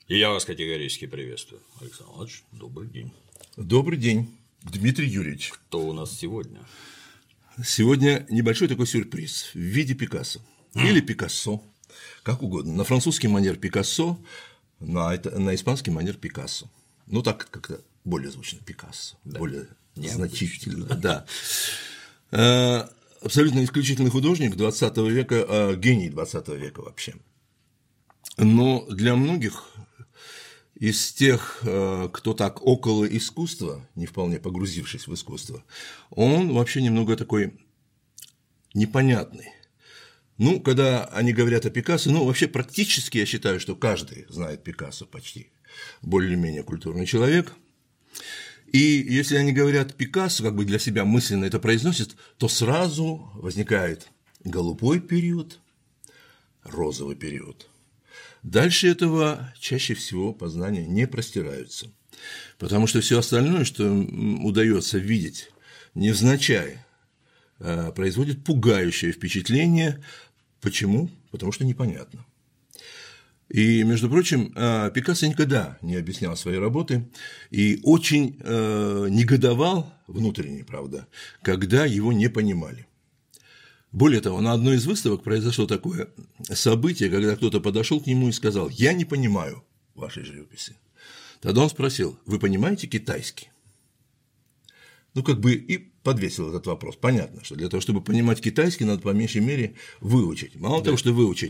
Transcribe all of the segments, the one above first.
И я вас категорически приветствую. Александр Иванович, добрый день. Добрый день, Дмитрий Юрьевич. Кто у нас сегодня? Сегодня небольшой такой сюрприз в виде Пикассо. Или Пикассо, как угодно. На французский манер Пикассо, на испанский манер Пикассо. Ну, так как-то более звучно Пикассо, да. Более значительно. Да. Абсолютно исключительный художник 20 века, гений 20 века вообще. Но для многих из тех, кто так около искусства, не вполне погрузившись в искусство, он вообще немного такой непонятный. Ну, когда они говорят о Пикассо, вообще практически я считаю, что каждый знает Пикассо почти, более-менее культурный человек. И если они говорят Пикассо, как бы для себя мысленно это произносят, то сразу возникает голубой период, розовый период. Дальше этого чаще всего познания не простираются, потому что все остальное, что удается видеть невзначай, производит пугающее впечатление. Почему? Потому что непонятно. И, между прочим, Пикассо никогда не объяснял свои работы и очень негодовал, внутренне, правда, когда его не понимали. Более того, на одной из выставок произошло такое событие, когда кто-то подошел к нему и сказал: «Я не понимаю вашей живописи». Тогда он спросил: «Вы понимаете китайский?» И подвесил этот вопрос. Понятно, что для того, чтобы понимать китайский, надо по меньшей мере выучить. Мало того, что выучить,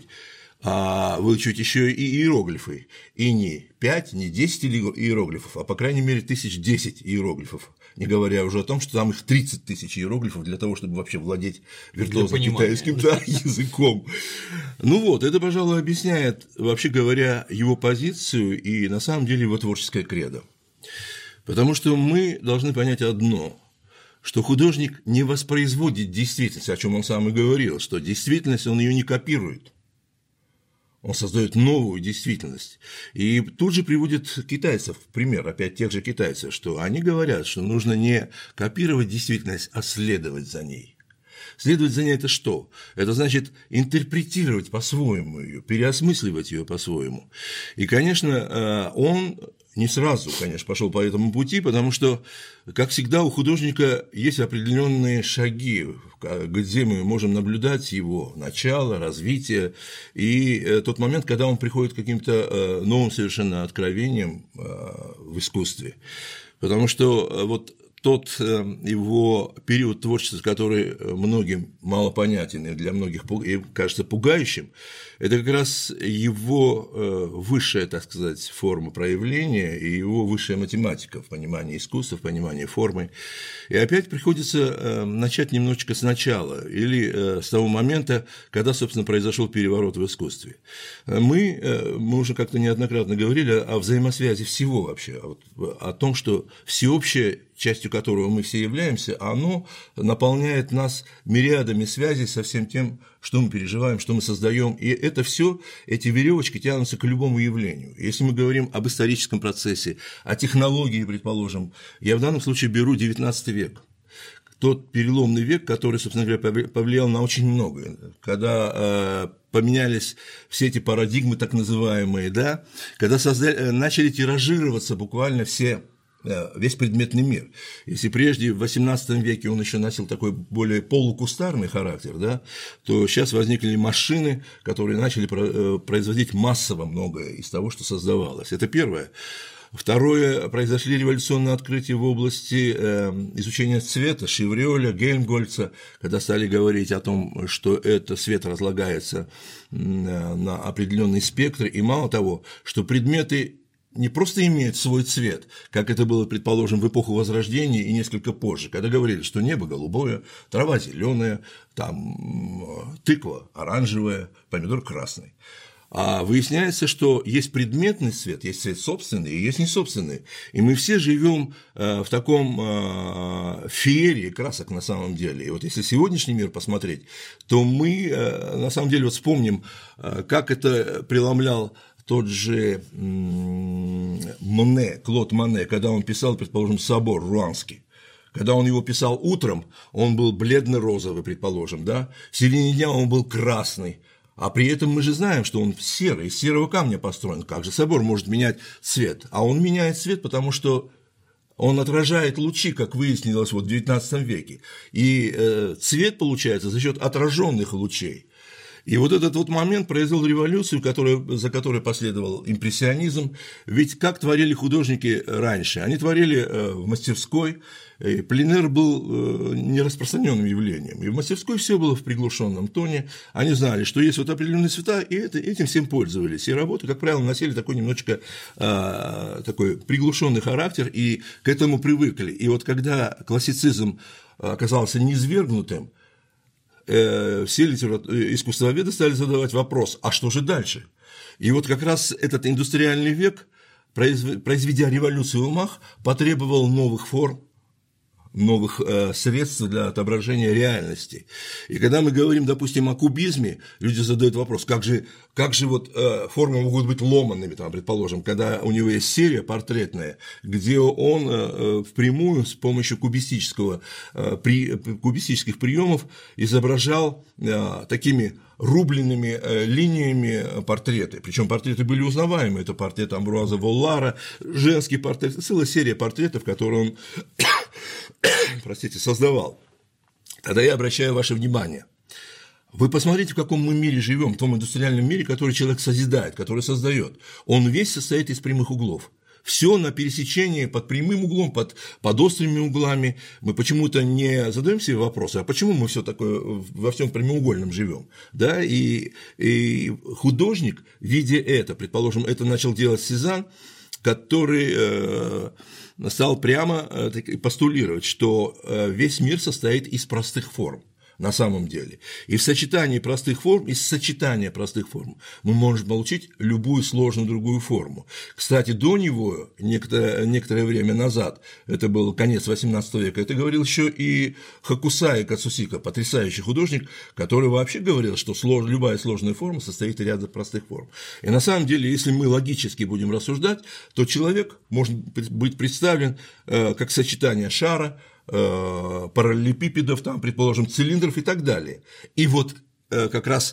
а выучить еще и иероглифы. И не 5, не 10 иероглифов, а по крайней мере 1010 иероглифов. Не говоря уже о том, что там их 30 тысяч иероглифов для того, чтобы вообще владеть виртуозным китайским языком. Это, пожалуй, объясняет, вообще говоря, его позицию и на самом деле его творческое кредо. Потому что мы должны понять одно, что художник не воспроизводит действительность, о чем он сам и говорил, что действительность он ее не копирует. Он создает новую действительность. И тут же приводит китайцев, пример, опять тех же китайцев, что они говорят, что нужно не копировать действительность, а следовать за ней. Следовать за ней – это что? Это значит интерпретировать по-своему ее, переосмысливать ее по-своему. И, конечно, он не сразу, конечно, пошел по этому пути, потому что, как всегда, у художника есть определенные шаги, где мы можем наблюдать его начало, развитие, и тот момент, когда он приходит к каким-то новым совершенно откровениям в искусстве. Потому что тот его период творчества, который многим малопонятен и для многих кажется пугающим, это как раз его высшая, так сказать, форма проявления и его высшая математика в понимании искусства, в понимании формы. И опять приходится начать немножечко сначала или с того момента, когда, собственно, произошел переворот в искусстве. Мы уже как-то неоднократно говорили о взаимосвязи всего вообще, о том, что всеобщее, частью которого мы все являемся, оно наполняет нас мириадами связей со всем тем, что мы переживаем, что мы создаем, и это все, эти веревочки тянутся к любому явлению. Если мы говорим об историческом процессе, о технологии, предположим, я в данном случае беру XIX век. Тот переломный век, который, собственно говоря, повлиял на очень многое, когда поменялись все эти парадигмы так называемые, да, когда начали тиражироваться буквально весь предметный мир. Если прежде в XVIII веке он еще носил такой более полукустарный характер, да, то сейчас возникли машины, которые начали производить массово многое из того, что создавалось. Это первое. Второе, произошли революционные открытия в области изучения цвета, Шеврёля, Гельмгольца, когда стали говорить о том, что свет разлагается на определенный спектр, и мало того, что предметы не просто имеют свой цвет, как это было, предположим, в эпоху Возрождения и несколько позже, когда говорили, что небо голубое, трава зеленая, там тыква оранжевая, помидор красный. А выясняется, что есть предметный цвет, есть цвет собственный и есть несобственный. И мы все живем в таком феерии красок на самом деле. И если сегодняшний мир посмотреть, то мы на самом деле вспомним, как это преломлял тот же Моне, Клод Моне, когда он писал, предположим, собор Руанский. Когда он его писал утром, он был бледно-розовый, предположим, да? В середине дня он был красный, А при этом мы же знаем, что он серый, из серого камня построен. Как же собор может менять цвет? А он меняет цвет, потому что он отражает лучи, как выяснилось в XIX веке. И цвет получается за счет отраженных лучей. И вот этот вот момент произвел революцию, за которой последовал импрессионизм. Ведь как творили художники раньше? Они творили в мастерской. Пленэр был нераспространенным явлением. И в мастерской все было в приглушенном тоне. Они знали, что есть вот определенные цвета, и этим всем пользовались. И работы, как правило, носили такой немножечко такой приглушенный характер, и к этому привыкли. И вот когда классицизм оказался низвергнутым, все искусствоведы стали задавать вопрос, а что же дальше? И вот как раз этот индустриальный век, произведя революцию в умах, потребовал новых форм, новых средств для отображения реальности. И когда мы говорим, допустим, о кубизме, люди задают вопрос, как же вот формы могут быть ломанными, там, предположим, когда у него есть серия портретная, где он впрямую с помощью кубистических приемов изображал такими рубленными линиями портреты. Причем портреты были узнаваемые. Это портрет Амбруаза Воллара, женский портрет, целая серия портретов, которые он создавал. Тогда я обращаю ваше внимание. Вы посмотрите, в каком мы мире живем, в том индустриальном мире, который человек созидает, который создает. Он весь состоит из прямых углов. Все на пересечении под прямым углом, под острыми углами. Мы почему-то не задаем себе вопросы, а почему мы все такое во всем прямоугольном живем? Да? И художник, видя это, предположим, это начал делать Сезанн, который стал прямо постулировать, что весь мир состоит из простых форм. На самом деле. И в сочетании простых форм, из сочетания простых форм мы можем получить любую сложную другую форму. Кстати, до него, некоторое время назад, это был конец XVIII века, это говорил еще и Хокусай Кацусика, потрясающий художник, который вообще говорил, что любая сложная форма состоит из ряда простых форм. И на самом деле, если мы логически будем рассуждать, то человек может быть представлен как сочетание шара, параллелепипедов, там, предположим, цилиндров и так далее. И вот как раз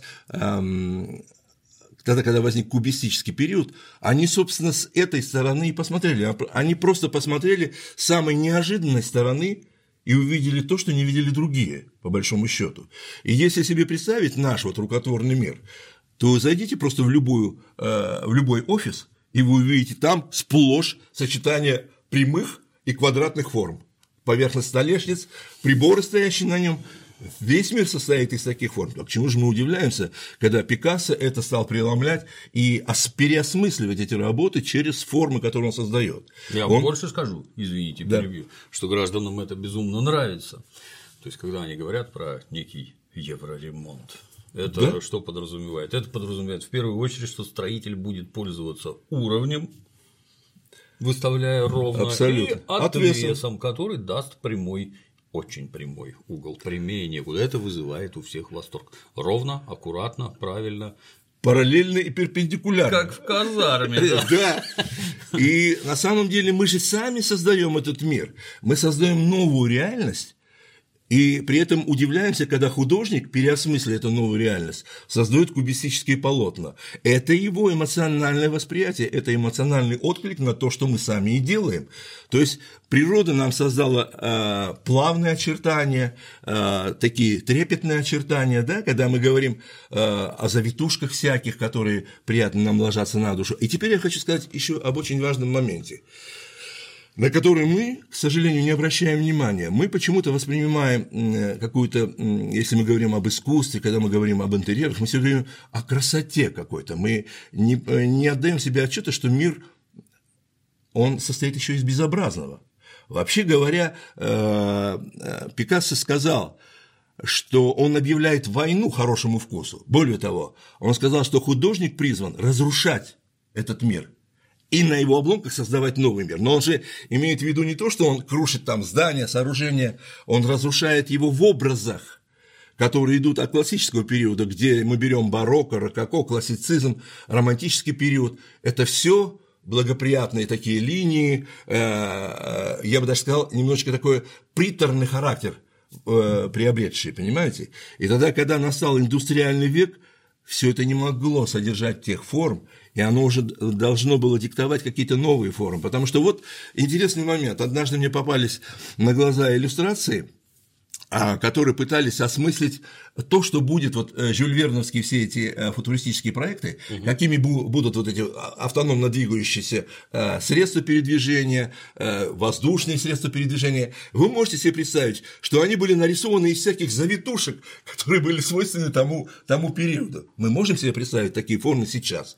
когда возник кубистический период, они, собственно, с этой стороны и посмотрели. Они просто посмотрели с самой неожиданной стороны и увидели то, что не видели другие, по большому счету. И если себе представить наш вот рукотворный мир, то зайдите просто в любой офис, и вы увидите там сплошь сочетание прямых и квадратных форм. Поверхность столешниц, приборы, стоящие на нем, весь мир состоит из таких форм. А к чему же мы удивляемся, когда Пикассо это стал преломлять и переосмысливать эти работы через формы, которые он создает. Я вам больше скажу, извините, перебью, что гражданам это безумно нравится. То есть, когда они говорят про некий евроремонт, это что подразумевает? Это подразумевает в первую очередь, что строитель будет пользоваться уровнем, выставляя ровно, абсолютно. И отвесом, который даст прямой, очень прямой угол, прямее некуда. Это вызывает у всех восторг. Ровно, аккуратно, правильно. Параллельно и перпендикулярно. Как в казарме. Да. И на самом деле мы же сами создаем этот мир. Мы создаем новую реальность. И при этом удивляемся, когда художник, переосмысливая эту новую реальность, создает кубистические полотна. Это его эмоциональное восприятие, это эмоциональный отклик на то, что мы сами и делаем. То есть природа нам создала плавные очертания, такие трепетные очертания, да, когда мы говорим о завитушках всяких, которые приятно нам ложатся на душу. И теперь я хочу сказать еще об очень важном моменте, на который мы, к сожалению, не обращаем внимания. Мы почему-то воспринимаем какую-то, если мы говорим об искусстве, когда мы говорим об интерьерах, мы все говорим о красоте какой-то. Мы не отдаем себе отчета, что мир, он состоит еще из безобразного. Вообще говоря, Пикассо сказал, что он объявляет войну хорошему вкусу. Более того, он сказал, что художник призван разрушать этот мир и на его обломках создавать новый мир. Но он же имеет в виду не то, что он крушит там здания, сооружения, он разрушает его в образах, которые идут от классического периода, где мы берем барокко, рококо, классицизм, романтический период. Это все благоприятные такие линии, я бы даже сказал, немножечко такой приторный характер приобретший, понимаете? И тогда, когда настал индустриальный век, все это не могло содержать тех форм, и оно уже должно было диктовать какие-то новые формы. Потому что вот интересный момент. Однажды мне попались на глаза иллюстрации, которые пытались осмыслить то, что будет вот Жюль Верновские все эти футуристические проекты, какими будут вот эти автономно двигающиеся средства передвижения, воздушные средства передвижения. Вы можете себе представить, что они были нарисованы из всяких завитушек, которые были свойственны тому периоду. Мы можем себе представить такие формы сейчас.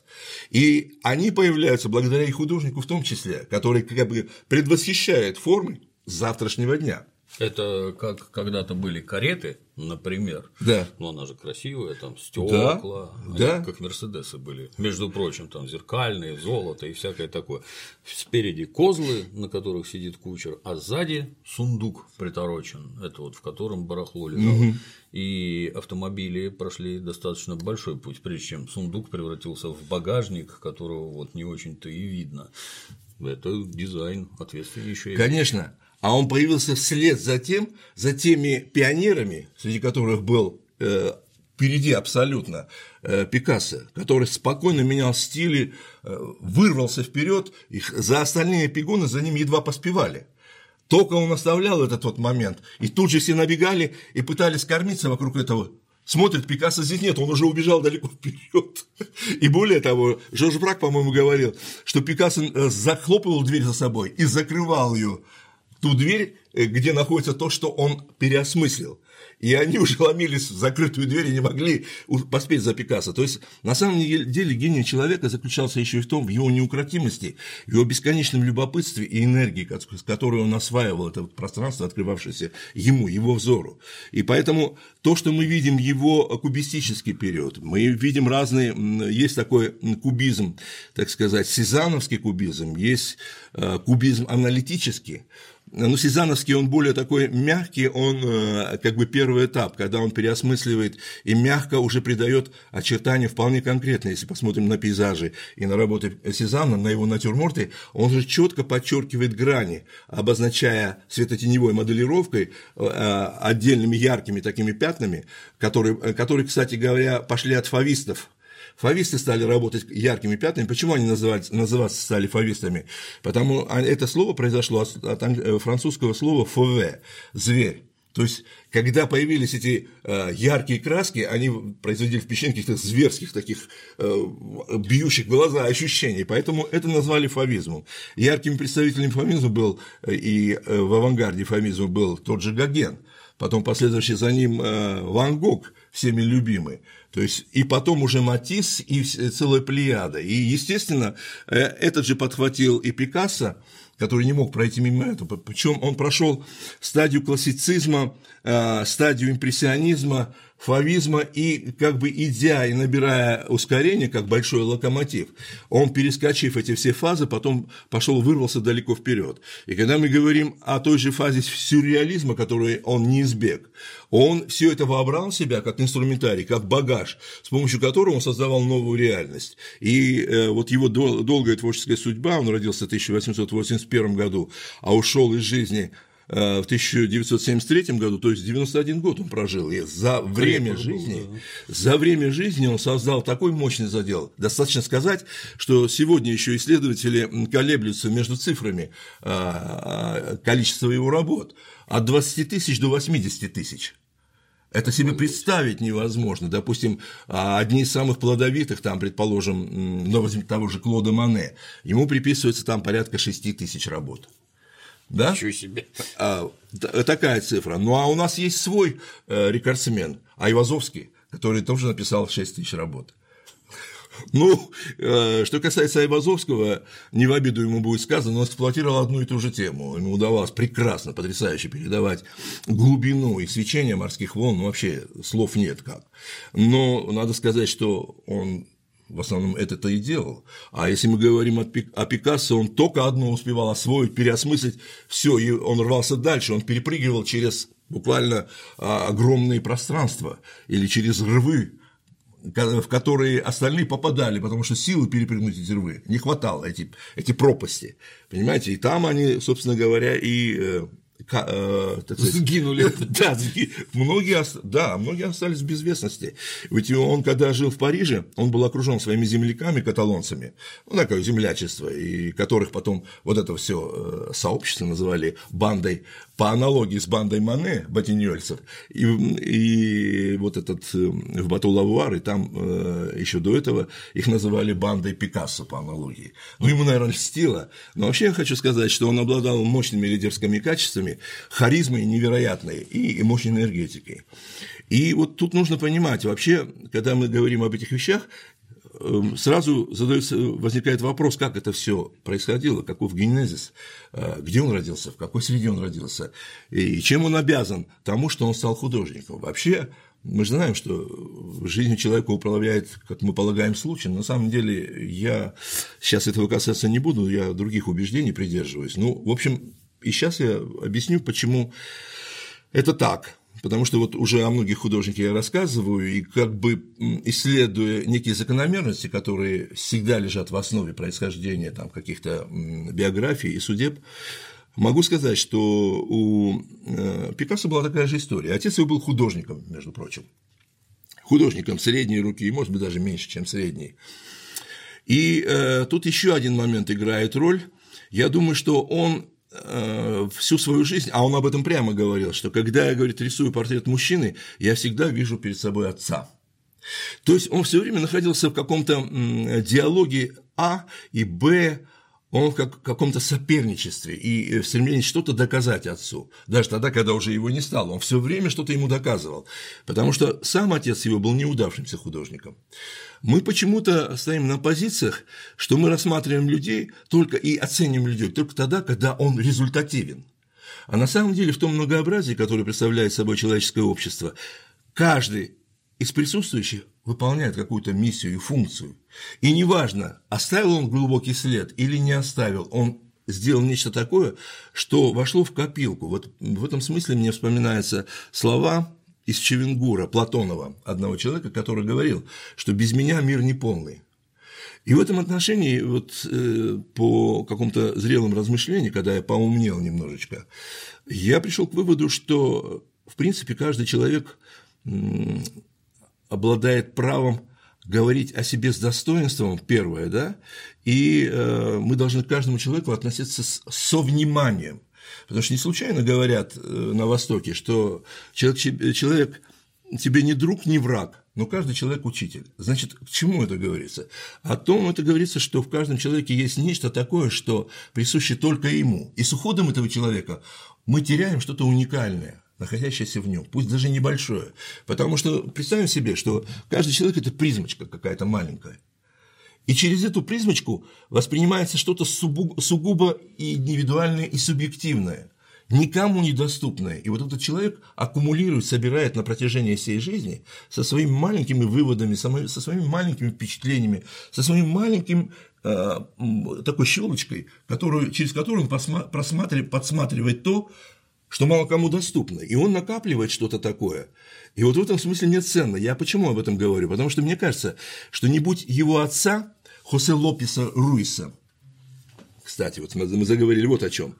И они появляются благодаря и художнику в том числе, который как бы предвосхищает формы завтрашнего дня. Это как когда-то были кареты, например. Да. Но она же красивая, там стекла, да. Как Мерседесы были. Между прочим, там зеркальные, золото и всякое такое. Спереди козлы, на которых сидит кучер, а сзади сундук приторочен. Это вот в котором барахло лежало. И автомобили прошли достаточно большой путь, прежде чем сундук превратился в багажник, которого вот не очень-то и видно. Это дизайн ответственнейший. Конечно. А он появился вслед за теми пионерами, среди которых был впереди абсолютно Пикассо, который спокойно менял стили, вырвался вперед, за остальные пигоны за ним едва поспевали. Только он оставлял этот вот момент, и тут же все набегали и пытались кормиться вокруг этого. Смотрит, Пикассо здесь нет, он уже убежал далеко вперед. И более того, Жорж Брак, по-моему, говорил, что Пикассо захлопывал дверь за собой и закрывал ее. Ту дверь, где находится то, что он переосмыслил. И они уже ломились в закрытую дверь и не могли поспеть за Пикассо. То есть, на самом деле, гений человека заключался еще и в том, в его неукротимости, в его бесконечном любопытстве и энергии, с которой он осваивал это пространство, открывавшееся ему, его взору. И поэтому то, что мы видим его кубистический период, мы видим разные, есть такой кубизм, так сказать, сезанновский кубизм, есть кубизм аналитический. Но сезанновский, он более такой мягкий, он как бы первый этап, когда он переосмысливает и мягко уже придает очертания вполне конкретные. Если посмотрим на пейзажи и на работы Сезанна, на его натюрморты, он же четко подчеркивает грани, обозначая светотеневой моделировкой отдельными яркими такими пятнами, которые, кстати говоря, пошли от фавистов. Фависты стали работать яркими пятнами. Почему они называться стали фавистами? Потому это слово произошло от французского слова «фове» – «зверь». То есть, когда появились эти яркие краски, они производили впечатление каких-то зверских, таких бьющих в глаза ощущений. Поэтому это назвали фавизмом. Яркими представителями фавизма был, и в авангарде фавизма был тот же Гоген. Потом последовавший за ним Ван Гог, всеми любимый. То есть, и потом уже Матисс, и целая плеяда. И, естественно, этот же подхватил и Пикассо, который не мог пройти мимо этого. Причем он прошел стадию классицизма, стадию импрессионизма, фавизма, и как бы идя и набирая ускорение, как большой локомотив, он, перескочив эти все фазы, потом вырвался далеко вперед. И когда мы говорим о той же фазе сюрреализма, которую он не избег, он все это вобрал в себя как инструментарий, как багаж, с помощью которого он создавал новую реальность. И вот его долгая творческая судьба, он родился в 1881 году, а ушел из жизни в 1973 году, то есть 91 год он прожил, и за время жизни он создал такой мощный задел. Достаточно сказать, что сегодня еще исследователи колеблются между цифрами количества его работ от 20 тысяч до 80 тысяч. Это себе представить невозможно. Допустим, одни из самых плодовитых, там, предположим, того же Клода Мане, ему приписывается там порядка 6 тысяч работ. Да? Ничего себе. Такая цифра. Ну, а у нас есть свой рекордсмен, Айвазовский, который тоже написал 6 тысяч работ. Ну, что касается Айвазовского, не в обиду ему будет сказано, он эксплуатировал одну и ту же тему. Ему удавалось прекрасно, потрясающе передавать глубину и свечение морских волн, вообще слов нет как. Но надо сказать, что он в основном это-то и делал. А если мы говорим о Пикассо, он только одно успевал освоить, переосмыслить все, и он рвался дальше, он перепрыгивал через буквально огромные пространства или через рвы, в которые остальные попадали, потому что силы перепрыгнуть эти рвы не хватало, эти пропасти, понимаете, и там они, собственно говоря, и сгинули. Да, многие остались в безвестности. Ведь он, когда жил в Париже, он был окружен своими земляками, каталонцами, такое землячество, и которых потом вот это все сообщество называли бандой, по аналогии с бандой Мане, ботиньольцев, и вот этот в Бату-Лавуар, и там еще до этого их называли бандой Пикассо по аналогии. Ему, наверное, льстило, но вообще я хочу сказать, что он обладал мощными лидерскими качествами, харизмой невероятной и мощной энергетикой. И вот тут нужно понимать, вообще, когда мы говорим об этих вещах, сразу возникает вопрос, как это все происходило, каков генезис, где он родился, в какой среде он родился, и чем он обязан тому, что он стал художником. Вообще, мы же знаем, что жизнью человека управляет, как мы полагаем, случай, но на самом деле я сейчас этого касаться не буду, я других убеждений придерживаюсь. В общем, и сейчас я объясню, почему это так. Потому что вот уже о многих художниках я рассказываю, и как бы исследуя некие закономерности, которые всегда лежат в основе происхождения там, каких-то биографий и судеб, могу сказать, что у Пикассо была такая же история. Отец его был художником, между прочим. Художником средней руки, может быть, даже меньше, чем средней. И тут еще один момент играет роль. Я думаю, что он всю свою жизнь, а он об этом прямо говорил, что когда я, говорит, рисую портрет мужчины, я всегда вижу перед собой отца. То есть он все время находился в каком-то диалоге А и Б, он в каком-то соперничестве и в стремлении что-то доказать отцу. Даже тогда, когда уже его не стало, он все время что-то ему доказывал, потому что сам отец его был неудавшимся художником. Мы почему-то стоим на позициях, что мы рассматриваем людей только и оцениваем людей только тогда, когда он результативен. А на самом деле в том многообразии, которое представляет собой человеческое общество, каждый из присутствующих выполняет какую-то миссию и функцию. И неважно, оставил он глубокий след или не оставил, он сделал нечто такое, что вошло в копилку. Вот в этом смысле мне вспоминаются слова из Чевенгура, Платонова, одного человека, который говорил, что без меня мир неполный. И в этом отношении, вот, по какому-то зрелому размышлению, когда я поумнел немножечко, я пришел к выводу, что, в принципе, каждый человек обладает правом говорить о себе с достоинством, первое, да, и мы должны к каждому человеку относиться со вниманием. Потому что не случайно говорят на Востоке, что человек тебе не друг, не враг, но каждый человек учитель. Значит, к чему это говорится? О том это говорится, что в каждом человеке есть нечто такое, что присуще только ему. И с уходом этого человека мы теряем что-то уникальное, находящееся в нем, пусть даже небольшое. Потому что представим себе, что каждый человек – это призмочка какая-то маленькая. И через эту призмочку воспринимается что-то сугубо индивидуальное и субъективное, никому недоступное. И вот этот человек аккумулирует, собирает на протяжении всей жизни со своими маленькими выводами, со своими маленькими впечатлениями, со своим маленьким такой щелочкой, через которую он подсматривает то, что мало кому доступно. И он накапливает что-то такое. И вот в этом смысле мне ценно. Я почему об этом говорю? Потому что мне кажется, что не будь его отца, Хосе Лопеса Руиса. Кстати, вот мы заговорили вот о чем.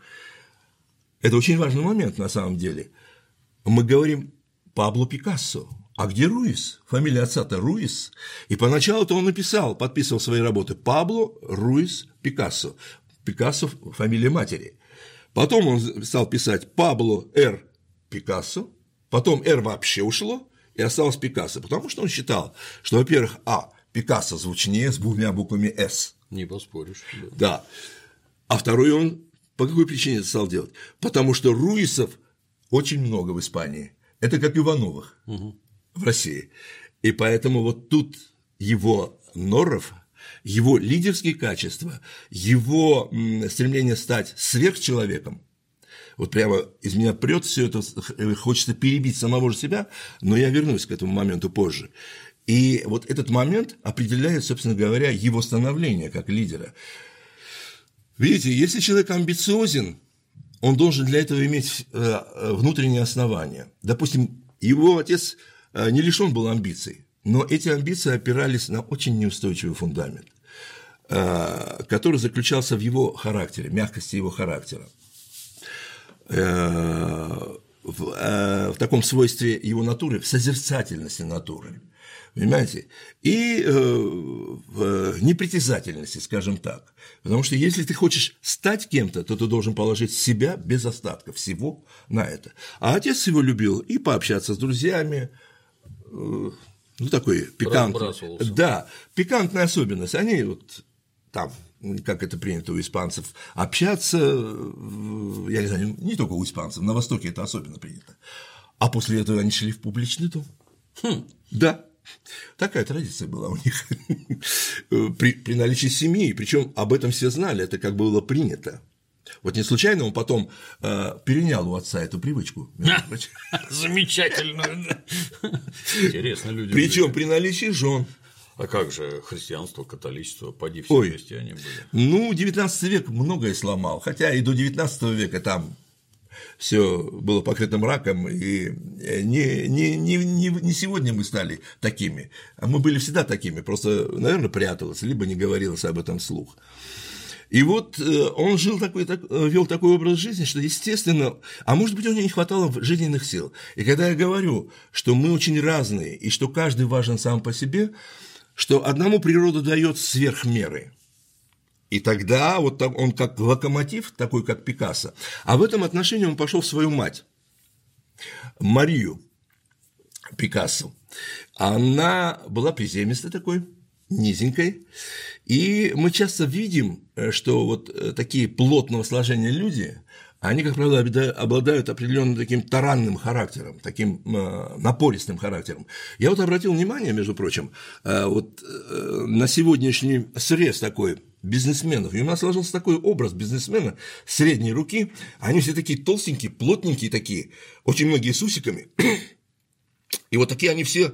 Это очень важный момент на самом деле. Мы говорим Пабло Пикассо. А где Руис? Фамилия отца-то Руис. И поначалу-то он подписывал свои работы Пабло Руис Пикассо. Пикассо – фамилия матери. Потом он стал писать Пабло Р. Пикассо. Потом Р вообще ушло и осталось Пикассо. Потому что он считал, что, во-первых, Пикассо звучнее с двумя буквами «С». Не поспоришь. Да. А второй он по какой причине это стал делать? Потому что Руисов очень много в Испании. Это как Ивановых в России. И поэтому вот тут его норов, его лидерские качества, его стремление стать сверхчеловеком, вот прямо из меня прет все это, хочется перебить самого же себя, но я вернусь к этому моменту позже. И вот этот момент определяет, собственно говоря, его становление как лидера. Видите, если человек амбициозен, он должен для этого иметь внутренние основания. Допустим, его отец не лишен был амбиций, но эти амбиции опирались на очень неустойчивый фундамент, который заключался в его характере, мягкости его характера. в таком свойстве его натуры, в созерцательности натуры, понимаете, и в непритязательности, скажем так. Потому что если ты хочешь стать кем-то, то ты должен положить себя без остатка всего на это. А отец его любил и пообщаться с друзьями, ну, такой пикантный. Да, пикантная особенность. Они вот там, как это принято у испанцев, общаться, я не знаю, не только у испанцев, на Востоке это особенно принято. А после этого они шли в публичный дом. Да, такая традиция была у них при наличии семьи, причем об этом все знали, это как было принято. Вот не случайно он потом перенял у отца эту привычку. Замечательно. Интересно, люди. Причем при наличии жен. А как же христианство, католичество, поди все христиане были? Ну, 19 век многое сломал, хотя и до 19 века там все было покрыто мраком, и не сегодня мы стали такими, а мы были всегда такими, просто, наверное, пряталось, либо не говорилось об этом вслух. И вот он вел такой образ жизни, что, естественно, а может быть, у него не хватало жизненных сил. И когда я говорю, что мы очень разные, и что каждый важен сам по себе, что одному природа дает сверх меры. И тогда вот он как локомотив, такой как Пикассо, а в этом отношении он пошел в свою мать, Марию Пикассо. Она была приземистой такой, низенькой, и мы часто видим, что вот такие плотного сложения люди, они, как правило, обладают определенным таким таранным характером, таким напористым характером. Я вот обратил внимание, между прочим, вот на сегодняшний срез такой бизнесменов, и у нас сложился такой образ бизнесмена средней руки, они все такие толстенькие, плотненькие такие, очень многие с усиками, и вот такие они все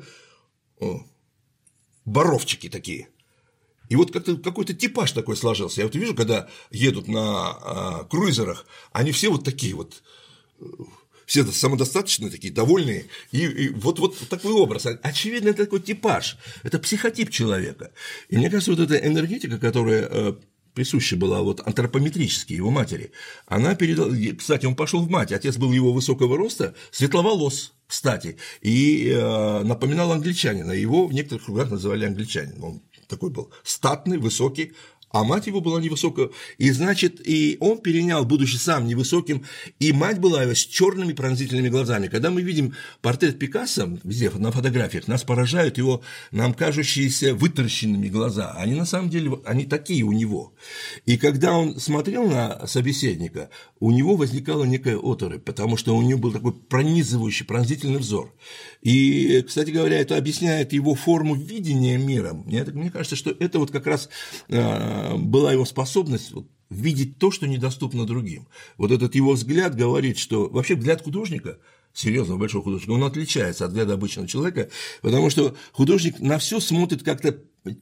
боровчики такие. И вот как-то какой-то типаж такой сложился. Я вот вижу, когда едут на круизерах, они все вот такие вот, все самодостаточные, такие довольные, и вот такой образ. Очевидно, это такой типаж, это психотип человека. И мне кажется, вот эта энергетика, которая присуща была вот антропометрически его матери, она передала. Кстати, он пошел в мать, отец был его высокого роста, светловолос, кстати, и напоминал англичанина, его в некоторых кругах называли англичанин, он такой был статный, высокий, а мать его была невысокая, и, значит, и он перенял, будучи сам невысоким, и мать была с черными пронзительными глазами. Когда мы видим портрет Пикассо везде на фотографиях, нас поражают его нам кажущиеся вытаращенными глаза, они на самом деле, они такие у него. И когда он смотрел на собеседника, у него возникала некая оторопь, потому что у него был такой пронизывающий, пронзительный взор. И, кстати говоря, это объясняет его форму видения мира. Мне кажется, что это вот как раз была его способность видеть то, что недоступно другим. Вот этот его взгляд говорит, что вообще взгляд художника, серьезного большого художника, он отличается от взгляда обычного человека, потому что художник на все смотрит как-то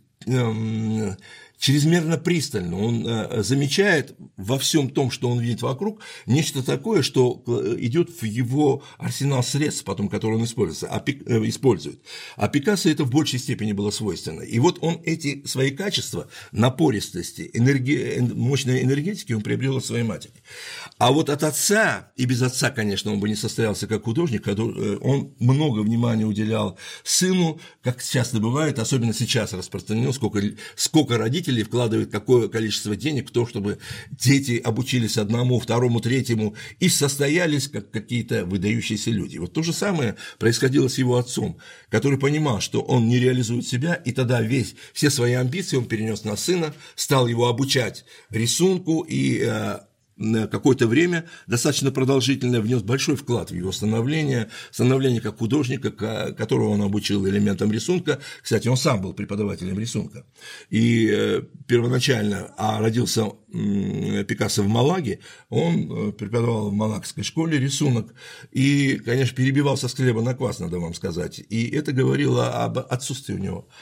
чрезмерно пристально, он замечает во всем том, что он видит вокруг, нечто такое, что идет в его арсенал средств, потом, который он использует. А Пикассо это в большей степени было свойственно. И вот он эти свои качества, напористости, мощной энергетики он приобрел от своей матери. А вот от отца, и без отца, конечно, он бы не состоялся как художник, он много внимания уделял сыну, как часто бывает, особенно сейчас распространено, сколько родителей вкладывают какое количество денег в то, чтобы дети обучились одному, второму, третьему и состоялись как какие-то выдающиеся люди. Вот то же самое происходило с его отцом, который понимал, что он не реализует себя, и тогда все свои амбиции он перенес на сына, стал его обучать рисунку и какое-то время, достаточно продолжительное, внес большой вклад в его становление как художника, которого он обучил элементам рисунка. Кстати, он сам был преподавателем рисунка. И первоначально, родился Пикассо в Малаге, он преподавал в малакской школе рисунок и, конечно, перебивался с хлеба на квас, надо вам сказать. И это говорило об отсутствии у него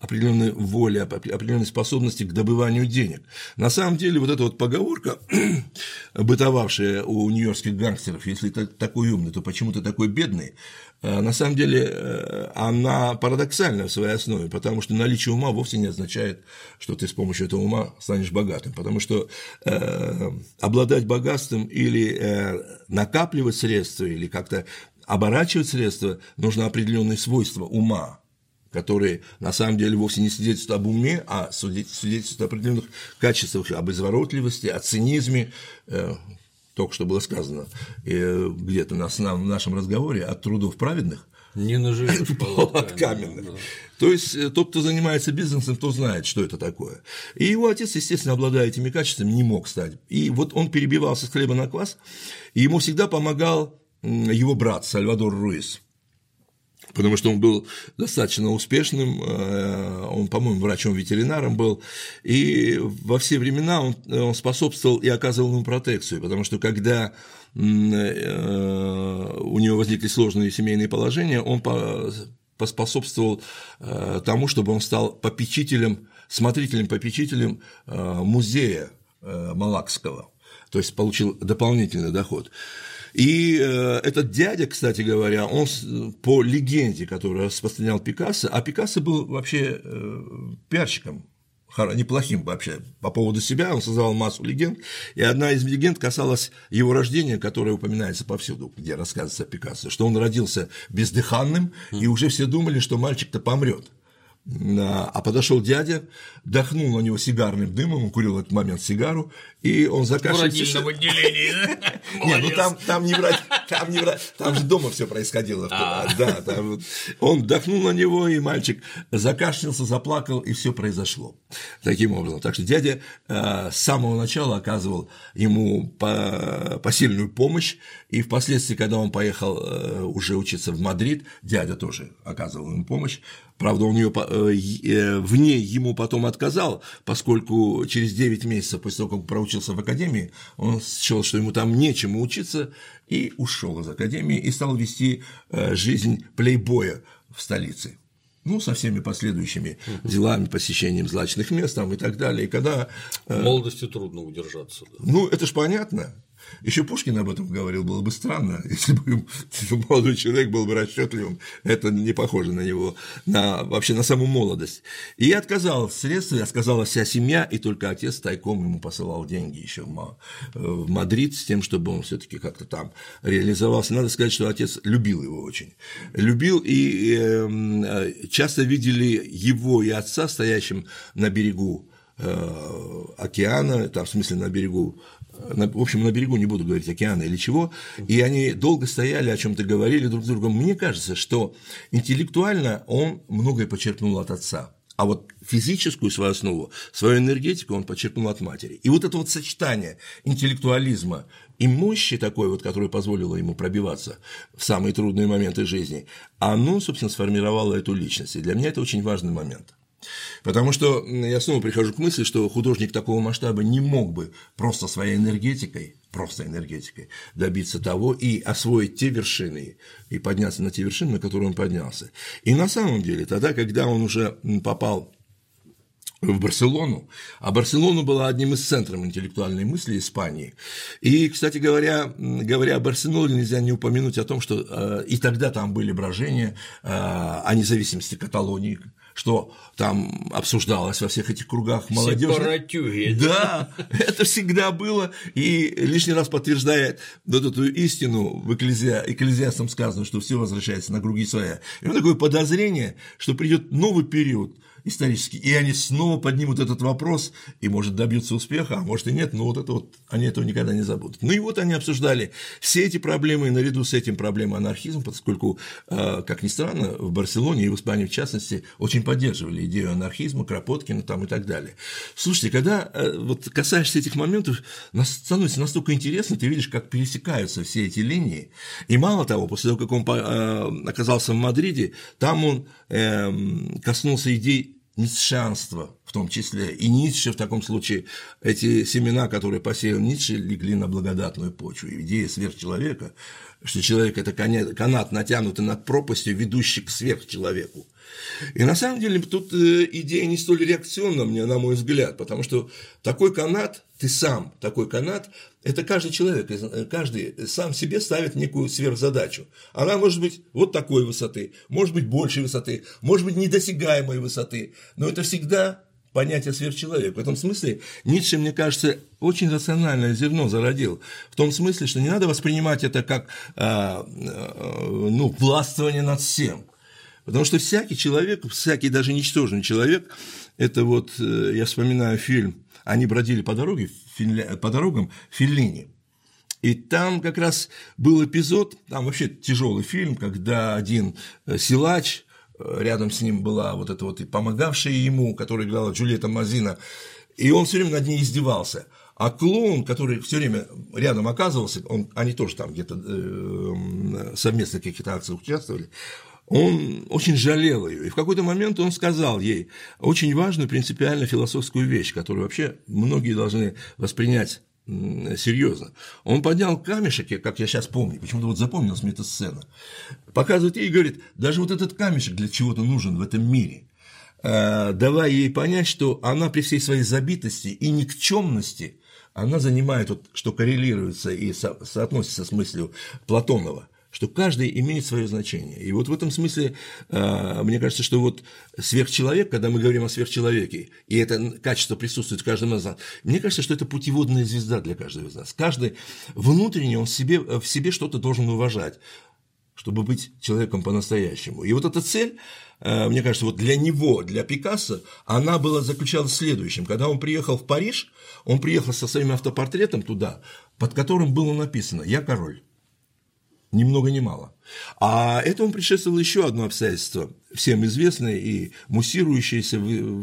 определенной воли, определенной способности к добыванию денег. На самом деле, вот эта вот поговорка, бытовавшая у нью-йоркских гангстеров: если ты такой умный, то почему ты такой бедный, на самом деле она парадоксальна в своей основе, потому что наличие ума вовсе не означает, что ты с помощью этого ума станешь богатым, потому что обладать богатством или накапливать средства, или как-то оборачивать средства нужно определенные свойства ума, которые на самом деле вовсе не свидетельствуют об уме, а свидетельствуют о определенных качествах, об изворотливости, о цинизме. Только что было сказано где-то в нашем разговоре: от трудов праведных не наживешь от каменных. Да. То есть тот, кто занимается бизнесом, тот знает, что это такое. И его отец, естественно, обладая этими качествами, не мог стать. И вот он перебивался с хлеба на квас, и ему всегда помогал его брат Сальвадор Руис, потому что он был достаточно успешным, он, по-моему, врачом-ветеринаром был, и во все времена он способствовал и оказывал ему протекцию, потому что когда у него возникли сложные семейные положения, он поспособствовал тому, чтобы он стал смотрителем-попечителем музея Малакского, то есть получил дополнительный доход. И этот дядя, кстати говоря, он по легенде, которую распространял Пикассо, а Пикассо был вообще пиарщиком, неплохим вообще по поводу себя, он создавал массу легенд, и одна из легенд касалась его рождения, которое упоминается повсюду, где рассказывается о Пикассо, что он родился бездыханным, и уже все думали, что мальчик-то помрет. А подошел дядя, дохнул на него сигарным дымом, он курил в этот момент сигару, и он закашлялся. В родильном отделении, да? Нет, ну там не врать, там же дома все происходило. Да, там он вдохнул на него, и мальчик закашлялся, заплакал, и все произошло таким образом. Так что дядя с самого начала оказывал ему посильную помощь, и впоследствии, когда он поехал уже учиться в Мадрид, дядя тоже оказывал ему помощь. Правда, он в ней ему потом отказал, поскольку через 9 месяцев после того, как он проучился в академии, он счел, что ему там нечему учиться, и ушел из академии и стал вести жизнь плейбоя в столице. Ну, со всеми последующими делами, посещением злачных мест там, и так далее. И когда… В молодости трудно удержаться. Да. Ну, это ж понятно. Еще Пушкин об этом говорил, было бы странно, если бы молодой человек был бы расчетливым, это не похоже на него, вообще на саму молодость. И я отказал в средстве, отказала вся семья, и только отец тайком ему посылал деньги еще в Мадрид с тем, чтобы он все-таки как-то там реализовался. Надо сказать, что отец любил его очень. Любил, и часто видели его и отца стоящим на берегу океана, там, в смысле, на берегу, в общем, на берегу, не буду говорить, океана или чего, и они долго стояли, о чем-то говорили друг с другом. Мне кажется, что интеллектуально он многое почерпнул от отца, а вот физическую свою основу, свою энергетику он почерпнул от матери. И вот это вот сочетание интеллектуализма и мощи такой вот, которая позволила ему пробиваться в самые трудные моменты жизни, оно, собственно, сформировало эту личность. И для меня это очень важный момент. Потому что я снова прихожу к мысли, что художник такого масштаба не мог бы просто своей энергетикой, добиться того и освоить те вершины, и подняться на те вершины, на которые он поднялся. И на самом деле, тогда, когда он уже попал в Барселону, а Барселона была одним из центров интеллектуальной мысли Испании. И, кстати говоря о Барселоне, нельзя не упомянуть о том, что и тогда там были брожения о независимости Каталонии, что там обсуждалось во всех этих кругах молодежи. Сепаратюги. Да, это всегда было, и лишний раз подтверждает вот эту истину, в Экклезиастам сказано, что все возвращается на круги своя. И вот такое подозрение, что придет новый период исторический, и они снова поднимут этот вопрос, и, может, добьются успеха, а может и нет, но вот это вот, они этого никогда не забудут. Ну и вот они обсуждали все эти проблемы, и наряду с этим проблемой анархизма, поскольку, как ни странно, в Барселоне и в Испании, в частности, очень поддерживали идею анархизма, Кропоткина там и так далее. Слушайте, когда вот касаешься этих моментов, становится настолько интересно, ты видишь, как пересекаются все эти линии, и мало того, после того, как он оказался в Мадриде, там он коснулся идей ницшеанство в том числе, и Ницше в таком случае, эти семена, которые посеял Ницше, легли на благодатную почву. И идея сверхчеловека, что человек – это канат, натянутый над пропастью, ведущий к сверхчеловеку. И на самом деле тут идея не столь реакционна мне, на мой взгляд, потому что такой канат, ты сам такой канат, это каждый человек, каждый сам себе ставит некую сверхзадачу. Она может быть вот такой высоты, может быть большей высоты, может быть недосягаемой высоты, но это всегда понятие сверхчеловека. В этом смысле Ницше, мне кажется, очень рациональное зерно зародил. В том смысле, что не надо воспринимать это как властвование над всем. Потому что всякий человек, всякий даже ничтожный человек, это вот, я вспоминаю фильм «Они бродили по дорогам Феллини». И там как раз был эпизод, там вообще тяжелый фильм, когда один силач, рядом с ним была вот эта вот и помогавшая ему, которая играла Джульетта Мазина, и он все время над ней издевался. А клоун, который все время рядом оказывался, они тоже там где-то совместно в каких-то акциях участвовали, он очень жалел ее. И в какой-то момент он сказал ей очень важную принципиально философскую вещь, которую вообще многие должны воспринять серьезно. Он поднял камешек, как я сейчас помню, почему-то вот запомнилась мне эта сцена, показывает ей и говорит: даже вот этот камешек для чего-то нужен в этом мире, давая ей понять, что она при всей своей забитости и никчемности, она занимает, вот, что коррелируется и соотносится с мыслью Платонова, что каждый имеет свое значение. И вот в этом смысле, мне кажется, что вот сверхчеловек, когда мы говорим о сверхчеловеке, и это качество присутствует в каждом из нас, мне кажется, что это путеводная звезда для каждого из нас. Каждый внутренне, он в себе что-то должен уважать, чтобы быть человеком по-настоящему. И вот эта цель, мне кажется, вот для него, для Пикассо, она заключалась в следующем. Когда он приехал в Париж, он приехал со своим автопортретом туда, под которым было написано «Я король». Ни много ни мало. А этому предшествовало еще одно обстоятельство, всем известное и муссирующееся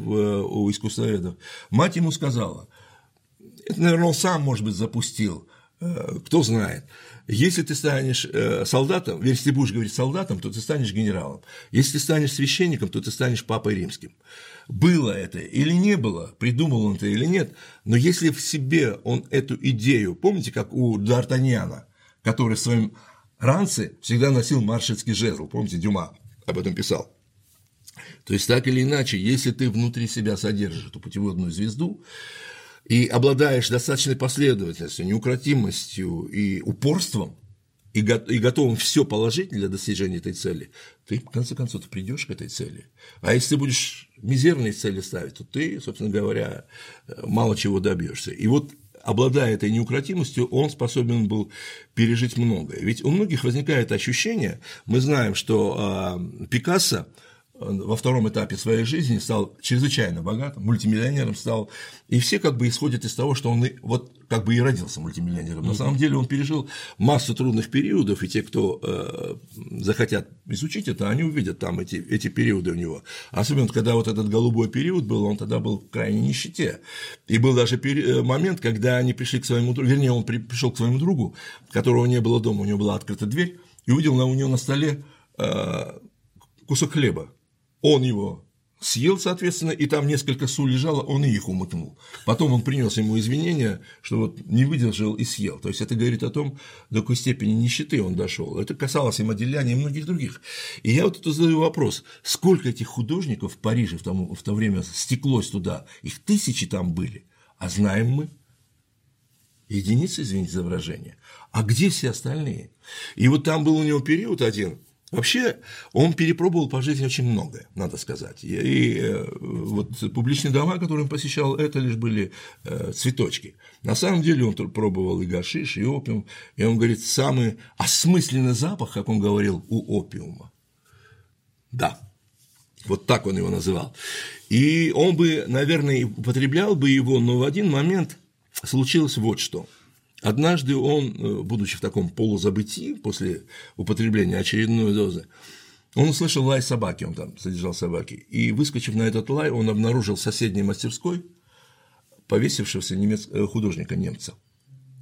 у искусствоведов. Мать ему сказала, это, наверное, он сам, может быть, запустил, кто знает, если ты станешь солдатом, если ты будешь говорить солдатом, то ты станешь генералом, если ты станешь священником, то ты станешь папой римским. Было это или не было, придумал он это или нет, но если в себе он эту идею, помните, как у Д'Артаньяна, который в своем ранце всегда носил маршальский жезл, помните, Дюма об этом писал. То есть, так или иначе, если ты внутри себя содержишь эту путеводную звезду и обладаешь достаточной последовательностью, неукротимостью и упорством, и готовым все положить для достижения этой цели, ты, в конце концов, придешь к этой цели. А если ты будешь мизерные цели ставить, то ты, собственно говоря, мало чего добьешься. И вот, обладая этой неукротимостью, он способен был пережить многое. Ведь у многих возникает ощущение, мы знаем, что Пикассо во втором этапе своей жизни стал чрезвычайно богатым, мультимиллионером стал, и все как бы исходят из того, что он вот как бы и родился мультимиллионером. На самом деле он пережил массу трудных периодов, и те, кто захотят изучить это, они увидят там эти периоды у него. Особенно, когда вот этот голубой период был, он тогда был в крайней нищете. И был даже момент, когда они пришли к своему другу, вернее, он пришел к своему другу, которого не было дома, у него была открыта дверь, и увидел у него на столе кусок хлеба. Он его съел, соответственно, и там несколько су лежало, он и их умыкнул. Потом он принес ему извинения, что вот не выдержал и съел. То есть это говорит о том, до какой степени нищеты он дошел. Это касалось и Модильяна, и многих других. И я вот тут задаю вопрос, сколько этих художников в Париже в то время стеклось туда, их тысячи там были, а знаем мы единицы, извините за выражение. А где все остальные? И вот там был у него период один. Вообще, он перепробовал по жизни очень многое, надо сказать. И вот публичные дома, которые он посещал, это лишь были цветочки. На самом деле он пробовал и гашиш, и опиум. И он говорит, самый осмысленный запах, как он говорил, у опиума. Да, вот так он его называл. И он бы, наверное, употреблял бы его, но в один момент случилось вот что. Однажды он, будучи в таком полузабытии после употребления очередной дозы, он услышал лай собаки, он там содержал собаки, и, выскочив на этот лай, он обнаружил в соседней мастерской повесившегося художника немца.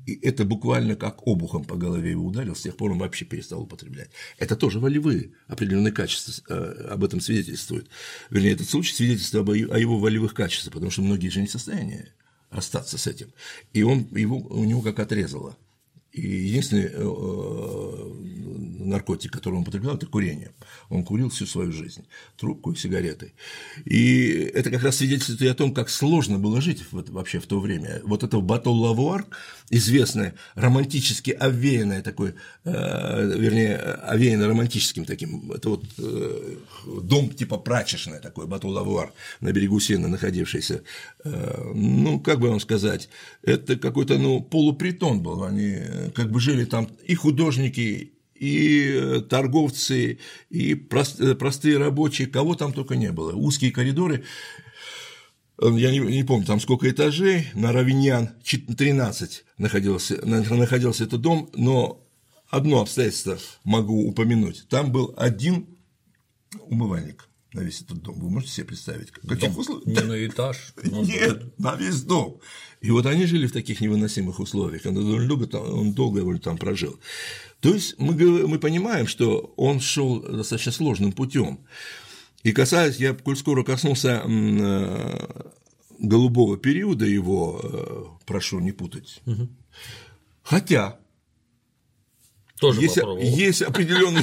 И это буквально как обухом по голове его ударил, с тех пор он вообще перестал употреблять. Это тоже волевые определенные качества об этом свидетельствуют. Вернее, этот случай свидетельствует о его волевых качествах, потому что многие же не в состоянии расстаться с этим. И у него как отрезало. И единственный наркотик, который он употреблял, это курение. Он курил всю свою жизнь, трубку и сигареты. И это как раз свидетельствует и о том, как сложно было жить вообще в то время. Вот это Батон-Лавуар, известное, романтически овеянное такое, вернее, овеянное романтическим таким, это вот дом типа прачечный такой, Батон-Лавуар, на берегу Сены находившийся, ну, как бы вам сказать, это какой-то, ну, полупритон был, они как бы жили там и художники, и торговцы, и простые рабочие, кого там только не было. Узкие коридоры, я не помню, там сколько этажей, на Равиньян 13 находился этот дом, но одно обстоятельство могу упомянуть. Там был один умывальник на весь этот дом. Вы можете себе представить? Каких условиях? Не на этаж. Нет, на весь дом. И вот они жили в таких невыносимых условиях. Он долго там прожил. То есть мы понимаем, что он шел достаточно сложным путем. И я, коль скоро коснулся голубого периода его, прошу не путать. Угу. Хотя тоже есть определенные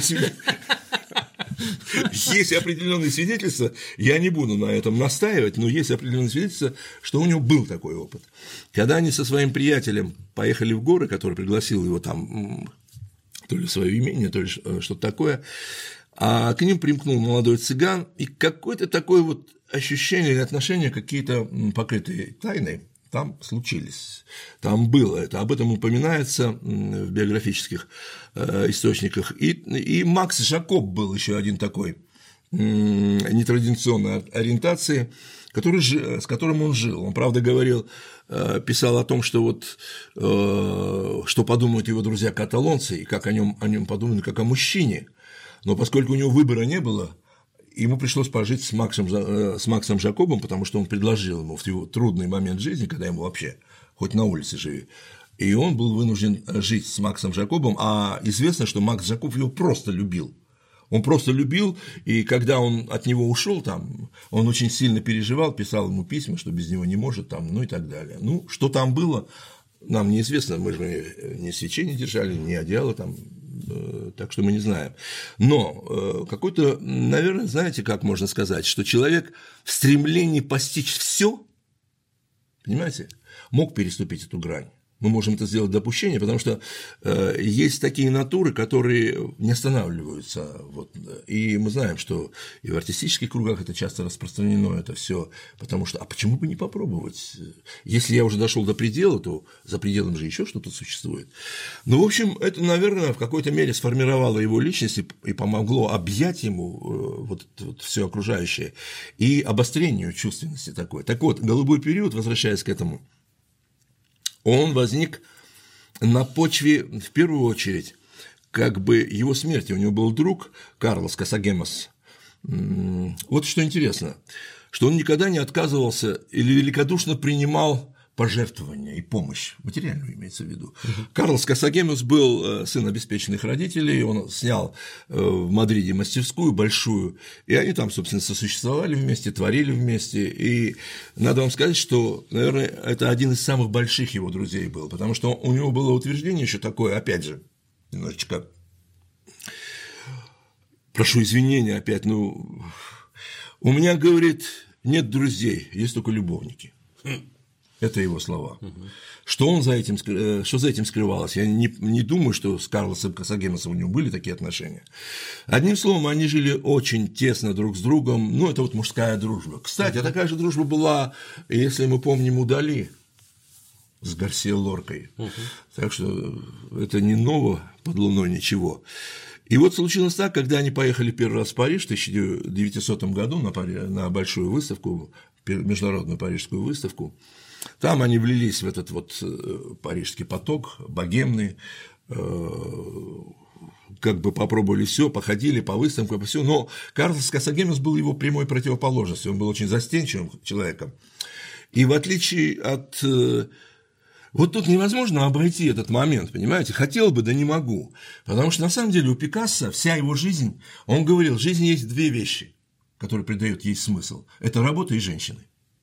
свидетельства, я не буду на этом настаивать, но есть определенные свидетельства, что у него был такой опыт. Когда они со своим приятелем поехали в горы, который пригласил его там то ли в свое имение, то ли что-то такое, а к ним примкнул молодой цыган, и какое-то такое вот ощущение или отношения какие-то покрытые тайной там случились, там было это, об этом упоминается в биографических источниках. И Макс Жакоб был еще один такой нетрадиционной ориентации, с которым он жил. Он, правда, писал о том, что вот что подумают его друзья-каталонцы, и как о нем подумают, как о мужчине. Но поскольку у него выбора не было, ему пришлось пожить с Максом Жакобом, потому что он предложил ему в его трудный момент жизни, когда ему вообще хоть на улице живи, и он был вынужден жить с Максом Жакобом, а известно, что Макс Жакоб его просто любил. Он просто любил, и когда он от него ушел, там, он очень сильно переживал, писал ему письма, что без него не может, там, ну и так далее. Ну, что там было, нам неизвестно, мы же ни свечей не держали, ни одеяла там, так что мы не знаем. Но какой-то, наверное, знаете, как можно сказать, что человек в стремлении постичь все, понимаете, мог переступить эту грань. Мы можем это сделать допущение, потому что есть такие натуры, которые не останавливаются. Вот. И мы знаем, что и в артистических кругах это часто распространено, это все, потому что, а почему бы не попробовать? Если я уже дошел до предела, то за пределом же еще что-то существует. Ну, в общем, это, наверное, в какой-то мере сформировало его личность и помогло объять ему вот все окружающее и обострению чувственности такой. Так вот, голубой период, возвращаясь к этому, он возник на почве, в первую очередь, как бы его смерти. У него был друг Карлос Касагемос. Вот что интересно, что он никогда не отказывался или великодушно принимал пожертвования и помощь, материальную имеется в виду. Карлос Касагемос был сын обеспеченных родителей, он снял в Мадриде мастерскую большую, и они там, собственно, сосуществовали вместе, творили вместе, и надо вам сказать, что, наверное, это один из самых больших его друзей был, потому что у него было утверждение еще такое, опять же, немножечко, прошу извинения опять, у меня, говорит, нет друзей, есть только любовники. Это его слова. Что за этим скрывалось? Я не думаю, что с Карлосом Касагемосом у него были такие отношения. Одним словом, они жили очень тесно друг с другом. Ну, это вот мужская дружба. Кстати, такая же дружба была, если мы помним, у Дали с Гарсиа Лоркой. Так что это не ново под луной ничего. И вот случилось так, когда они поехали первый раз в Париж в 1900 году на большую выставку, международную парижскую выставку. Там они влились в этот вот парижский поток, богемный, как бы попробовали все, походили по выставкам, по все. Но Карлос Касагемос был его прямой противоположностью, он был очень застенчивым человеком. И в отличие от Вот тут невозможно обойти этот момент, понимаете? Хотел бы, да не могу. Потому что на самом деле у Пикассо вся его жизнь, он говорил, в жизни есть две вещи, которые придают ей смысл. Это работа и женщины.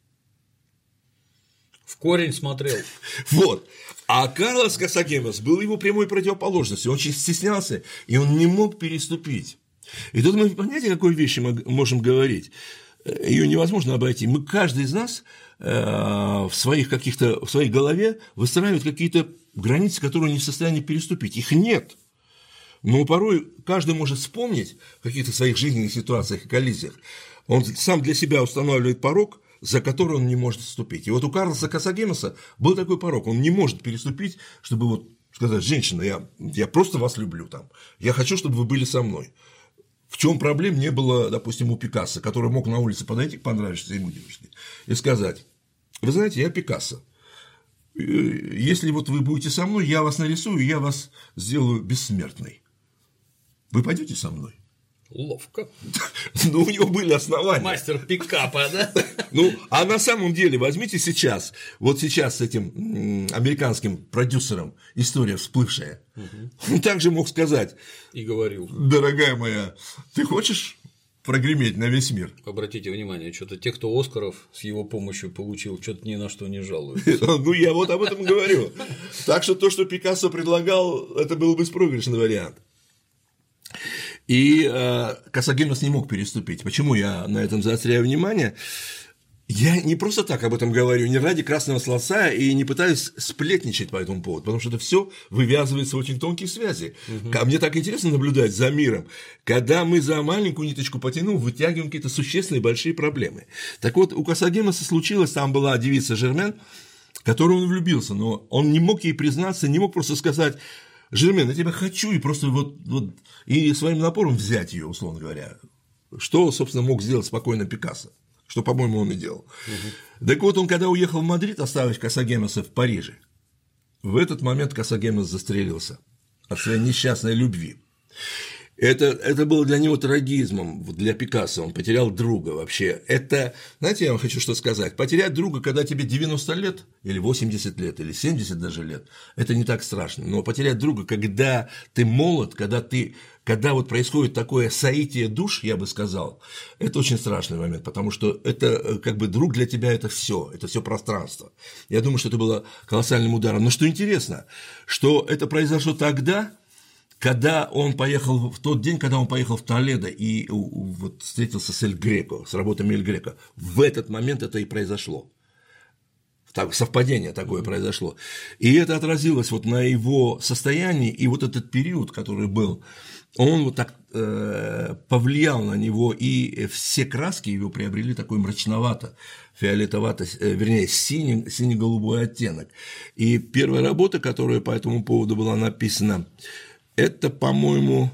В корень смотрел. Вот. А Карлос Касагемос был его прямой противоположностью. Он очень стеснялся, и он не мог переступить. И тут мы, понимаете, о какой вещи мы можем говорить? Ее невозможно обойти. Каждый из нас в своей голове выстраивает какие-то границы, которые он не в состоянии переступить. Их нет. Но порой каждый может вспомнить в каких-то своих жизненных ситуациях и коллизиях. Он сам для себя устанавливает порог, за который он не может ступить. И вот у Карлоса Касагемоса был такой порог. Он не может переступить, чтобы вот сказать: женщина, я просто вас люблю, там, я хочу, чтобы вы были со мной. В чем проблем не было, допустим, у Пикассо, который мог на улице подойти к понравившейся ему девушке и сказать: вы знаете, я Пикассо. Если вот вы будете со мной, я вас нарисую, я вас сделаю бессмертной. Вы пойдете со мной? Ловко. Ну, у него были основания. Мастер пикапа, да? Ну, а на самом деле, возьмите сейчас, вот сейчас с этим американским продюсером история всплывшая, он также мог сказать: и говорил: дорогая моя, ты хочешь прогреметь на весь мир? Обратите внимание, что-то те, кто Оскаров с его помощью получил, что-то ни на что не жалуют. Ну, я вот об этом говорю. Так что то, что Пикассо предлагал, это был беспроигрышный вариант. И Касагемос не мог переступить. Почему я на этом заостряю внимание? Я не просто так об этом говорю, не ради красного словца и не пытаюсь сплетничать по этому поводу, потому что это все вывязывается в очень тонкие связи. Мне так интересно наблюдать за миром, когда мы за маленькую ниточку потянув, вытягиваем какие-то существенные большие проблемы. Так вот, у Касагемоса случилось, там была девица Жермен, в которую он влюбился, но он не мог ей признаться, не мог просто сказать: Жермен, я тебя хочу, и просто вот и своим напором взять ее, условно говоря. Что, собственно, мог сделать спокойно Пикассо, что, по-моему, он и делал. Так вот, он, когда уехал в Мадрид, оставив Касагемоса в Париже, в этот момент Касагемос застрелился от своей несчастной любви. Это было для него трагизмом, для Пикассо, он потерял друга вообще. Это, знаете, я вам хочу что сказать, потерять друга, когда тебе 90 лет, или 80 лет, или 70 даже лет, это не так страшно, но потерять друга, когда ты молод, когда вот происходит такое соитие душ, я бы сказал, это очень страшный момент, потому что это как бы друг для тебя это все пространство. Я думаю, что это было колоссальным ударом. Но что интересно, что это произошло тогда, когда он поехал, в тот день, когда он поехал в Толедо и вот встретился с Эль Греко, с работами Эль Греко, в этот момент это и произошло. Так, совпадение такое произошло. И это отразилось вот на его состоянии, и вот этот период, который был, он вот так повлиял на него, и все краски его приобрели такой мрачновато, фиолетовато, вернее, сине-голубой оттенок. И первая работа, которая по этому поводу была написана, это, по-моему,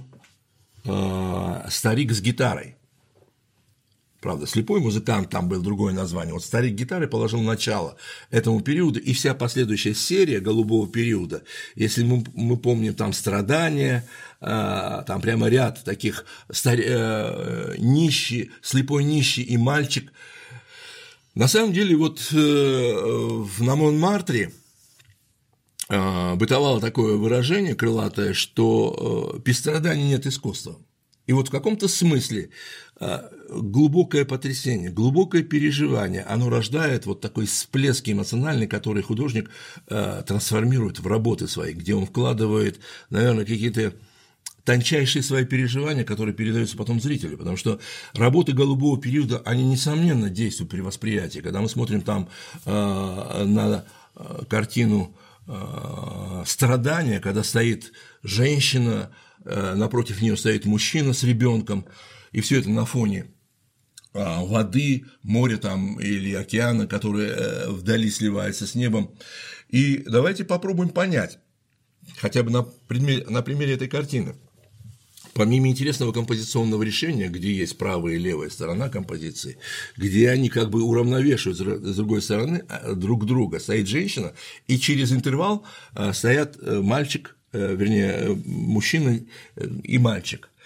«Старик с гитарой». Правда, слепой музыкант, там было другое название. Вот «Старик гитары» положил начало этому периоду, и вся последующая серия «Голубого периода», если мы помним там «Страдания», там прямо ряд таких нищий, слепой нищий и мальчик. На самом деле, вот на Монмартре бытовало такое выражение крылатое, что без страданий нет искусства. И вот в каком-то смысле глубокое потрясение, глубокое переживание, оно рождает вот такой всплеск эмоциональный, который художник трансформирует в работы свои, где он вкладывает, наверное, какие-то тончайшие свои переживания, которые передаются потом зрителю, потому что работы голубого периода, они, несомненно, действуют при восприятии. Когда мы смотрим там на картину «Страдания», когда стоит женщина, напротив нее стоит мужчина с ребенком, и все это на фоне воды, моря там или океана, который вдали сливается с небом. И давайте попробуем понять, хотя бы на примере этой картины. Помимо интересного композиционного решения, где есть правая и левая сторона композиции, где они как бы уравновешивают с другой стороны друг друга, стоит женщина, и через интервал стоят мальчик, вернее, мужчина и мальчик.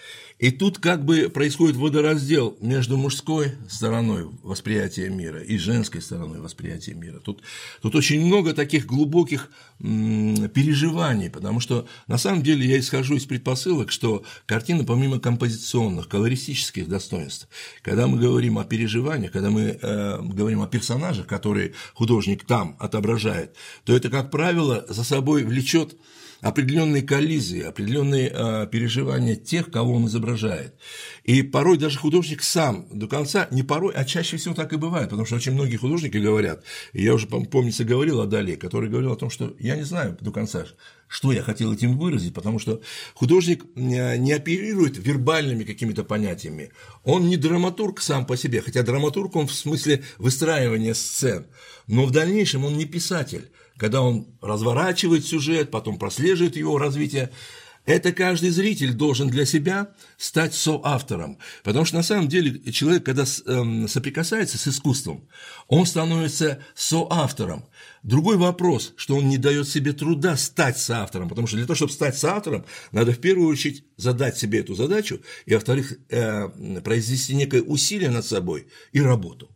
И тут как бы происходит водораздел между мужской стороной восприятия мира и женской стороной восприятия мира. Тут очень много таких глубоких переживаний, потому что на самом деле я исхожу из предпосылок, что картина, помимо композиционных, колористических достоинств, когда мы говорим о переживаниях, когда мы говорим о персонажах, которые художник там отображает, то это, как правило, за собой влечет определенные коллизии, определенные переживания тех, кого он изображает. И порой даже художник сам до конца, не порой, а чаще всего так и бывает, потому что очень многие художники говорят, и я уже, помнится, говорил о Дали, который говорил о том, что я не знаю до конца, что я хотел этим выразить, потому что художник не оперирует вербальными какими-то понятиями, он не драматург сам по себе, хотя драматург он в смысле выстраивания сцен, но в дальнейшем он не писатель. Когда он разворачивает сюжет, потом прослеживает его развитие, это каждый зритель должен для себя стать соавтором. Потому что на самом деле человек, когда соприкасается с искусством, он становится соавтором. Другой вопрос, что он не дает себе труда стать соавтором, потому что для того, чтобы стать соавтором, надо в первую очередь задать себе эту задачу, и, во-вторых, произвести некое усилие над собой и работу.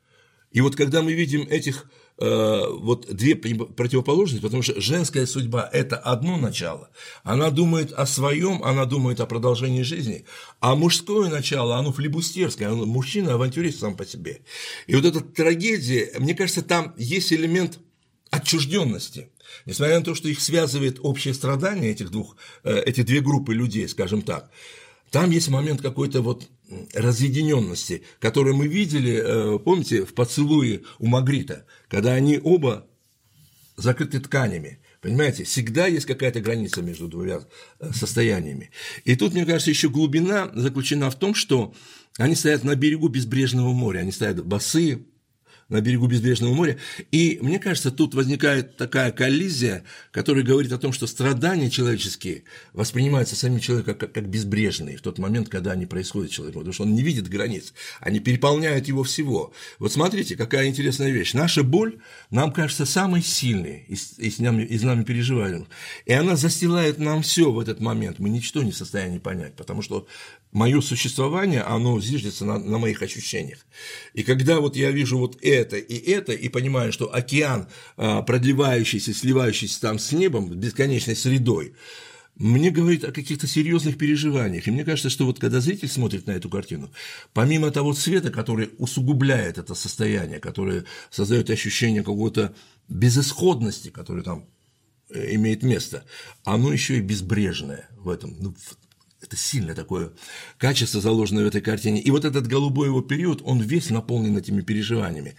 И вот когда мы видим этих вот две противоположности, потому что женская судьба – это одно начало, она думает о своем, она думает о продолжении жизни, а мужское начало, оно флибустерское, оно мужчина авантюрист сам по себе. И вот эта трагедия, мне кажется, там есть элемент отчужденности, несмотря на то, что их связывает общее страдание эти две группы людей, скажем так. Там есть момент какой-то вот разъединенности, который мы видели, помните, в «Поцелуе» у Магрита, когда они оба закрыты тканями. Понимаете, всегда есть какая-то граница между двумя состояниями. И тут, мне кажется, еще глубина заключена в том, что они стоят на берегу безбрежного моря, они стоят босые на берегу безбрежного моря, и мне кажется, тут возникает такая коллизия, которая говорит о том, что страдания человеческие воспринимаются самим человеком как безбрежные в тот момент, когда они происходят с человеком, потому что он не видит границ, они переполняют его всего. Вот смотрите, какая интересная вещь. Наша боль нам кажется самой сильной из нами переживаемых, и она застилает нам все в этот момент, мы ничто не в состоянии понять, потому что мое существование, оно зиждется на моих ощущениях. И когда вот я вижу вот это, и понимаю, что океан, продлевающийся, сливающийся там с небом, бесконечной средой, мне говорит о каких-то серьезных переживаниях. И мне кажется, что вот когда зритель смотрит на эту картину, помимо того цвета, который усугубляет это состояние, который создает ощущение какой-то безысходности, которое там имеет место, оно еще и безбрежное в этом. Это сильное такое качество, заложенное в этой картине. И вот этот голубой его период, он весь наполнен этими переживаниями.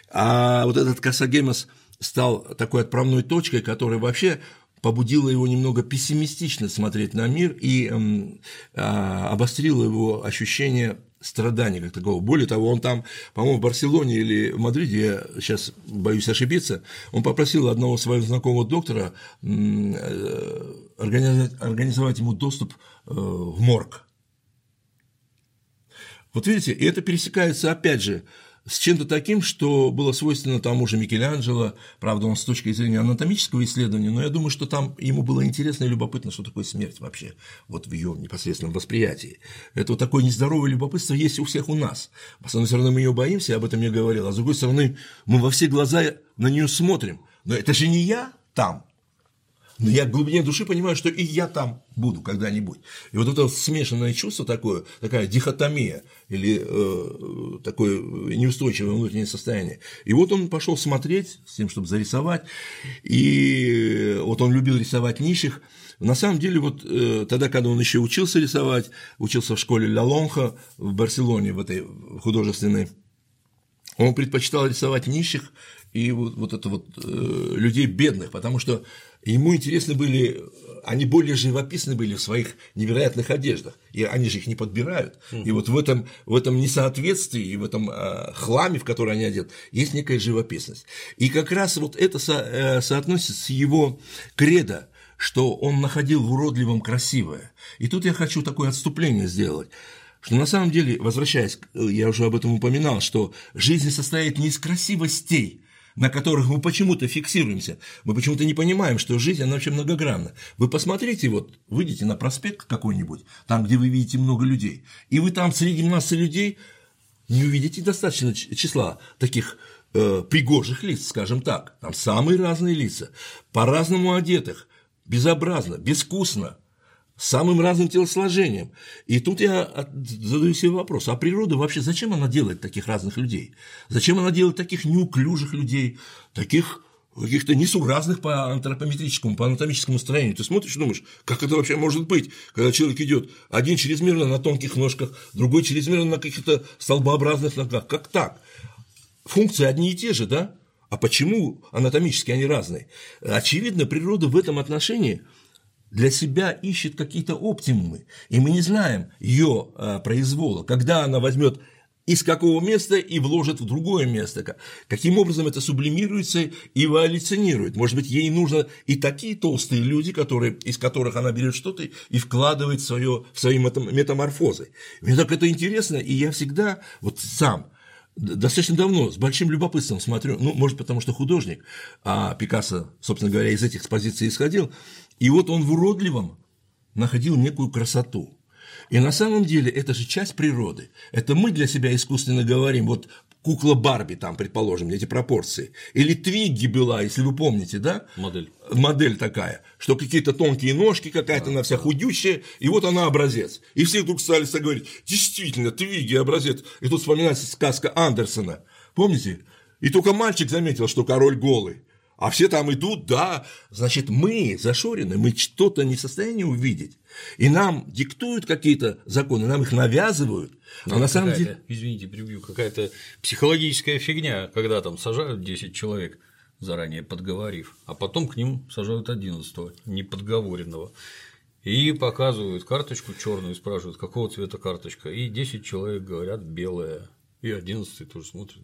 А вот этот Касагемас стал такой отправной точкой, которая вообще побудила его немного пессимистично смотреть на мир и обострила его ощущение страдания как такового. Более того, он там, по-моему, в Барселоне или в Мадриде, я сейчас боюсь ошибиться, он попросил одного своего знакомого доктора организовать ему доступ в морг. Вот видите, и это пересекается опять же с чем-то таким, что было свойственно тому же Микеланджело, правда, он с точки зрения анатомического исследования, но я думаю, что там ему было интересно и любопытно, что такое смерть вообще, вот в ее непосредственном восприятии. Это вот такое нездоровое любопытство есть у всех у нас. С одной стороны, мы ее боимся, об этом я говорил, а с другой стороны, мы во все глаза на нее смотрим. Но это же не я там. Но я в глубине души понимаю, что и я там буду когда-нибудь. И вот это смешанное чувство такое, такая дихотомия или такое неустойчивое внутреннее состояние. И вот он пошел смотреть с тем, чтобы зарисовать, и вот он любил рисовать нищих. На самом деле, вот тогда, когда он еще учился рисовать, учился в школе Ля Лонха в Барселоне, в этой художественной, он предпочитал рисовать нищих и вот это вот людей бедных, потому что ему интересны были, они более живописны были в своих невероятных одеждах, и они же их не подбирают. И вот в этом несоответствии, и в этом хламе, в который они одеты, есть некая живописность. И как раз вот это соотносится с его кредо, что он находил в уродливом красивое. И тут я хочу такое отступление сделать, что на самом деле, возвращаясь, я уже об этом упоминал, что жизнь состоит не из красивостей, на которых мы почему-то фиксируемся, мы почему-то не понимаем, что жизнь, она вообще многогранна. Вы посмотрите, вот, выйдите на проспект какой-нибудь, там, где вы видите много людей, и вы там среди массы людей не увидите достаточно числа таких пригожих лиц, скажем так, там самые разные лица, по-разному одетых, безобразно, безвкусно, с самым разным телосложением. И тут я задаю себе вопрос, а природа вообще, зачем она делает таких разных людей? Зачем она делает таких неуклюжих людей, таких каких-то несуразных по антропометрическому, по анатомическому строению? Ты смотришь и думаешь, как это вообще может быть, когда человек идет один чрезмерно на тонких ножках, другой чрезмерно на каких-то столбообразных ногах, как так? Функции одни и те же, да? А почему анатомически они разные? Очевидно, природа в этом отношении для себя ищет какие-то оптимумы, и мы не знаем ее произвола, когда она возьмет из какого места и вложит в другое место, каким образом это сублимируется и эволюционирует. Может быть, ей нужно и такие толстые люди, из которых она берет что-то и вкладывает в свои метаморфозы. Мне так это интересно, и я всегда вот сам достаточно давно с большим любопытством смотрю, ну, может, потому что художник, а Пикассо, собственно говоря, из этих позиций исходил, и вот он в уродливом находил некую красоту. И на самом деле это же часть природы. Это мы для себя искусственно говорим, вот кукла Барби, там, предположим, эти пропорции. Или Твигги была, если вы помните, да? Модель такая, что какие-то тонкие ножки, какая-то она вся худющая, и вот она образец. И все вдруг стали говорить, действительно, Твигги образец. И тут вспоминается сказка Андерсона, помните? И только мальчик заметил, что король голый. А все там идут, да, значит, мы зашорены, мы что-то не в состоянии увидеть. И нам диктуют какие-то законы, нам их навязывают. А на самом деле… Извините, перебью, какая-то психологическая фигня, когда там сажают 10 человек, заранее подговорив, а потом к ним сажают 11-го, неподговоренного. И показывают карточку черную, спрашивают, какого цвета карточка. И 10 человек говорят белая. И 11-й тоже смотрит,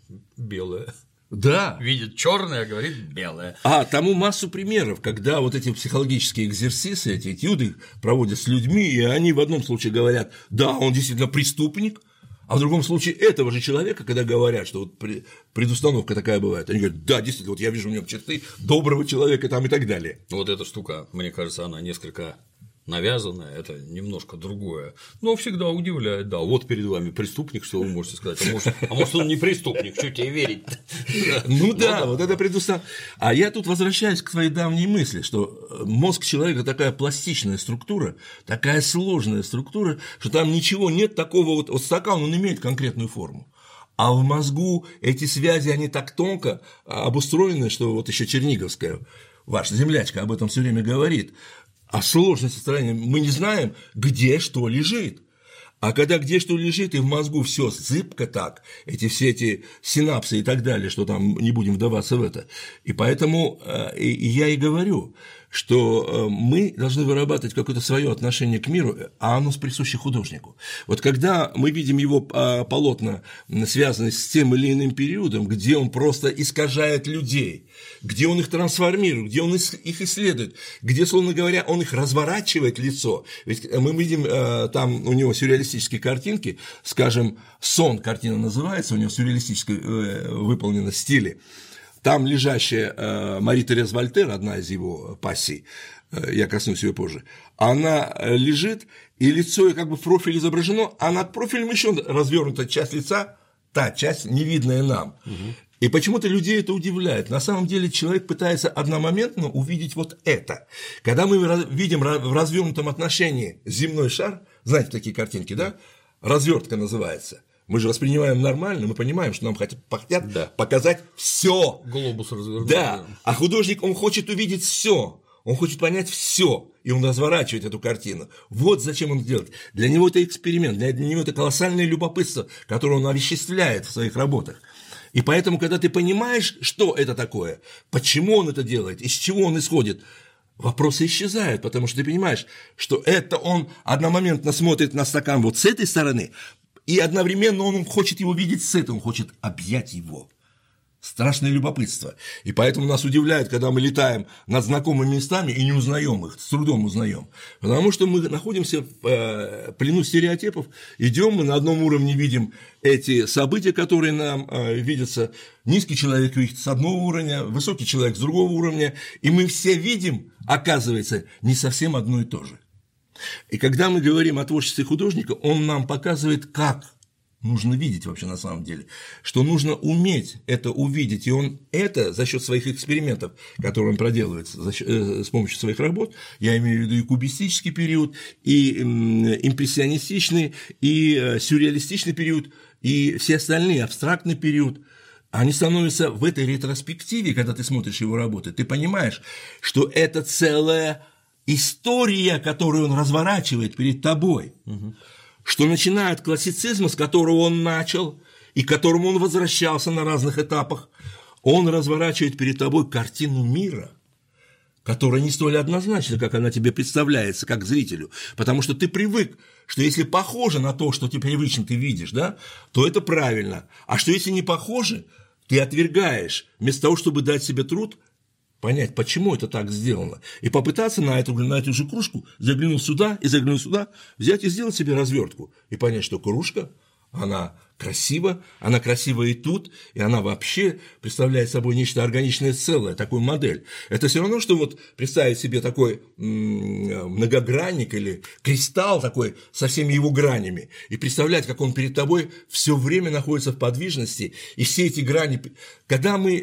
белая. Да. Видит черное, а говорит белое. Тому массу примеров, когда вот эти психологические экзерсисы, эти этюды проводят с людьми, и они в одном случае говорят, да, он действительно преступник, а в другом случае этого же человека, когда говорят, что вот предустановка такая бывает, они говорят, да, действительно, вот я вижу в нем черты доброго человека там и так далее. Вот эта штука, мне кажется, она несколько навязанное, это немножко другое, но всегда удивляет, да, вот перед вами преступник, что вы можете сказать, а может он не преступник, что тебе верить? Ну да, вот это предустановка. А я тут возвращаюсь к своей давней мысли, что мозг человека такая пластичная структура, такая сложная структура, что там ничего нет такого, вот стакан, он имеет конкретную форму. А в мозгу эти связи, они так тонко обустроены, что вот еще Черниговская, ваша землячка, об этом все время говорит. А сложность состояния мы не знаем, где что лежит. А когда где что лежит, и в мозгу все зыбко так, все эти синапсы и так далее, что там не будем вдаваться в это. И поэтому я и говорю, что мы должны вырабатывать какое-то свое отношение к миру, а оно присуще художнику. Вот когда мы видим его полотна, связанные с тем или иным периодом, где он просто искажает людей, где он их трансформирует, где он их исследует, где, словно говоря, он их разворачивает лицо. Ведь мы видим там у него сюрреалистические картинки, скажем, «Сон» картина называется, у него сюрреалистически выполнена в стиле. Там лежащая Мари Терез Вольтер, одна из его пассий, я коснусь ее позже, она лежит, и лицо как бы в профиле изображено, а над профилем еще развернута часть лица, та часть, невидная нам. И почему-то людей это удивляет. На самом деле человек пытается одномоментно увидеть вот это. Когда мы видим в развернутом отношении земной шар, знаете такие картинки, да? Развертка называется. Мы же воспринимаем нормально, мы понимаем, что нам хотят показать все. Глобус развернут. Да. А художник, он хочет увидеть все. Он хочет понять все, и он разворачивает эту картину. Вот зачем он делает. Для него это эксперимент, для него это колоссальное любопытство, которое он овеществляет в своих работах. И поэтому, когда ты понимаешь, что это такое, почему он это делает, из чего он исходит, вопросы исчезают, потому что ты понимаешь, что это он одномоментно смотрит на стакан вот с этой стороны, и одновременно он хочет его видеть с этой, он хочет объять его страшное любопытство. И поэтому нас удивляет, когда мы летаем над знакомыми местами и не узнаем их, с трудом узнаем. Потому что мы находимся в плену стереотипов, идем, мы на одном уровне видим эти события, которые нам видятся. Низкий человек видит с одного уровня, высокий человек с другого уровня, и мы все видим, оказывается, не совсем одно и то же. И когда мы говорим о творчестве художника, он нам показывает, как нужно видеть вообще на самом деле, что нужно уметь это увидеть, и он это за счет своих экспериментов, которые он проделывает с помощью своих работ, я имею в виду и кубистический период, и импрессионистичный, и сюрреалистичный период, и все остальные, абстрактный период, они становятся в этой ретроспективе, когда ты смотришь его работы, ты понимаешь, что это целая история, которую он разворачивает перед тобой. Что начиная от классицизма, с которого он начал, и к которому он возвращался на разных этапах, он разворачивает перед тобой картину мира, которая не столь однозначна, как она тебе представляется, как зрителю, потому что ты привык, что если похоже на то, что тебе привычно ты видишь, да, то это правильно, а что если не похоже, ты отвергаешь, вместо того, чтобы дать себе труд понять, почему это так сделано, и попытаться на эту же кружку заглянуть сюда и заглянуть сюда, взять и сделать себе развертку, и понять, что кружка, она красива и тут, и она вообще представляет собой нечто органичное целое, такую модель. Это все равно, что вот представить себе такой многогранник или кристалл такой со всеми его гранями, и представлять, как он перед тобой все время находится в подвижности, и все эти грани, когда мы...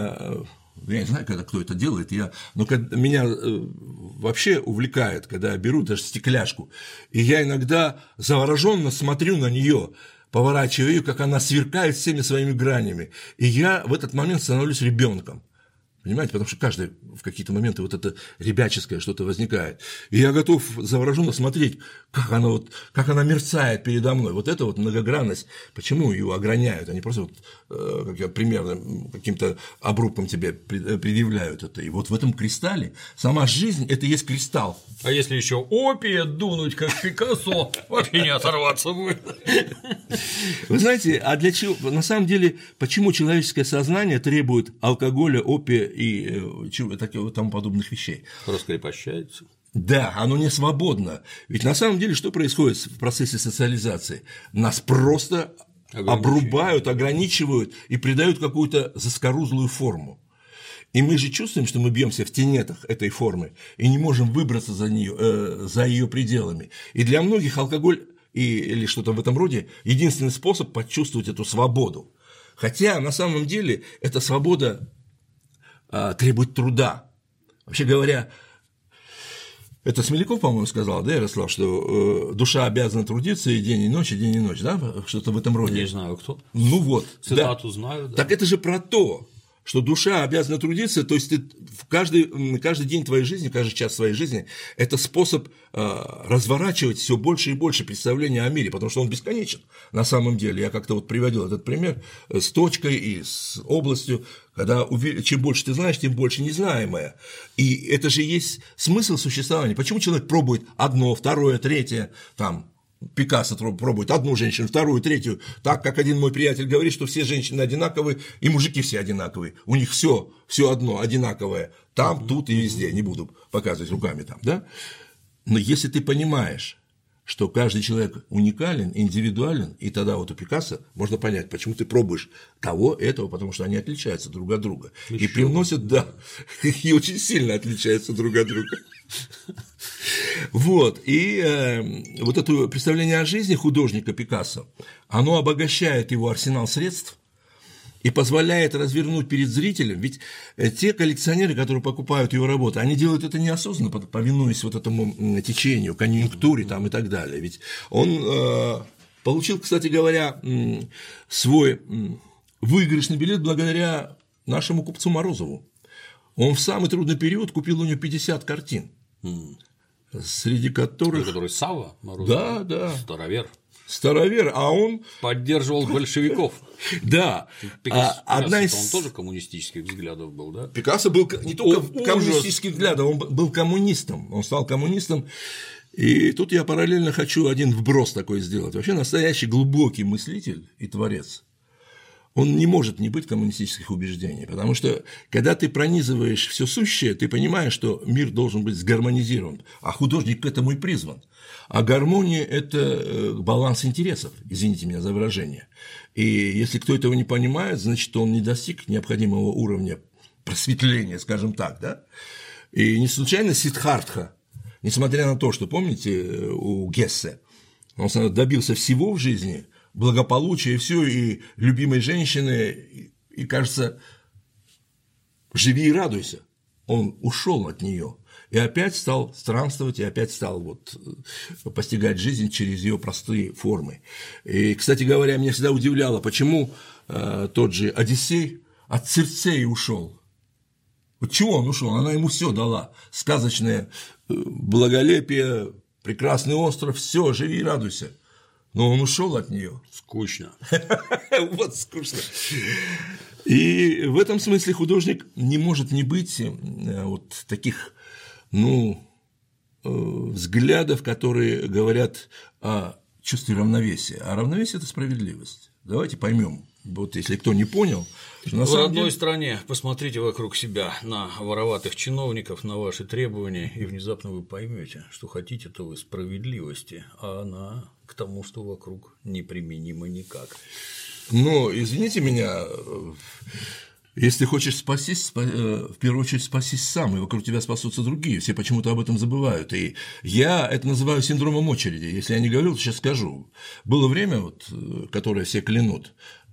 Я не знаю, кто это делает, но меня вообще увлекает, когда я беру даже стекляшку, и я иногда завороженно смотрю на нее, поворачиваю ее, как она сверкает всеми своими гранями, и я в этот момент становлюсь ребенком. Понимаете, потому что каждый в какие-то моменты вот это ребяческое что-то возникает. И я готов завороженно смотреть, как она мерцает передо мной. Вот эта вот многогранность, почему ее ограняют? Они просто как я примерно каким-то обрубком тебе предъявляют это. И вот в этом кристалле сама жизнь – это и есть кристалл. А если еще опия дунуть, как Пикассо, вообще не оторваться будет. Вы знаете, а для чего? На самом деле, почему человеческое сознание требует алкоголя, опия и тому подобных вещей? Раскрепощается. Да, оно не свободно. Ведь на самом деле что происходит в процессе социализации? Нас просто обрубают, ограничивают и придают какую-то заскорузлую форму. И мы же чувствуем, что мы бьемся в тенетах этой формы и не можем выбраться за ее пределами. И для многих алкоголь или что-то в этом роде единственный способ почувствовать эту свободу. Хотя на самом деле эта свобода требует труда. Вообще говоря, это Смеляков, по-моему, сказал, да, Ярослав, что душа обязана трудиться и день, и ночь, да, что-то в этом роде. Не знаю, кто. Ну вот. Цитату знаю, да. Так это же про то, что душа обязана трудиться, то есть ты каждый день твоей жизни, каждый час своей жизни – это способ разворачивать все больше и больше представления о мире, потому что он бесконечен на самом деле. Я как-то вот приводил этот пример с точкой и с областью, когда чем больше ты знаешь, тем больше незнаемое. И это же есть смысл существования. Почему человек пробует одно, второе, третье, там, Пикассо пробует одну женщину, вторую, третью, так как один мой приятель говорит, что все женщины одинаковые, и мужики все одинаковые, у них все одно одинаковое, там, тут и везде, не буду показывать руками там, да? Но если ты понимаешь, что каждый человек уникален, индивидуален, и тогда вот у Пикассо можно понять, почему ты пробуешь того, этого, потому что они отличаются друг от друга. И привносят, да, и очень сильно отличаются друг от друга. Вот, и вот это представление о жизни художника Пикассо, оно обогащает его арсенал средств и позволяет развернуть перед зрителем, ведь те коллекционеры, которые покупают его работы, они делают это неосознанно, повинуясь вот этому течению, конъюнктуре там и так далее, ведь он получил, кстати говоря, свой выигрышный билет благодаря нашему купцу Морозову. Он в самый трудный период купил у него 50 картин, среди которых… Который Савва Морозов? Да. Старовер, а он… поддерживал большевиков. Да. Одна из… Он тоже коммунистических взглядов был, да? Пикассо был не только коммунистических взглядов, он был коммунистом, он стал коммунистом. И тут я параллельно хочу один вброс такой сделать. Вообще настоящий глубокий мыслитель и творец. он не может не быть коммунистических убеждений, потому что, когда ты пронизываешь все сущее, ты понимаешь, что мир должен быть сгармонизирован, а художник к этому и призван. А гармония – это баланс интересов, извините меня за выражение. И если кто этого не понимает, значит, он не достиг необходимого уровня просветления, скажем так, да? И не случайно Сиддхартха, несмотря на то, что, помните, у Гессе, он добился всего в жизни – благополучие, и все, и любимой женщины, и, кажется, живи и радуйся. Он ушел от нее и опять стал странствовать, и опять стал вот постигать жизнь через ее простые формы. И, кстати говоря, меня всегда удивляло, почему тот же Одиссей от Цирцеи ушел. От чего он ушел? Она ему все дала. Сказочное благолепие, прекрасный остров, все, живи и радуйся. Но он ушел от нее. Скучно. Вот скучно. И в этом смысле художник не может не быть вот таких, взглядов, которые говорят о чувстве равновесия. А равновесие – это справедливость. Давайте поймем. Вот если кто не понял, что в родной стране посмотрите вокруг себя на вороватых чиновников, на ваши требования, и внезапно вы поймете, что хотите-то вы справедливости, а она к тому, что вокруг, неприменима никак. Но, извините меня, если хочешь спастись, в первую очередь спасись сам, и вокруг тебя спасутся другие, все почему-то об этом забывают. И я это называю синдромом очереди. Если я не говорил, то сейчас скажу. Было время, вот, которое все клянут,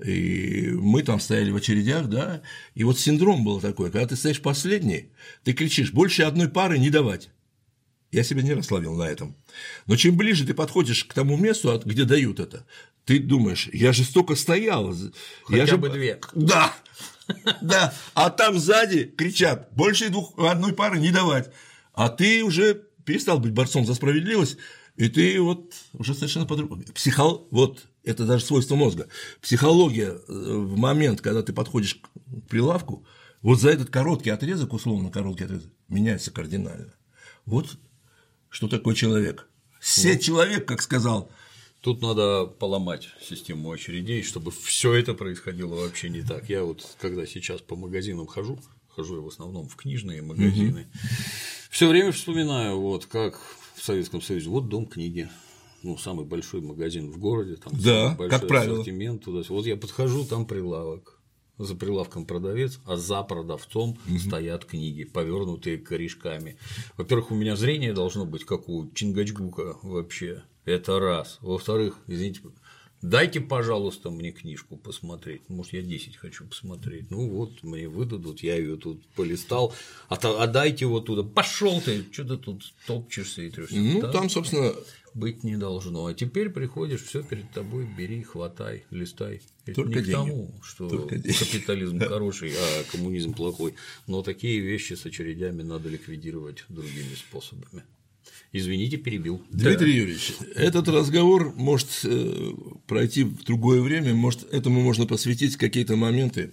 и мы там стояли в очередях, да, и вот синдром был такой, когда ты стоишь последний, ты кричишь: больше одной пары не давать. Я себя не раз ловил на этом. Но чем ближе ты подходишь к тому месту, где дают это, ты думаешь: я же столько стоял. Хотя бы две. Да. Да, а там сзади кричат: больше одной пары не давать. А ты уже перестал быть борцом за справедливость, и ты вот уже совершенно по-другому. Вот это даже свойство мозга. Психология в момент, когда ты подходишь к прилавку, вот за этот короткий отрезок, условно короткий отрезок, меняется кардинально. Вот что такое человек. Человек, как сказал. Тут надо поломать систему очередей, чтобы все это происходило вообще не так. Я вот, когда сейчас по магазинам хожу я в основном в книжные магазины, все время вспоминаю, вот как в Советском Союзе, вот Дом книги, самый большой магазин в городе, там да, самый большой ассортимент, туда. Вот я подхожу, там прилавок. За прилавком продавец, а за продавцом стоят книги, повернутые корешками. Во-первых, у меня зрение должно быть как у Чингачгука вообще. Это раз. Во-вторых, извините, дайте, пожалуйста, мне книжку посмотреть. Может, я 10 хочу посмотреть. Вот, мне выдадут, я ее тут полистал. А дайте вот туда. Пошел ты, что ты тут топчешься и трёшься. Там, собственно. Быть не должно. А теперь приходишь, все перед тобой, бери, хватай, листай. Это только не к тому, что капитализм хороший, а коммунизм плохой. Но такие вещи с очередями надо ликвидировать другими способами. Извините, перебил. Дмитрий Юрьевич, этот разговор может пройти в другое время, может, этому можно посвятить какие-то моменты,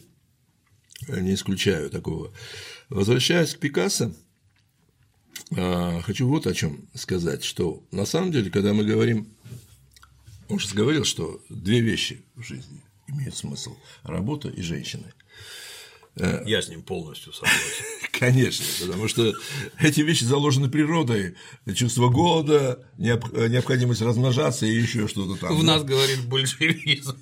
не исключаю такого. Возвращаясь к Пикассо, хочу вот о чем сказать, что на самом деле, когда мы говорим, он же говорил, что две вещи в жизни имеют смысл – работа и женщины. Я с ним полностью согласен. Конечно, потому что эти вещи заложены природой, чувство голода, необходимость размножаться и еще что-то там. В нас говорит большевизм.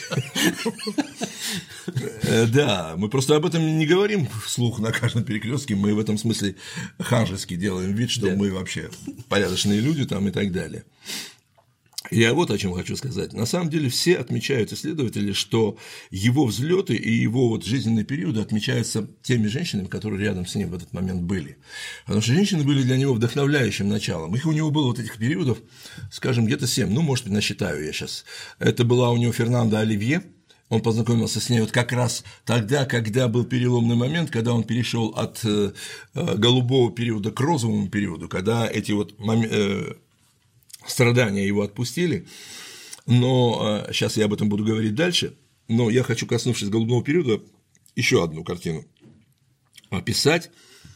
Да, мы просто об этом не говорим вслух на каждом перекрестке, мы в этом смысле ханжески делаем вид, что мы вообще порядочные люди там и так далее. Я вот о чем хочу сказать. На самом деле все отмечают исследователи, что его взлеты и его вот жизненные периоды отмечаются теми женщинами, которые рядом с ним в этот момент были. Потому что женщины были для него вдохновляющим началом. Их у него было вот этих периодов, скажем, где-то 7, может быть, насчитаю я сейчас. Это была у него Фернандо Оливье. Он познакомился с ней вот как раз тогда, когда был переломный момент, когда он перешел от голубого периода к розовому периоду, когда эти вот страдания его отпустили, но сейчас я об этом буду говорить дальше, но я хочу, коснувшись голубого периода, еще одну картину описать.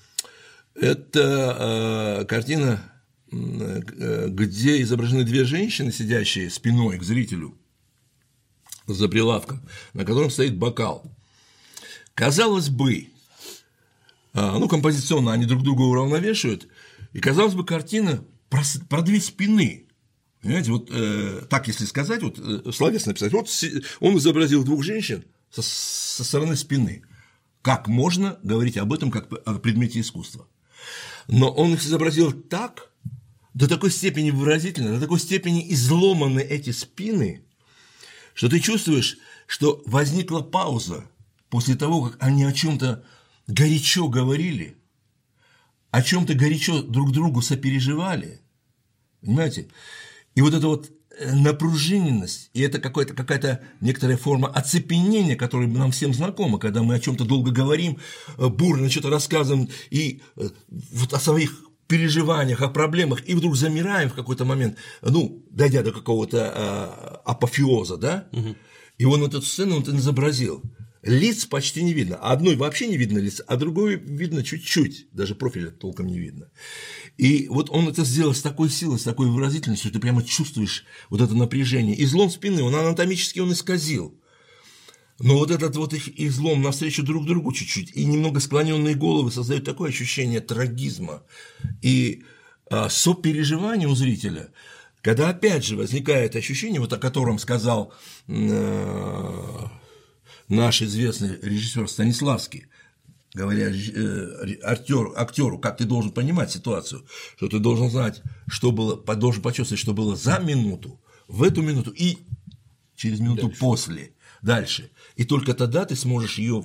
Это картина, где изображены две женщины, сидящие спиной к зрителю, за прилавком, на котором стоит бокал. Казалось бы, композиционно они друг друга уравновешивают, и, казалось бы, картина про две спины. Понимаете, вот так, если сказать, словесно написать, вот он изобразил двух женщин со стороны спины. Как можно говорить об этом как о предмете искусства? Но он их изобразил так, до такой степени выразительно, до такой степени изломаны эти спины, что ты чувствуешь, что возникла пауза после того, как они о чем-то горячо говорили, о чем-то горячо друг другу сопереживали. Понимаете? И вот эта вот напружиненность, и это какая-то некоторая форма оцепенения, которая нам всем знакома, когда мы о чем-то долго говорим, бурно что-то рассказываем, и вот о своих переживаниях, о проблемах, и вдруг замираем в какой-то момент, дойдя до какого-то апофеоза, да? Угу. И он эту сцену он изобразил. Лиц почти не видно. Одной вообще не видно лица, а другой видно чуть-чуть, даже профиля толком не видно. И вот он это сделал с такой силой, с такой выразительностью, что ты прямо чувствуешь вот это напряжение. Излом спины, он анатомически исказил. Но вот этот вот их излом навстречу друг другу чуть-чуть, и немного склоненные головы создают такое ощущение трагизма и сопереживания у зрителя, когда опять же возникает ощущение, вот о котором сказал наш известный режиссер Станиславский, говоря актеру, как ты должен понимать ситуацию, что ты должен знать, что было, должен почувствовать, что было за минуту, в эту минуту и через минуту дальше. И только тогда ты сможешь ее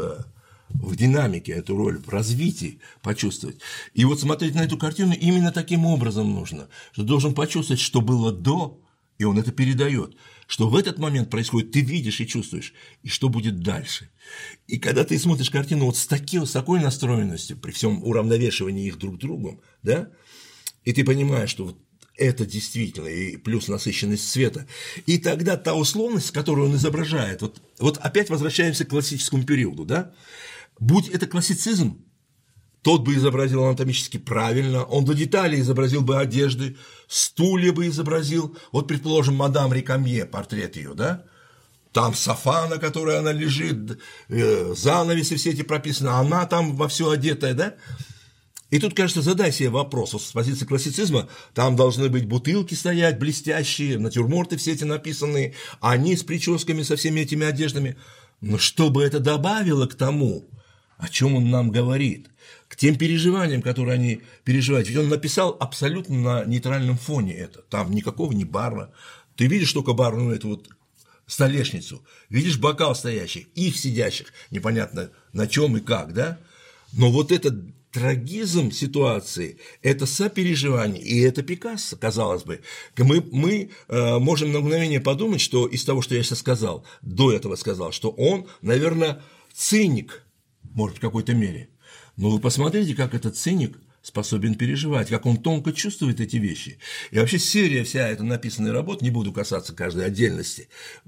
в динамике, эту роль, в развитии почувствовать. И вот смотреть на эту картину именно таким образом нужно, что ты должен почувствовать, что было до, и он это передает, что в этот момент происходит, ты видишь и чувствуешь, и что будет дальше. И когда ты смотришь картину вот с такой настроенностью, при всем уравновешивании их друг другом, да, и ты понимаешь, что вот это действительно, и плюс насыщенность цвета, и тогда та условность, которую он изображает, вот опять возвращаемся к классическому периоду, да, будь это классицизм, тот бы изобразил анатомически правильно, он до деталей изобразил бы одежды, стулья бы изобразил, вот, предположим, мадам Рекамье, портрет ее, да, там софа, на которой она лежит, занавеси все эти прописаны, она там во все одетая, да. И тут, кажется, задай себе вопрос, вот с позиции классицизма, там должны быть бутылки стоять блестящие, натюрморты все эти написанные, они с прическами, со всеми этими одеждами, но чтобы это добавило к тому, о чем он нам говорит, к тем переживаниям, которые они переживают. Ведь он написал абсолютно на нейтральном фоне это. Там никакого не бара. Ты видишь только барную эту вот столешницу, видишь бокал стоящих, их сидящих, непонятно на чем и как, да? Но вот этот трагизм ситуации – это сопереживание, и это Пикассо, казалось бы. Мы можем на мгновение подумать, что из того, что я сейчас сказал, до этого сказал, что он, наверное, циник, может, в какой-то мере. Но вы посмотрите, как этот циник способен переживать, как он тонко чувствует эти вещи. И вообще серия вся эта написанная работа, не буду касаться каждой отдельности,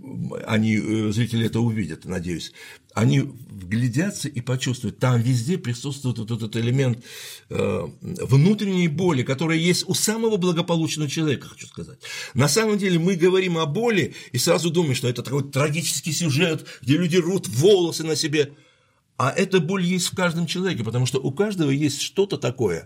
зрители это увидят, надеюсь, они вглядятся и почувствуют, там везде присутствует вот этот элемент внутренней боли, которая есть у самого благополучного человека, хочу сказать. На самом деле мы говорим о боли и сразу думаем, что это такой трагический сюжет, где люди рвут волосы на себе. А эта боль есть в каждом человеке, потому что у каждого есть что-то такое,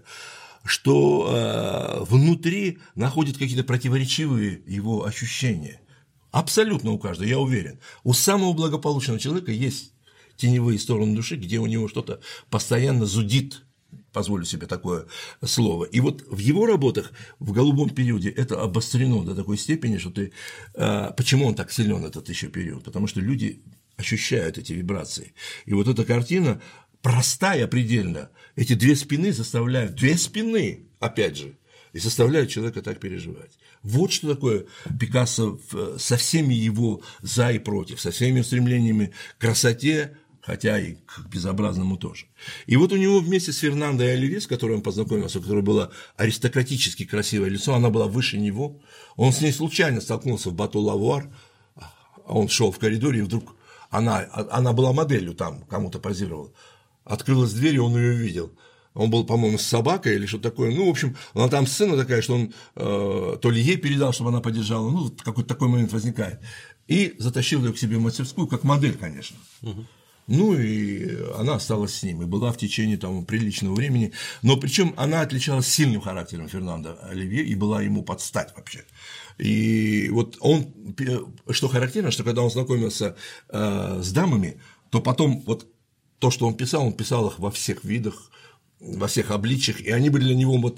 что внутри находит какие-то противоречивые его ощущения. Абсолютно у каждого, я уверен. У самого благополучного человека есть теневые стороны души, где у него что-то постоянно зудит, позволю себе такое слово. И вот в его работах в «Голубом периоде» это обострено до такой степени, что ты… Почему он так силен, этот еще период? Потому что люди ощущают эти вибрации. И вот эта картина простая предельно. Эти две спины заставляют, опять же, и заставляют человека так переживать. Вот что такое Пикассо со всеми его за и против, со всеми устремлениями к красоте, хотя и к безобразному тоже. И вот у него вместе с Фернандой Оливье, с которой он познакомился, у которой было аристократически красивое лицо, она была выше него, он с ней случайно столкнулся в Бату-Лавуар, он шел в коридоре, и вдруг она была моделью там, кому-то позировала, открылась дверь, и он ее увидел. Он был, по-моему, с собакой или что-то такое. Ну, в общем, она там сцена такая, что он то ли ей передал, чтобы она поддержала. Ну, какой-то такой момент возникает. и затащил ее к себе в мастерскую, как модель, конечно. Ну, и она осталась с ним, и была в течение там приличного времени. Но причем она отличалась сильным характером Фернандо Оливье и была ему под стать вообще. И вот он, что характерно, что когда он знакомился с дамами, то потом вот то, что он писал их во всех видах, во всех обличиях, и они были для него вот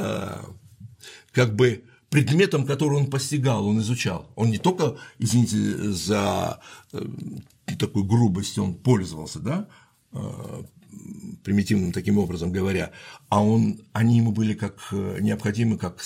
как бы предметом, который он постигал, он изучал. Он не только, извините за такую грубость, он пользовался, да, примитивным таким образом говоря, а они ему были как необходимы, как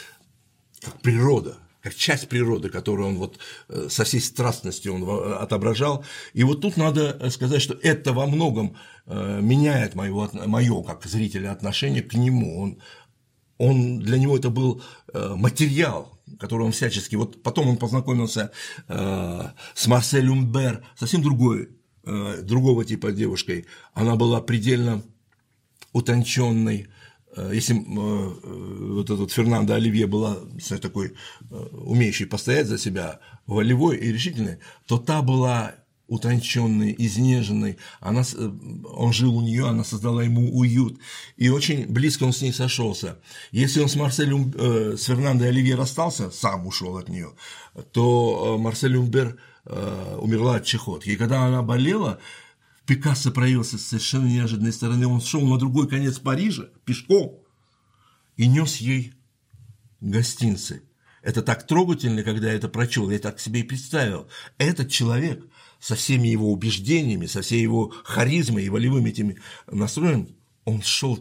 природа, как часть природы, которую он вот со всей страстностью он отображал. И вот тут надо сказать, что это во многом меняет мое как зрителя отношение к нему. Для него это был материал, который он всячески… Вот потом он познакомился с Марсель Умбер, совсем другого типа девушкой. Она была предельно утонченной. Если вот этот Фернандо Оливье была такой, умеющей постоять за себя, волевой и решительной, то та была утонченной, изнеженной, он жил у нее, она создала ему уют, и очень близко он с ней сошелся. Если он с Фернандо Оливье расстался, сам ушел от нее, то Марсель Умбер умерла от чехотки. И когда она болела, Пикассо проявился с совершенно неожиданной стороны. Он шел на другой конец Парижа пешком и нес ей гостинцы. Это так трогательно, когда я это прочел, я так себе и представил. Этот человек со всеми его убеждениями, со всей его харизмой и волевым этим настроем, он шел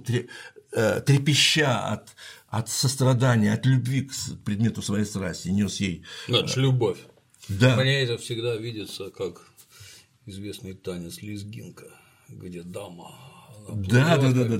трепеща от сострадания, от любви к предмету своей страсти, нес ей… Это же любовь. Да. Мне это всегда видится как известный танец лезгинка, где дама… Да.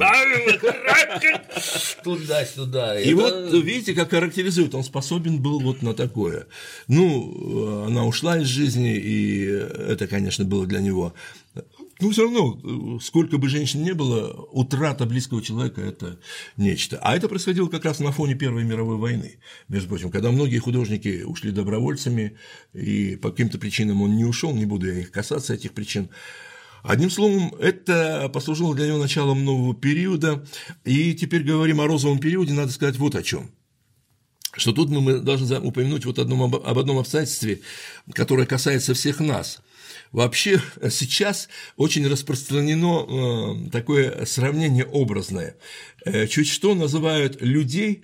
Туда-сюда. И вот видите, как характеризует, он способен был вот на такое. Ну, она ушла из жизни, и это, конечно, было для него. Ну, все равно, сколько бы женщин не было, утрата близкого человека – это нечто. А это происходило как раз на фоне Первой мировой войны, между прочим, когда многие художники ушли добровольцами, и по каким-то причинам он не ушел, не буду я их касаться, этих причин. Одним словом, это послужило для него началом нового периода, и теперь говорим о розовом периоде, надо сказать вот о чем. Что тут мы должны упомянуть вот об одном обстоятельстве, которое касается всех нас. Вообще сейчас очень распространено такое сравнение образное. Чуть что называют людей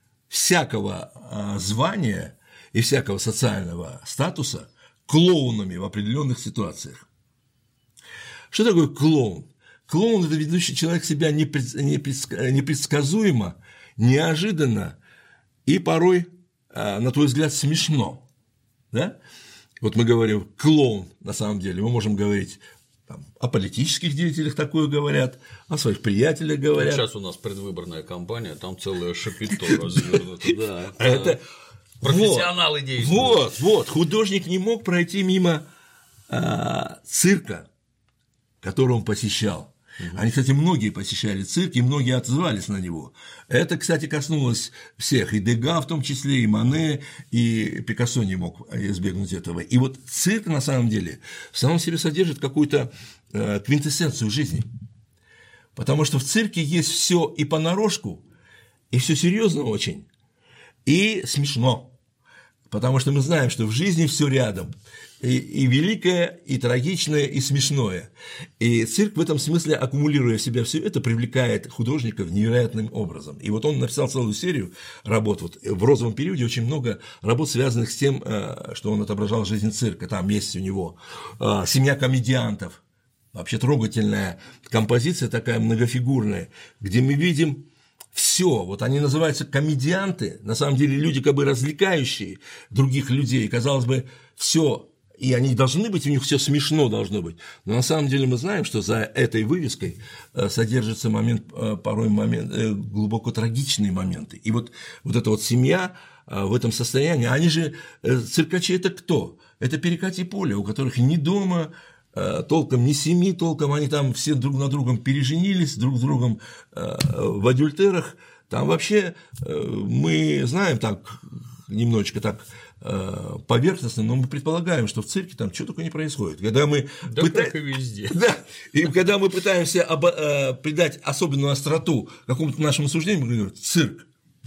всякого звания и всякого социального статуса клоунами в определенных ситуациях. Что такое клоун? Клоун – это ведущий человек себя непредсказуемо, неожиданно и порой, на твой взгляд, смешно. Да? Вот мы говорим клоун, на самом деле, мы можем говорить там, о политических деятелях, такое говорят, о своих приятелях говорят. Сейчас у нас предвыборная кампания, там целое шапито развернуто. Это профессионалы действуют. Вот, художник не мог пройти мимо цирка, который он посещал. Они, кстати, многие посещали цирк, и многие отзывались на него. Это, кстати, коснулось всех, и Дега в том числе, и Мане, и Пикассо не мог избегнуть этого. И вот цирк, на самом деле, в самом себе содержит какую-то квинтэссенцию жизни. Потому что в цирке есть все и понарошку, и все серьезно очень, и смешно. Потому что мы знаем, что в жизни все рядом. И великое, и трагичное, и смешное. И цирк в этом смысле, аккумулируя в себя все это, привлекает художников невероятным образом. И вот он написал целую серию работ. Вот в розовом периоде очень много работ, связанных с тем, что он отображал жизнь цирка. Там есть у него «Семья комедиантов». Вообще трогательная композиция, такая многофигурная, где мы видим все, вот они называются комедианты, на самом деле люди как бы развлекающие других людей, казалось бы, все, и они должны быть, у них все смешно должно быть, но на самом деле мы знаем, что за этой вывеской содержится порой глубоко трагичные моменты, и вот эта вот семья в этом состоянии, они же, циркачи это кто? Это перекати поле, у которых ни дома, толком ни семьи, толком они там все друг на другом переженились, друг с другом в адюльтерах. Там вообще мы знаем так, немножечко так поверхностным, но мы предполагаем, что в цирке там что только не происходит. Когда мы как и везде. Да, и когда мы пытаемся придать особенную остроту какому-то нашему суждению, мы говорим «цирк».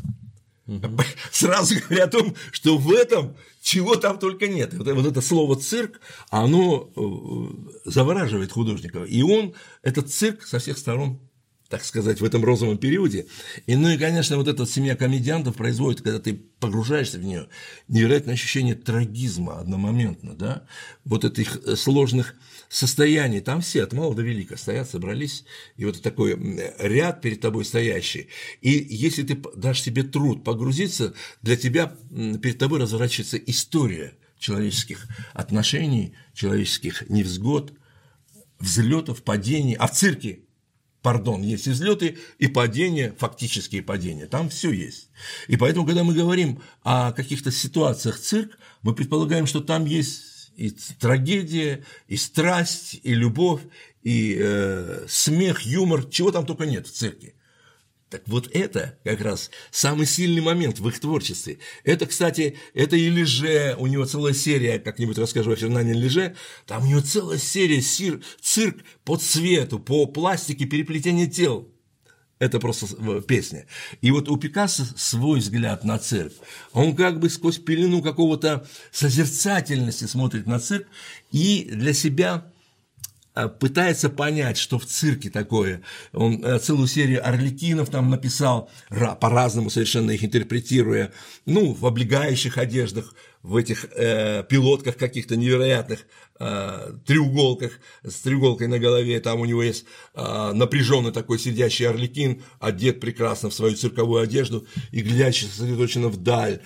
Сразу говоря о том, что в этом чего там только нет. Вот это слово «цирк», оно завораживает художника. И он этот цирк со всех сторон, так сказать, в этом розовом периоде. И, ну и, конечно, вот эта семья комедиантов производит, когда ты погружаешься в нее, невероятное ощущение трагизма одномоментно, да, вот этих сложных состояний. Там все от мала до велика стоят, собрались, и вот такой ряд перед тобой стоящий. И если ты дашь себе труд погрузиться, для тебя перед тобой разворачивается история человеческих отношений, человеческих невзгод, взлетов, падений, а в цирке есть и взлеты, и падения, фактические падения, там все есть. И поэтому, когда мы говорим о каких-то ситуациях цирк, мы предполагаем, что там есть и трагедия, и страсть, и любовь, и смех, юмор, чего там только нет в цирке. Так вот это как раз самый сильный момент в их творчестве. Это, кстати, это и Леже, у него целая серия, как-нибудь расскажу о Фернане Леже, там у него целая серия цирк по цвету, по пластике, переплетение тел. Это просто песня. И вот у Пикассо свой взгляд на цирк. Он как бы сквозь пелену какого-то созерцательности смотрит на цирк и для себя пытается понять, что в цирке такое. Он целую серию арлекинов там написал, по-разному совершенно их интерпретируя, ну, в облегающих одеждах, в этих пилотках каких-то невероятных, треуголках, с треуголкой на голове, там у него есть напряженный такой сидящий арлекин, одет прекрасно в свою цирковую одежду и глядящий сосредоточенно вдаль,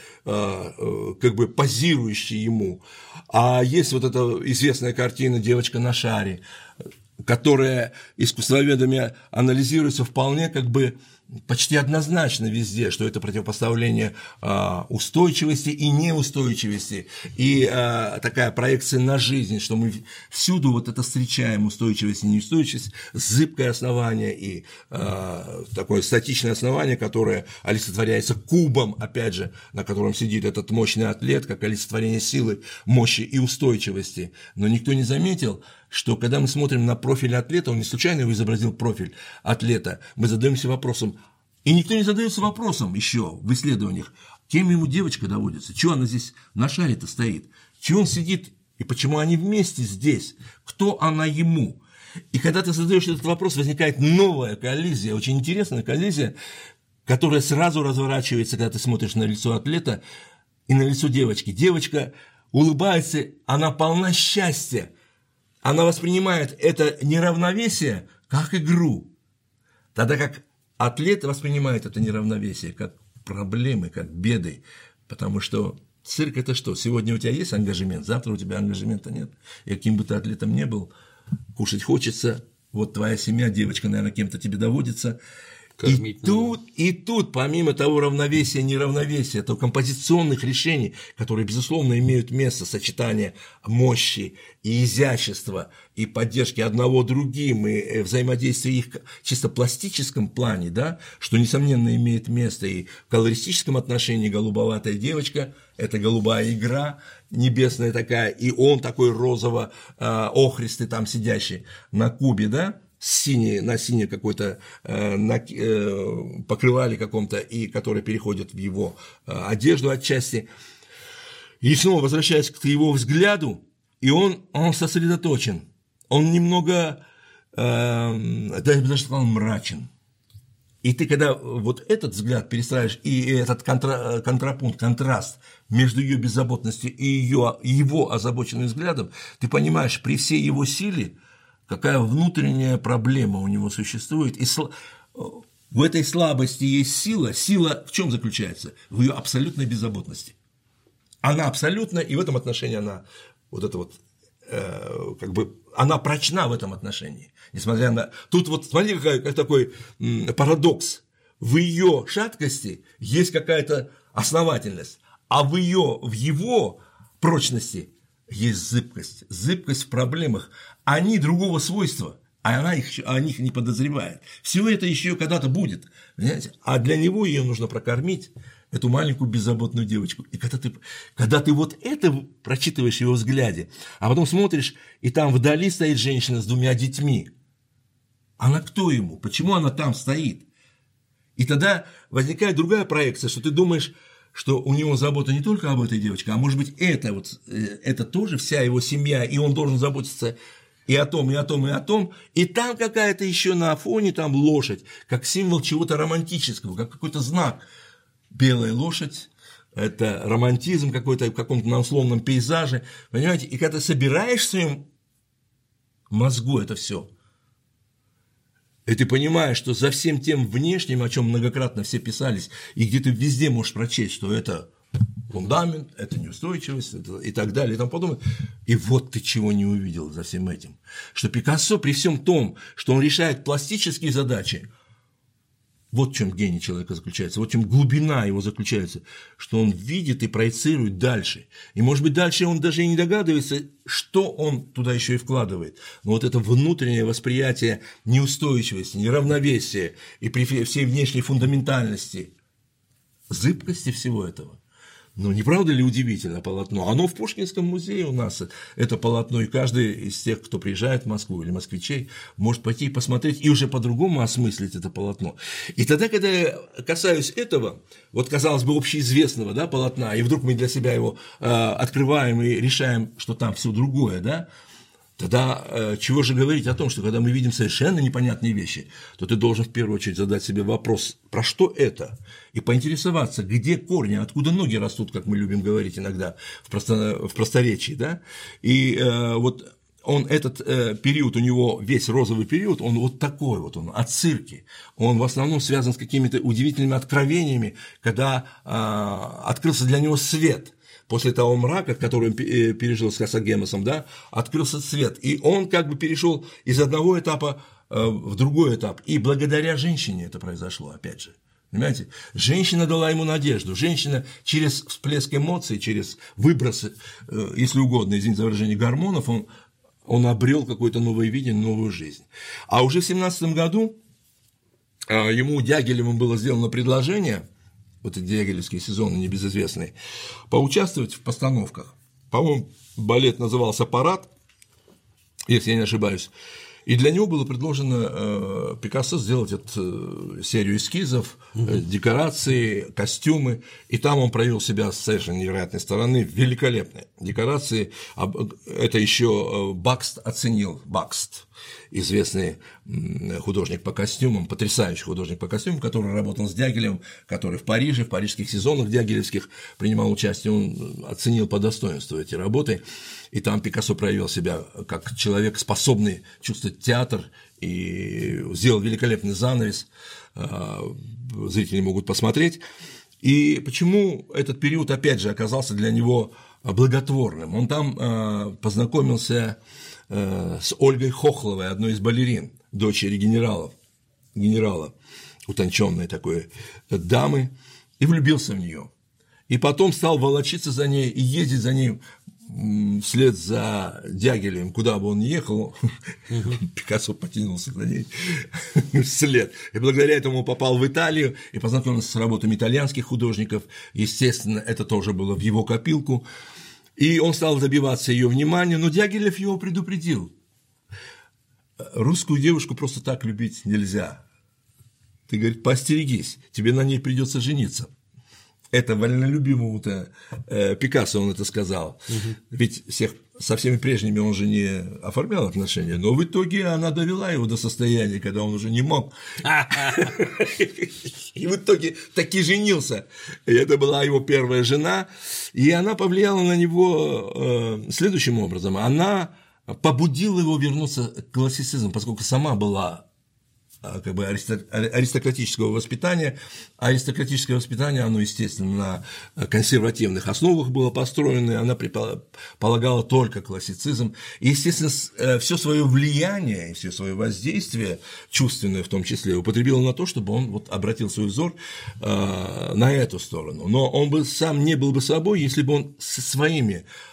как бы позирующий ему. А есть вот эта известная картина «Девочка на шаре», которая искусствоведами анализируется вполне как бы почти однозначно везде, что это противопоставление устойчивости и неустойчивости, и такая проекция на жизнь, что мы всюду вот это встречаем, устойчивость и неустойчивость, зыбкое основание и такое статичное основание, которое олицетворяется кубом, опять же, на котором сидит этот мощный атлет, как олицетворение силы, мощи и устойчивости. Но никто не заметил, что когда мы смотрим на профиль атлета, он не случайно его изобразил профиль атлета, мы задаемся вопросом, и никто не задается вопросом еще в исследованиях, кем ему девочка доводится, чего она здесь на шаре-то стоит, чего он сидит и почему они вместе здесь, кто она ему. И когда ты задаешь этот вопрос, возникает новая коллизия, очень интересная коллизия, которая сразу разворачивается, когда ты смотришь на лицо атлета и на лицо девочки. Девочка улыбается, она полна счастья. Она воспринимает это неравновесие как игру, тогда как атлет воспринимает это неравновесие как проблемы, как беды, потому что цирк – это что? Сегодня у тебя есть ангажемент, завтра у тебя ангажемента нет, и каким бы ты атлетом ни был, кушать хочется, вот твоя семья, девочка, наверное, кем-то тебе доводится. И тут, помимо того равновесия, неравновесия, то композиционных решений, которые, безусловно, имеют место, сочетание мощи и изящества, и поддержки одного другим, и взаимодействия их в чисто пластическом плане, да, что, несомненно, имеет место и в колористическом отношении голубоватая девочка – это голубая игра, небесная такая, и он такой розово-охристый там сидящий на кубе, да, на синее какой-то покрывале каком-то, и который переходит в его одежду отчасти. И снова возвращаясь к его взгляду, и он сосредоточен, он немного, даже сказал, мрачен. И ты, когда вот этот взгляд перестраиваешь, и этот контрапункт, контраст между ее беззаботностью и его озабоченным взглядом, ты понимаешь, при всей его силе, какая внутренняя проблема у него существует. И в этой слабости есть сила. Сила в чем заключается? В ее абсолютной беззаботности. Она абсолютна, и в этом отношении она вот это вот, как бы, она прочна в этом отношении. Несмотря на… Тут вот, смотри, как такой парадокс. В ее шаткости есть какая-то основательность, а в его прочности есть зыбкость. Зыбкость в проблемах. Они другого свойства, а она о них не подозревает. Все это еще когда-то будет, понимаете? А для него ее нужно прокормить, эту маленькую беззаботную девочку. И когда ты вот это прочитываешь в его взгляде, а потом смотришь, и там вдали стоит женщина с 2 детьми. Она кто ему? Почему она там стоит? И тогда возникает другая проекция, что ты думаешь, что у него забота не только об этой девочке, а может быть это тоже вся его семья, и он должен заботиться и о том, и о том, и о том, и там какая-то еще на фоне там лошадь, как символ чего-то романтического, как какой-то знак. Белая лошадь – это романтизм какой-то в каком-то на условном пейзаже, понимаете? И когда ты собираешь в своем мозгу это все, и ты понимаешь, что за всем тем внешним, о чем многократно все писались, и где ты везде можешь прочесть, что это фундамент, это неустойчивость и так далее, и тому подобное. И вот ты чего не увидел за всем этим. Что Пикассо при всем том, что он решает пластические задачи, вот в чем гений человека заключается, вот в чем глубина его заключается, что он видит и проецирует дальше. И, может быть, дальше он даже и не догадывается, что он туда еще и вкладывает. Но вот это внутреннее восприятие неустойчивости, неравновесия и при всей внешней фундаментальности, зыбкости всего этого. Ну, не правда ли удивительно полотно? Оно в Пушкинском музее у нас, это полотно, и каждый из тех, кто приезжает в Москву или москвичей, может пойти и посмотреть, и уже по-другому осмыслить это полотно. И тогда, когда я касаюсь этого, вот, казалось бы, общеизвестного, да, полотна, и вдруг мы для себя его открываем и решаем, что там все другое, да, тогда чего же говорить о том, что когда мы видим совершенно непонятные вещи, то ты должен в первую очередь задать себе вопрос, про что это, и поинтересоваться, где корни, откуда ноги растут, как мы любим говорить иногда в просторечии, да, и вот он этот период, у него весь розовый период, он вот такой вот, он о цирке, он в основном связан с какими-то удивительными откровениями, когда открылся для него свет. После того мрака, который он пережил с Кассагемосом, да, открылся свет, и он как бы перешел из одного этапа в другой этап, и благодаря женщине это произошло, опять же, понимаете, женщина дала ему надежду, женщина через всплеск эмоций, через выбросы, если угодно, извините за выражение, гормонов, он обрел какое-то новое видение, новую жизнь. А уже в 1917 году ему Дягилевым было сделано предложение, вот эти дягилевские сезоны небезызвестные, поучаствовать в постановках. По-моему, балет назывался «Парад», если я не ошибаюсь. И для него было предложено Пикассо сделать эту серию эскизов, декорации, костюмы. И там он проявил себя с совершенно невероятной стороны, великолепные декорации. Это еще Бакст оценил, Бакст, известный художник по костюмам, потрясающий художник по костюмам, который работал с Дягилевым, который в Париже, в парижских сезонах дягилевских принимал участие, он оценил по достоинству эти работы, и там Пикассо проявил себя как человек, способный чувствовать театр, и сделал великолепный занавес, зрители могут посмотреть. И почему этот период, опять же, оказался для него благотворным? Он там познакомился с Ольгой Хохловой, одной из балерин, дочери генерала, утонченной такой дамы, и влюбился в нее. И потом стал волочиться за ней и ездить за ней вслед за Дягилевым, куда бы он ни ехал, Пикассо потянулся за ней вслед. И благодаря этому попал в Италию и познакомился с работами итальянских художников. Естественно, это тоже было в его копилку. И он стал добиваться ее внимания, но Дягилев его предупредил. Русскую девушку просто так любить нельзя. Ты, говорит, поостерегись, тебе на ней придется жениться. Это вольнолюбимому-то Пикассо он это сказал. Ведь со всеми прежними он же не оформлял отношения, но в итоге она довела его до состояния, когда он уже не мог. И в итоге таки женился. И это была его первая жена. И она повлияла на него следующим образом. Она побудила его вернуться к классицизму, поскольку сама была как бы аристократического воспитания. Аристократическое воспитание, оно, естественно, на консервативных основах было построено, и она полагала только классицизм. И, естественно, все свое влияние и все свое воздействие, чувственное в том числе, употребила на то, чтобы он вот обратил свой взор на эту сторону. Но он бы сам не был бы собой, если бы он со своими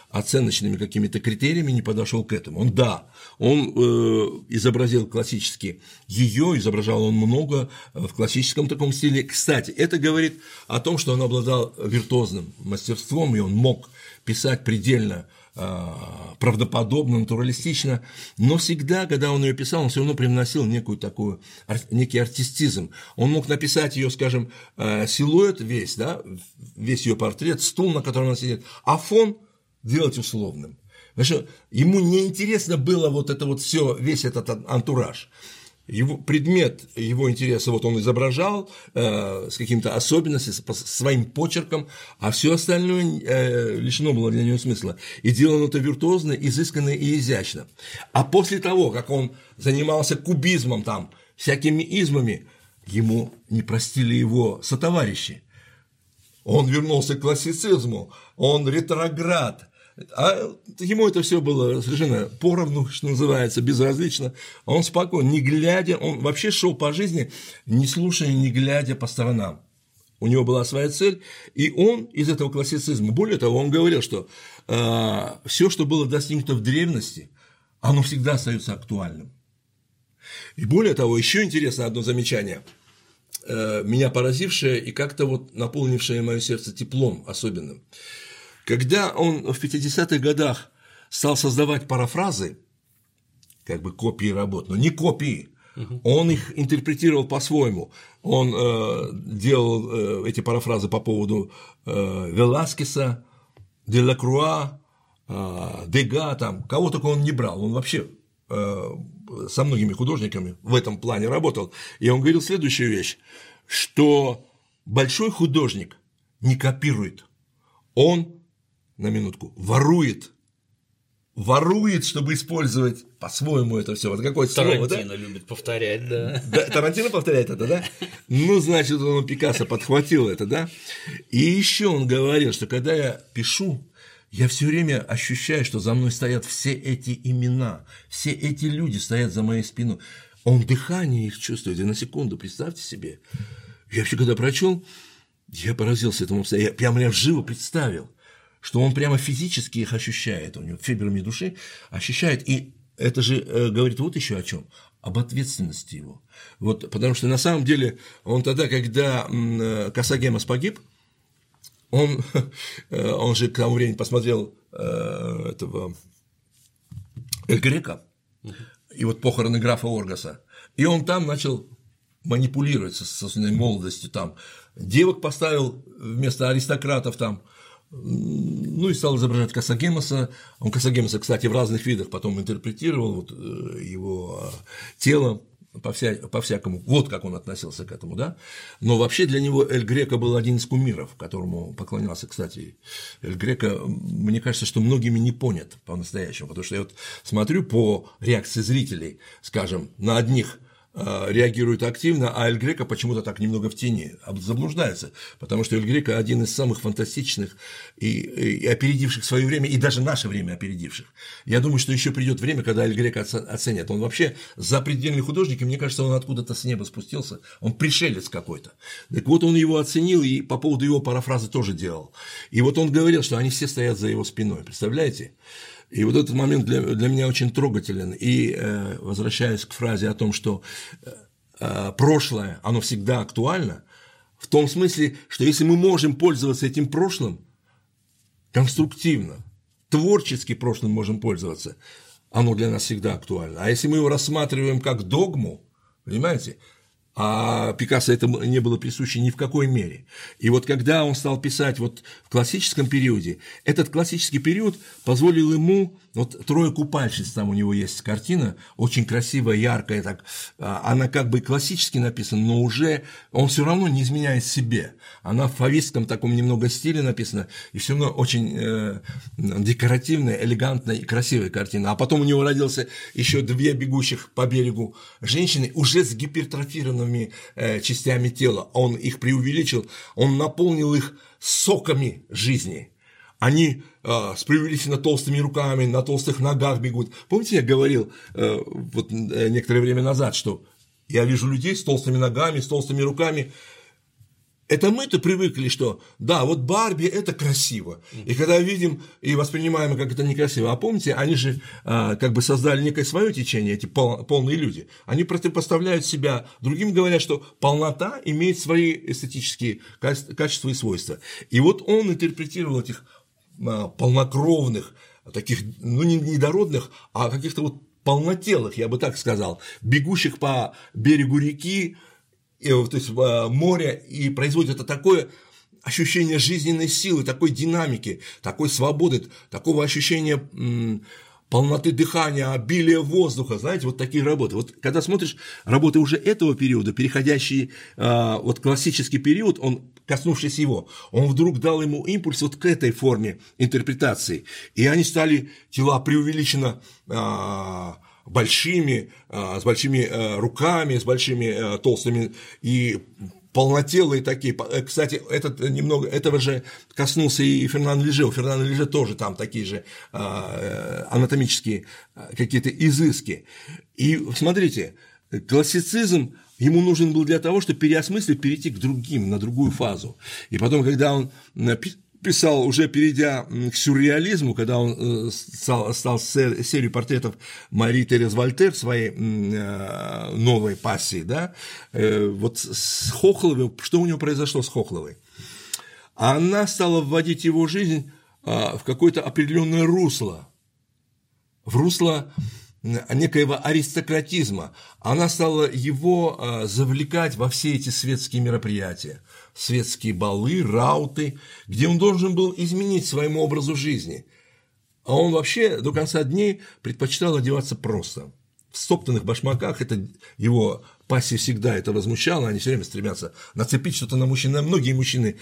оценочными какими-то критериями не подошел к этому. Он изобразил классически ее, изображал он много в классическом таком стиле. Кстати, это говорит о том, что он обладал виртуозным мастерством, и он мог писать предельно правдоподобно, натуралистично, но всегда, когда он ее писал, он все равно привносил некий артистизм. Он мог написать ее, скажем, силуэт весь ее портрет, стул, на котором она сидит, а фон делать условным. Потому что ему неинтересно было вот это вот все, весь этот антураж. Предмет его интереса вот он изображал с какими-то особенностями, своим почерком, а все остальное лишено было для него смысла. И делал он это виртуозно, изысканно и изящно. А после того, как он занимался кубизмом, там, всякими измами, ему не простили его сотоварищи. Он вернулся к классицизму, он ретроград. А ему это все было совершенно поровну, что называется, безразлично. Он спокойно, не глядя, он вообще шел по жизни, не слушая, не глядя по сторонам. У него была своя цель, и он из этого классицизма, более того, он говорил, что все, что было достигнуто в древности, оно всегда остается актуальным. И более того, еще интересно одно замечание, меня поразившее и как-то вот наполнившее мое сердце теплом особенным. Когда он в 50-х годах стал создавать парафразы, как бы копии работ, но не копии, он их интерпретировал по-своему. Он делал эти парафразы по поводу Веласкеса, Делакруа, Дега, там, кого только он не брал. Он вообще со многими художниками в этом плане работал. И он говорил следующую вещь, что большой художник не копирует, он, на минутку, ворует, чтобы использовать по-своему это все. Вот какое слово, Тарантино любит повторять, да. Тарантино повторяет это, да? Ну, значит, он у Пикассо подхватил это, да? И еще он говорил, что когда я пишу, я все время ощущаю, что за мной стоят все эти имена, все эти люди стоят за моей спиной. Он дыхание их чувствует. И на секунду, представьте себе, я вообще когда прочел, я поразился этому, я прямо живо представил, что он прямо физически их ощущает, у него фибрами души ощущает, и это же говорит вот еще о чем, об ответственности его. Вот, потому что на самом деле он тогда, когда Касагемос погиб, он же к тому времени посмотрел этого Эль Греко, и вот похороны графа Оргаса, и он там начал манипулировать со своей молодостью, там девок поставил вместо аристократов там. Ну и стал изображать Касагемоса. Он Касагемоса, кстати, в разных видах потом интерпретировал, вот, его тело по-всякому. Вот как он относился к этому, да. Но вообще для него Эль Греко был один из кумиров, которому поклонялся, кстати. Эль Греко, мне кажется, что многими не понят по-настоящему, потому что я вот смотрю по реакции зрителей, скажем, на одних реагирует активно, а Эль Греко почему-то так немного в тени, заблуждается, потому что Эль Греко один из самых фантастичных и опередивших свое время, и даже наше время опередивших. Я думаю, что еще придет время, когда Эль Греко оценят. Он вообще запредельный художник, и мне кажется, он откуда-то с неба спустился, он пришелец какой-то. Так вот, он его оценил, и по поводу его парафразы тоже делал. И вот он говорил, что они все стоят за его спиной, представляете? И вот этот момент для меня очень трогателен. И возвращаясь к фразе о том, что прошлое, оно всегда актуально, в том смысле, что если мы можем пользоваться этим прошлым конструктивно, творчески прошлым можем пользоваться, оно для нас всегда актуально. А если мы его рассматриваем как догму, понимаете, а Пикассо это не было присуще ни в какой мере. И вот когда он стал писать вот в классическом периоде, этот классический период позволил ему, вот «Трое купальщиц», там у него есть картина, очень красивая, яркая, так, она как бы классически написана, но уже он все равно не изменяет себе. Она в фавистском таком немного стиле написана, и все равно очень декоративная, элегантная и красивая картина. А потом у него родился еще две бегущих по берегу женщины, уже с гипертрофированными частями тела. Он их преувеличил, он наполнил их соками жизни. Они с преувеличенно толстыми руками, на толстых ногах бегут. Помните, я говорил вот некоторое время назад, что я вижу людей с толстыми ногами, с толстыми руками. Это мы-то привыкли, что да, вот Барби – это красиво. И когда видим и воспринимаем, как это некрасиво. А помните, они же как бы создали некое свое течение, эти полные люди. Они противопоставляют себя, другим говорят, что полнота имеет свои эстетические качества и свойства. И вот он интерпретировал этих полнокровных, таких, ну, не недородных, а каких-то вот полнотелых, я бы так сказал, бегущих по берегу реки, то есть моря, и производит это такое ощущение жизненной силы, такой динамики, такой свободы, такого ощущения полноты дыхания, обилия воздуха, знаете, вот такие работы. Вот когда смотришь работы уже этого периода, переходящий вот классический период, он, коснувшись его, он вдруг дал ему импульс вот к этой форме интерпретации, и они стали, тела преувеличенно большими, с большими руками, с большими толстыми и полнотелые такие. Кстати, этого же коснулся и Фернан Леже. У Фернана Леже тоже там такие же анатомические какие-то изыски. И смотрите, классицизм ему нужен был для того, чтобы переосмыслить, перейти к другим, на другую фазу. И потом, когда он писал, уже перейдя к сюрреализму, когда он стал серию портретов Мари Терез Вольтер, своей новой пассии, да, вот с Хохловой, что у него произошло с Хохловой? Она стала вводить его жизнь в какое-то определенное русло, в русло некоего аристократизма. Она стала его завлекать во все эти светские мероприятия, светские балы, рауты, где он должен был изменить своему образу жизни. А он вообще до конца дней предпочитал одеваться просто. В стоптанных башмаках, это его пассия всегда это возмущало, они все время стремятся нацепить что-то на мужчин. Многие мужчины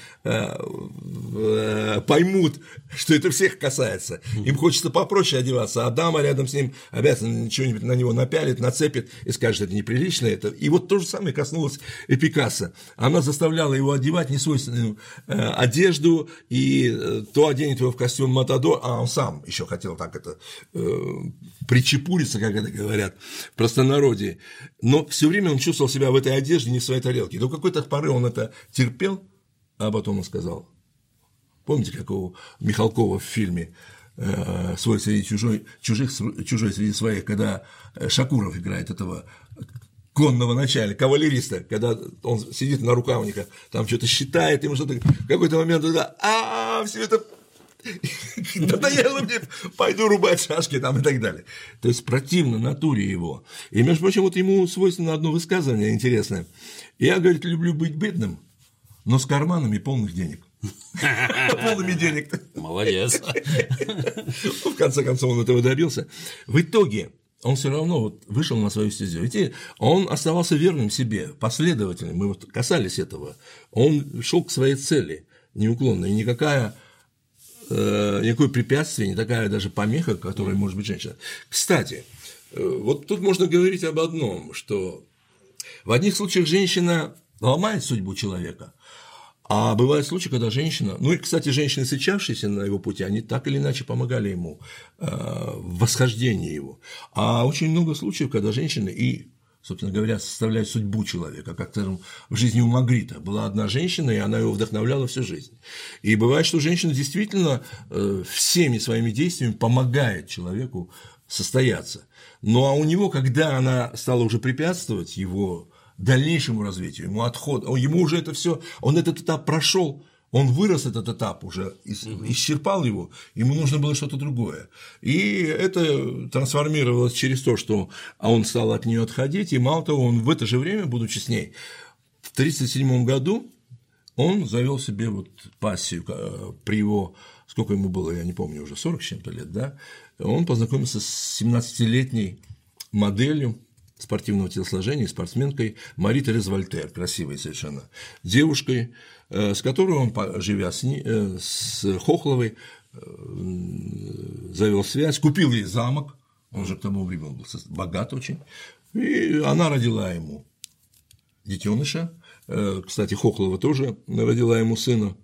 поймут, что это всех касается. Им хочется попроще одеваться, а дама рядом с ним обязана чего-нибудь на него напялит, нацепит и скажет, это неприлично. Это. И вот то же самое коснулось и Пикассо. Она заставляла его одевать несвойственную одежду, и то оденет его в костюм Матадор, а он сам еще хотел так это причепуриться, как это говорят в простонародье. Но все время он чувствовал себя в этой одежде, не в своей тарелке. До какой-то поры он это терпел, а потом он сказал, помните, как у Михалкова в фильме «Свой среди чужой среди своих», когда Шакуров играет этого конного начальника, кавалериста, когда он сидит на рукавниках, там что-то считает, ему что-то, в какой-то момент туда, все это надоело мне, пойду рубать шашки там и так далее. То есть противно натуре его. И, между прочим, вот ему свойственно одно высказывание интересное. Я, говорит, люблю быть бедным, но с карманами полных денег. Полными денег. Молодец. В конце концов, он этого добился. В итоге он все равно вот вышел на свою стезю. Видите, он оставался верным себе, последовательным. Мы вот касались этого. Он шел к своей цели неуклонно, и никакое препятствие, не такая даже помеха, которой может быть женщина. Кстати, вот тут можно говорить об одном, что в одних случаях женщина ломает судьбу человека, а бывают случаи, когда женщина, ну и, кстати, женщины, встречавшиеся на его пути, они так или иначе помогали ему в восхождении его. А очень много случаев, когда женщины и, собственно говоря, составляют судьбу человека, как, скажем, в жизни у Магрита. Была одна женщина, и она его вдохновляла всю жизнь. И бывает, что женщина действительно всеми своими действиями помогает человеку состояться. Ну, а у него, когда она стала уже препятствовать его дальнейшему развитию, ему уже это все, он этот этап прошел. Он вырос, этот этап уже, исчерпал его, ему нужно было что-то другое. И это трансформировалось через то, что он стал от нее отходить, и мало того, он в это же время, будучи с ней, в 1937 году он завел себе вот пассию при его, сколько ему было, я не помню, уже 40 с чем-то лет, да, он познакомился с 17-летней моделью спортивного телосложения, спортсменкой Мари Терез Вольтер, красивой совершенно девушкой, с которой он, живя с Хохловой, завел связь, купил ей замок, он же к тому времени был богат очень, и она родила ему детеныша, кстати, Хохлова тоже родила ему сына,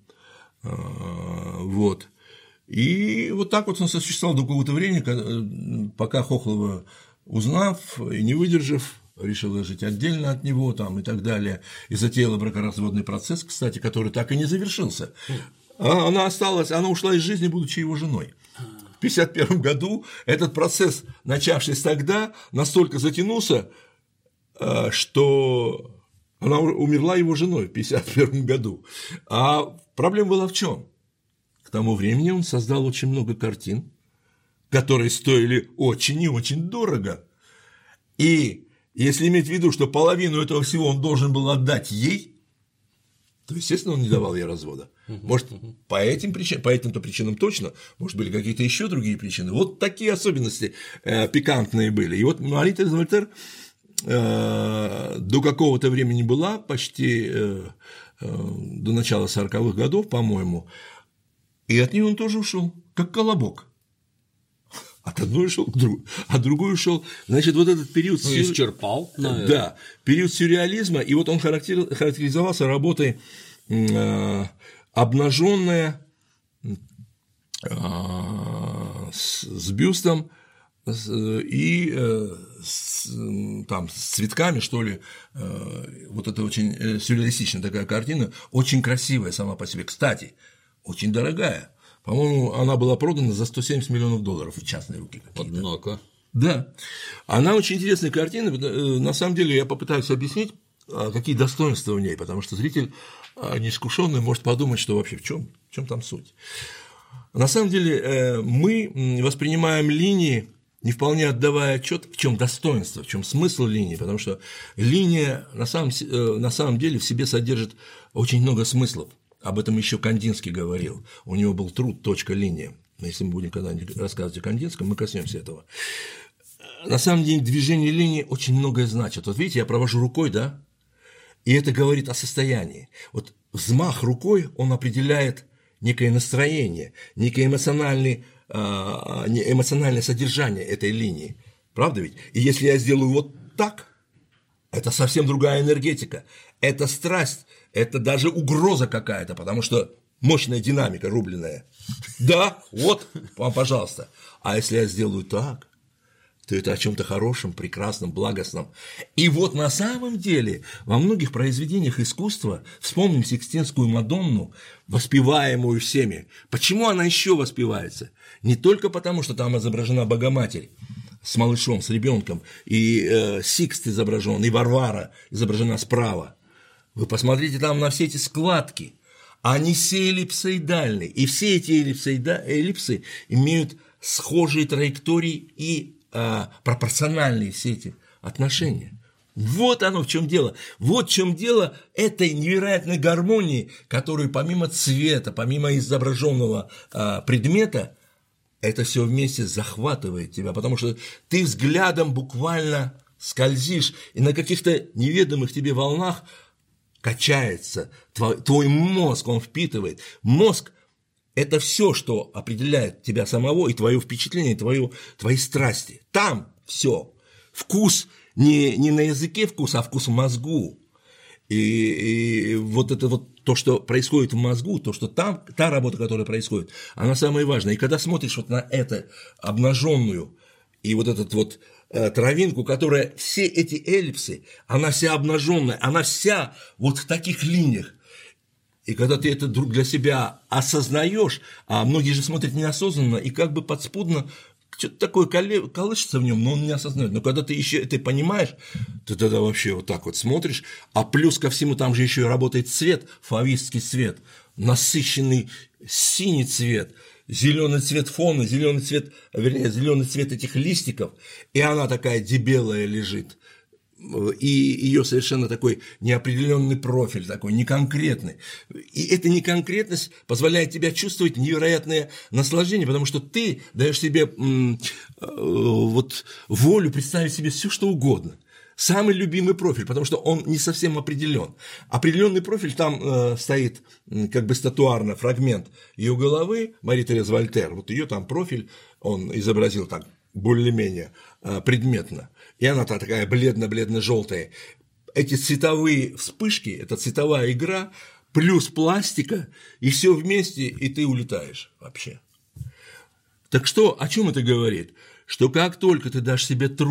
вот, и вот так вот он сосуществовал до какого-то времени, пока Хохлова, узнав и не выдержав, решила жить отдельно от него там, и так далее, и затеяла бракоразводный процесс, кстати, который так и не завершился. Она ушла из жизни, будучи его женой. В 1951 году этот процесс, начавшись тогда, настолько затянулся, что она умерла его женой в 1951 году. А проблема была в чем? К тому времени он создал очень много картин, которые стоили очень и очень дорого. И если иметь в виду, что половину этого всего он должен был отдать ей, то, естественно, он не давал ей развода. Может, по этим-то причинам точно, может, были какие-то еще другие причины. Вот такие особенности пикантные были. И вот Мари Тереза Вольтер до какого-то времени была, почти до начала 40-х годов, по-моему, и от нее он тоже ушел, как колобок. От одной ушел к другой, от другой ушел. Значит, вот этот период… исчерпал. Да, период сюрреализма, и вот он характеризовался работой обнаженная, с бюстом и там с цветками, что ли. Вот это очень сюрреалистичная такая картина, очень красивая сама по себе. Кстати, очень дорогая. По-моему, она была продана за $170 миллионов в частные руки. Однако. Да. Она очень интересная картина. На самом деле, я попытаюсь объяснить, какие достоинства в ней, потому что зритель неискушенный может подумать, что вообще в чем там суть. На самом деле, мы воспринимаем линии, не вполне отдавая отчет, в чем достоинство, в чем смысл линии, потому что линия на самом деле в себе содержит очень много смыслов. Об этом еще Кандинский говорил. У него был труд «Точка, линия». Если мы будем когда-нибудь рассказывать о Кандинском, мы коснемся этого. На самом деле движение линии очень многое значит. Вот видите, я провожу рукой, да, и это говорит о состоянии. Вот взмах рукой, он определяет некое настроение, некое эмоциональное содержание этой линии. Правда ведь? И если я сделаю вот так, это совсем другая энергетика. Это страсть, это даже угроза какая-то, потому что мощная динамика рубленная. Да, вот, пожалуйста. А если я сделаю так, то это о чем-то хорошем, прекрасном, благостном. И вот на самом деле во многих произведениях искусства, вспомним Сикстинскую Мадонну, воспеваемую всеми. Почему она еще воспевается? Не только потому, что там изображена Богоматерь с малышом, с ребенком, и Сикст изображен, и Варвара изображена справа. Вы посмотрите там на все эти складки, они все эллипсоидальны, и все эти эллипсы имеют схожие траектории и пропорциональные все эти отношения. Вот оно в чем дело. Вот в чем дело этой невероятной гармонии, которую помимо цвета, помимо изображенного предмета, это все вместе захватывает тебя, потому что ты взглядом буквально скользишь, и на каких-то неведомых тебе волнах качается твой мозг, он впитывает. Мозг – это все, что определяет тебя самого, и твое впечатление, и твои страсти. Там все. Вкус не на языке вкус, а вкус в мозгу. И вот это вот то, что происходит в мозгу, то, что там, та работа, которая происходит, она самая важная. И когда смотришь вот на это обнаженную и вот этот вот травинку, которая все эти эллипсы, она вся обнаженная, она вся вот в таких линиях. И когда ты это вдруг для себя осознаешь, а многие же смотрят неосознанно и как бы подспудно что-то такое колышется в нем, но он не осознает. Но когда ты еще это понимаешь, ты тогда вообще вот так вот смотришь, а плюс ко всему там же еще и работает цвет, фавистский цвет, насыщенный синий цвет, зеленый цвет фона, зеленый цвет этих листиков, и она такая дебелая лежит. И ее совершенно такой неопределенный профиль, такой неконкретный. И эта неконкретность позволяет тебе чувствовать невероятное наслаждение, потому что ты даешь себе вот волю представить себе все, что угодно. Самый любимый профиль, потому что он не совсем определен. Определенный профиль там стоит как бы статуарно фрагмент ее головы, Мари Тереза Вольтер, вот ее там профиль он изобразил так более-менее предметно. И она такая бледно-бледно-желтая. Эти цветовые вспышки, это цветовая игра, плюс пластика, и все вместе, и ты улетаешь вообще. Так что, о чем это говорит? Что как только ты дашь себе труд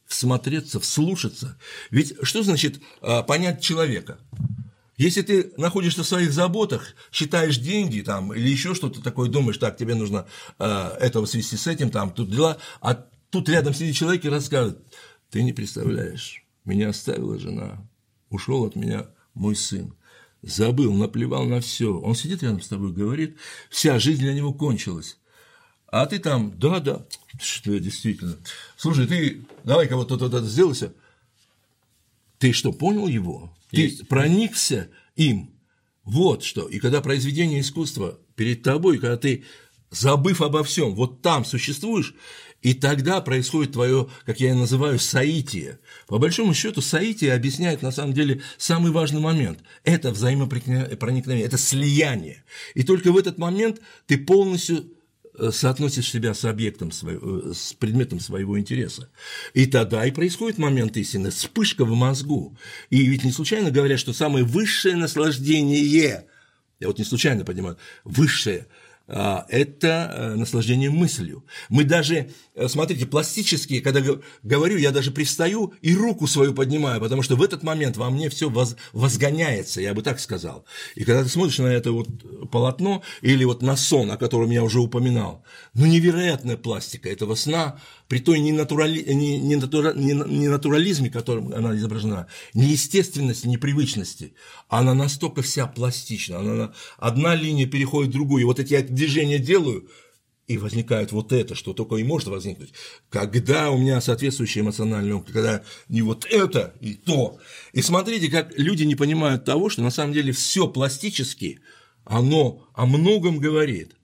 всмотреться, вслушаться. Ведь что значит понять человека? Если ты находишься в своих заботах, считаешь деньги там, или еще что-то такое, думаешь, так, тебе нужно этого свести с этим, там, тут дела, а тут рядом сидит человек и рассказывает: ты не представляешь, меня оставила жена, ушел от меня мой сын, забыл, наплевал на все. Он сидит рядом с тобой, говорит, вся жизнь для него кончилась. А ты там, да, что действительно. Слушай, ты давай-ка вот это сделайся. Ты что, понял его? Есть. Ты проникся им. Вот что. И когда произведение искусства перед тобой, когда ты, забыв обо всем, вот там существуешь, и тогда происходит твое, как я называю, соитие. По большому счету, соитие объясняет на самом деле самый важный момент. Это взаимопроникновение, это слияние. И только в этот момент ты полностью соотносишь себя с объектом, с предметом своего интереса. И тогда и происходит момент истины, вспышка в мозгу. И ведь не случайно говорят, что самое высшее наслаждение, я вот не случайно понимаю, высшее, это наслаждение мыслью. Мы даже, смотрите, пластически, когда говорю, я даже пристаю и руку свою поднимаю, потому что в этот момент во мне все возгоняется, я бы так сказал. И когда ты смотришь на это вот полотно или вот на сон, о котором я уже упоминал, ну невероятная пластика этого сна, при той ненатурализме, которым она изображена, неестественности, непривычности, она настолько вся пластична, одна линия переходит в другую, и вот эти движения делаю, и возникает вот это, что только и может возникнуть, когда у меня соответствующий эмоциональный опыт, когда не вот это и то. И смотрите, как люди не понимают того, что на самом деле все пластически, оно о многом говорит.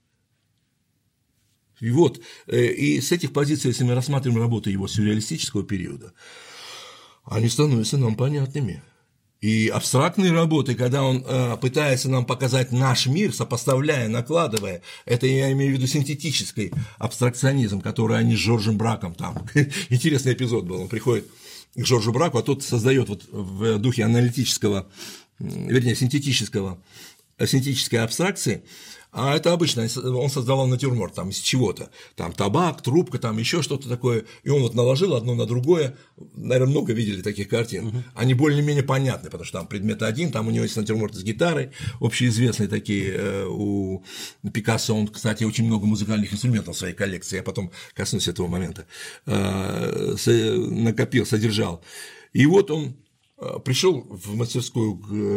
И вот, и с этих позиций, если мы рассматриваем работы его сюрреалистического периода, они становятся нам понятными. И абстрактные работы, когда он пытается нам показать наш мир, сопоставляя, накладывая, это я имею в виду синтетический абстракционизм, который они с Жоржем Браком там, интересный эпизод был, он приходит к Жоржу Браку, а тот создает вот в духе аналитической абстракции. А это обычно он создавал натюрморт там из чего-то, там табак, трубка, там еще что-то такое, и он вот наложил одно на другое, наверное, много видели таких картин, они более-менее понятны, потому что там предмет один, там у него есть натюрморт с гитарой, общеизвестные такие, у Пикассо, он, кстати, очень много музыкальных инструментов в своей коллекции, я потом коснусь этого момента, накопил, содержал, и вот он пришел в мастерскую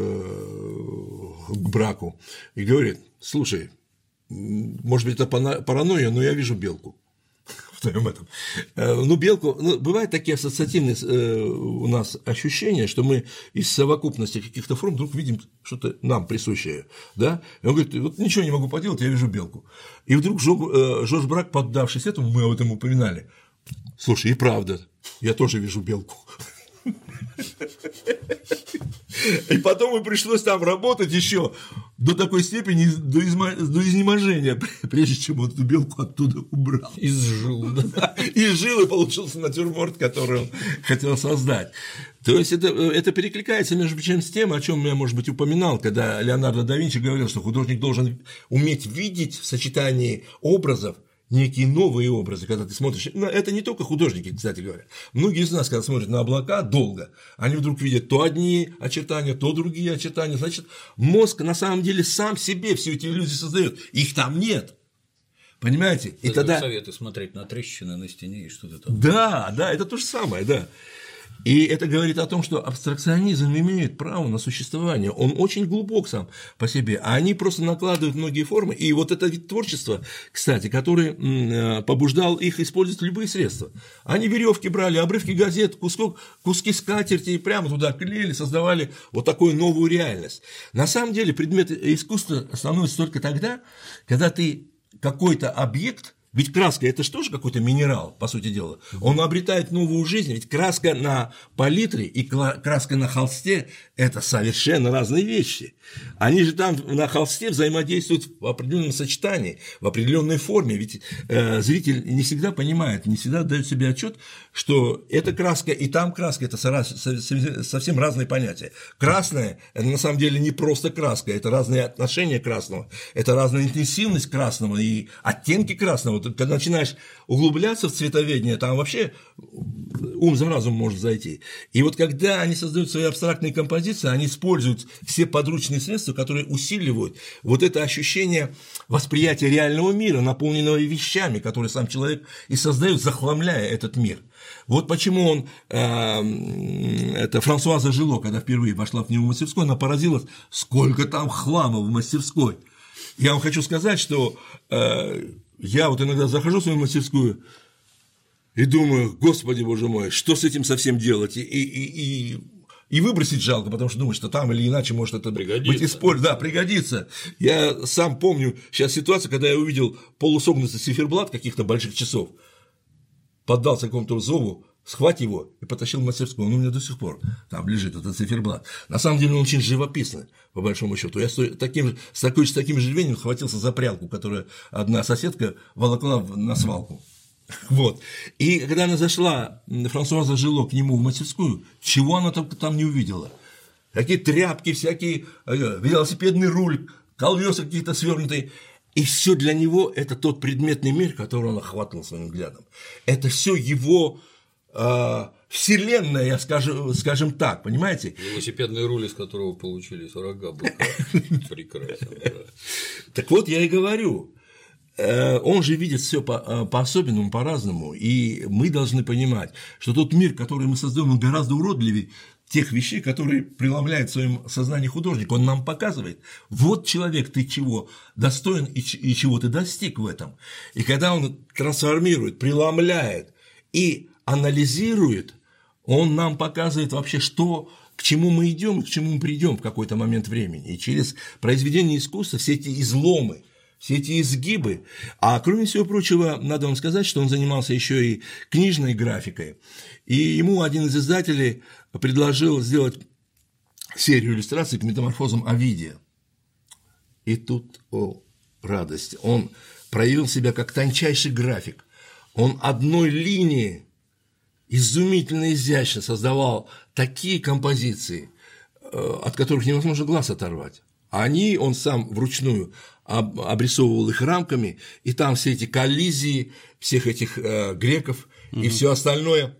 к Браку и говорит: слушай, может быть, это паранойя, но я вижу белку в твоем этом. Ну, белку, бывают такие ассоциативные у нас ощущения, что мы из совокупности каких-то форм вдруг видим что-то нам присущее, да? И он говорит: вот ничего не могу поделать, я вижу белку. И вдруг Жорж Брак, поддавшись этому, мы об этом упоминали: слушай, и правда, я тоже вижу белку. И потом ему пришлось там работать еще до такой степени, до изнеможения, прежде чем он эту белку оттуда убрал. Изжил, да. Изжил, и получился натюрморт, который он хотел создать. То есть это перекликается, между прочим, с тем, о чем я, может быть, упоминал, когда Леонардо да Винчи говорил, что художник должен уметь видеть в сочетании образов некие новые образы, когда ты смотришь, это не только художники, кстати говоря, многие из нас, когда смотрят на облака долго, они вдруг видят то одни очертания, то другие очертания, значит, мозг на самом деле сам себе все эти иллюзии создает, их там нет, понимаете? И тогда советы смотреть на трещины на стене и что-то там. Да, это то же самое, да. И это говорит о том, что абстракционизм имеет право на существование, он очень глубок сам по себе, а они просто накладывают многие формы, и вот это вид творчества, кстати, который побуждал их использовать любые средства. Они веревки брали, обрывки газет, куски скатерти и прямо туда клеили, создавали вот такую новую реальность. На самом деле предмет искусства становится только тогда, когда ты какой-то объект. Ведь краска – это же тоже какой-то минерал, по сути дела. Он обретает новую жизнь, ведь краска на палитре и краска на холсте – это совершенно разные вещи. Они же там на холсте взаимодействуют в определенном сочетании, в определенной форме. Ведь зритель не всегда понимает, не всегда дает себе отчет, что эта краска и там краска – это совсем разные понятия. Красное – это на самом деле не просто краска, это разные отношения красного, это разная интенсивность красного и оттенки красного Вот когда начинаешь углубляться в цветоведение, там вообще ум за разум может зайти. И вот когда они создают свои абстрактные композиции, они используют все подручные средства, которые усиливают вот это ощущение восприятия реального мира, наполненного вещами, которые сам человек и создает, захламляя этот мир. Вот почему он, это Франсуаза Жило, когда впервые пошла в него в мастерскую, она поразилась, сколько там хлама в мастерской. Я вам хочу сказать, что я вот иногда захожу в свою мастерскую и думаю, господи, боже мой, что с этим совсем делать? И выбросить жалко, потому что думаю, что там или иначе может это быть использовано. Да, пригодится. Я сам помню сейчас ситуацию, когда я увидел полусогнутый циферблат каких-то больших часов, поддался какому-то зову, схватил его и потащил в мастерскую. Он у меня до сих пор там лежит, этот циферблат. На самом деле он очень живописный, по большому счету. Я с таким же рвением хватился за прялку, которую одна соседка волокла на свалку. Вот. И когда она зашла, Франсуаза Жило, к нему в мастерскую, чего она там не увидела? Какие тряпки, всякие, велосипедный руль, колеса какие-то свернутые. И все для него – это тот предметный мир, который он охватывал своим взглядом. Это все его вселенная, скажем так, понимаете? Велосипедный руль, из которого получились рога быка. Прекрасно. Так вот, я и говорю, он же видит все по-особенному, по-разному, и мы должны понимать, что тот мир, который мы создаем, он гораздо уродливее тех вещей, которые преломляет в своем сознании художник. Он нам показывает, вот человек, ты чего достоин и чего ты достиг в этом. И когда он трансформирует, преломляет и анализирует, он нам показывает вообще, к чему мы идем и к чему мы придем в какой-то момент времени. И через произведение искусства все эти изломы, все эти изгибы. А кроме всего прочего, надо вам сказать, что он занимался еще и книжной графикой. И ему один из издателей предложил сделать серию иллюстраций к метаморфозам Овидия. И тут, радость, он проявил себя как тончайший график. Он одной линией изумительно изящно создавал такие композиции, от которых невозможно глаз оторвать. Он сам вручную обрисовывал их рамками, и там все эти коллизии всех этих греков и все остальное.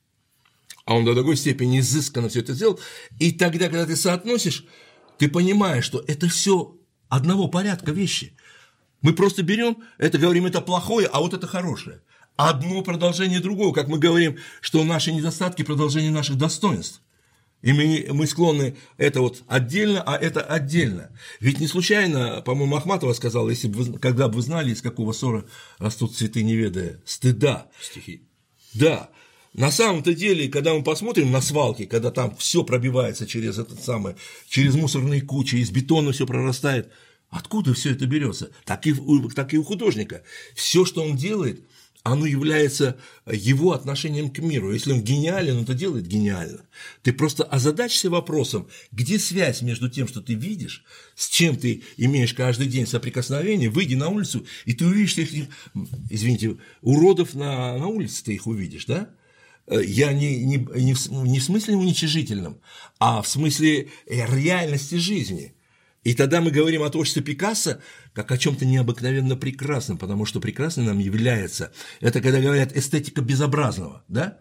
А он до такой степени изысканно все это сделал. И тогда, когда ты соотносишь, ты понимаешь, что это все одного порядка вещи. Мы просто берем это, говорим, это плохое, а вот это хорошее. Одно продолжение другого, как мы говорим, что наши недостатки – продолжение наших достоинств. И мы склонны это вот отдельно, а это отдельно. Ведь не случайно, по-моему, Ахматова сказала, когда бы вы знали, из какого ссора растут цветы, не ведая стыда. Стихи. Да. На самом-то деле, когда мы посмотрим на свалки, когда там все пробивается через мусорные кучи, из бетона все прорастает, откуда все это берется? Так и у художника. Все, что он делает, оно является его отношением к миру. Если он гениален, он это делает гениально. Ты просто озадачься вопросом, где связь между тем, что ты видишь, с чем ты имеешь каждый день соприкосновение, выйди на улицу, и ты увидишь этих, извините, уродов на улице, ты их увидишь, да? Я не в смысле уничижительном, а в смысле реальности жизни. И тогда мы говорим о творчестве Пикассо как о чем-то необыкновенно прекрасном, потому что прекрасным нам является, это когда говорят эстетика безобразного, да?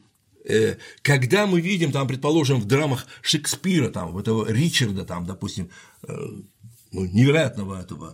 Когда мы видим, там, предположим, в драмах Шекспира, там, этого Ричарда, там, допустим, невероятного этого,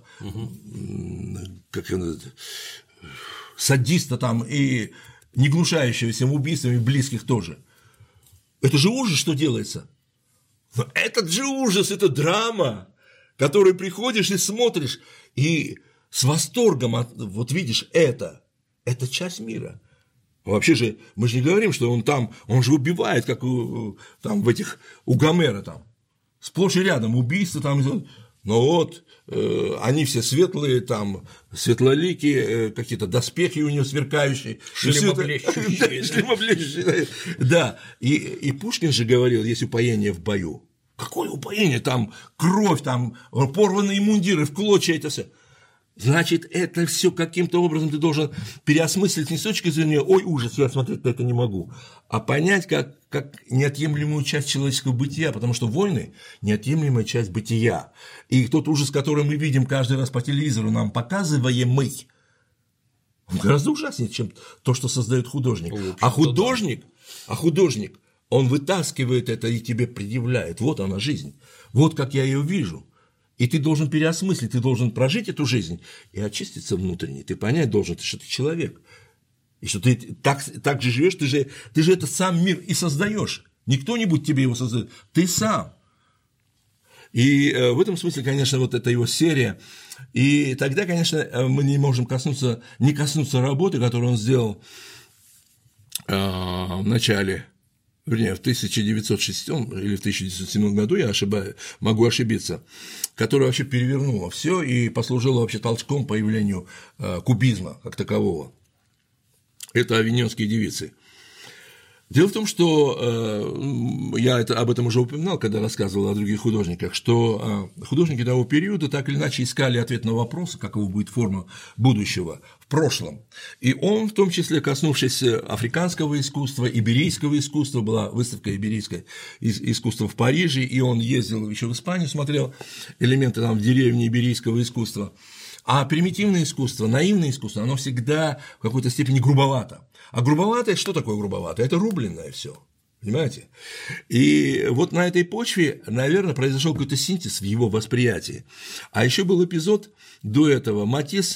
садиста там и не гнушающегося убийствами близких тоже. Это же ужас, что делается. Но этот же ужас, это драма, которой приходишь и смотришь, и с восторгом вот видишь это часть мира. Вообще же, мы же не говорим, что он же убивает, как там у Гомера там, сплошь и рядом убийства там. Но вот они все светлые, там, светлоликие, какие-то доспехи у него сверкающие. Шлемоблещущие. Да, и Пушкин же говорил, есть упоение в бою. Какое упоение? Там кровь, там порванные мундиры, в клочья это все. Значит, это все каким-то образом ты должен переосмыслить не с точки зрения «ой, ужас, я смотреть на это не могу», а понять как неотъемлемую часть человеческого бытия, потому что войны – неотъемлемая часть бытия. И тот ужас, который мы видим каждый раз по телевизору, нам показываемый, гораздо ужаснее, чем то, что создает художник. А художник, он вытаскивает это и тебе предъявляет. Вот она жизнь, вот как я ее вижу. И ты должен переосмыслить, ты должен прожить эту жизнь и очиститься внутренне. Ты понять должен, что ты человек. И что ты так же живешь, ты же этот сам мир и создаешь. Не кто-нибудь тебе его создает, ты сам. И в этом смысле, конечно, вот эта его серия. И тогда, конечно, мы не можем не коснуться работы, которую он сделал в начале, вернее, в 1906 или в 1907 году, я могу ошибиться, которая вообще перевернула все и послужила вообще толчком появлению кубизма как такового. Это «Авиньонские девицы». Дело в том, что я об этом уже упоминал, когда рассказывал о других художниках, что художники того периода так или иначе искали ответ на вопросы, какова будет форма будущего в прошлом. И он, в том числе коснувшись африканского искусства, иберийского искусства, была выставка иберийское искусство в Париже, и он ездил еще в Испанию, смотрел элементы там в деревне иберийского искусства. А примитивное искусство, наивное искусство, оно всегда в какой-то степени грубовато. А грубоватое, что такое грубоватое? Это рубленное все, понимаете? И вот на этой почве, наверное, произошел какой-то синтез в его восприятии. А еще был эпизод до этого. Матисс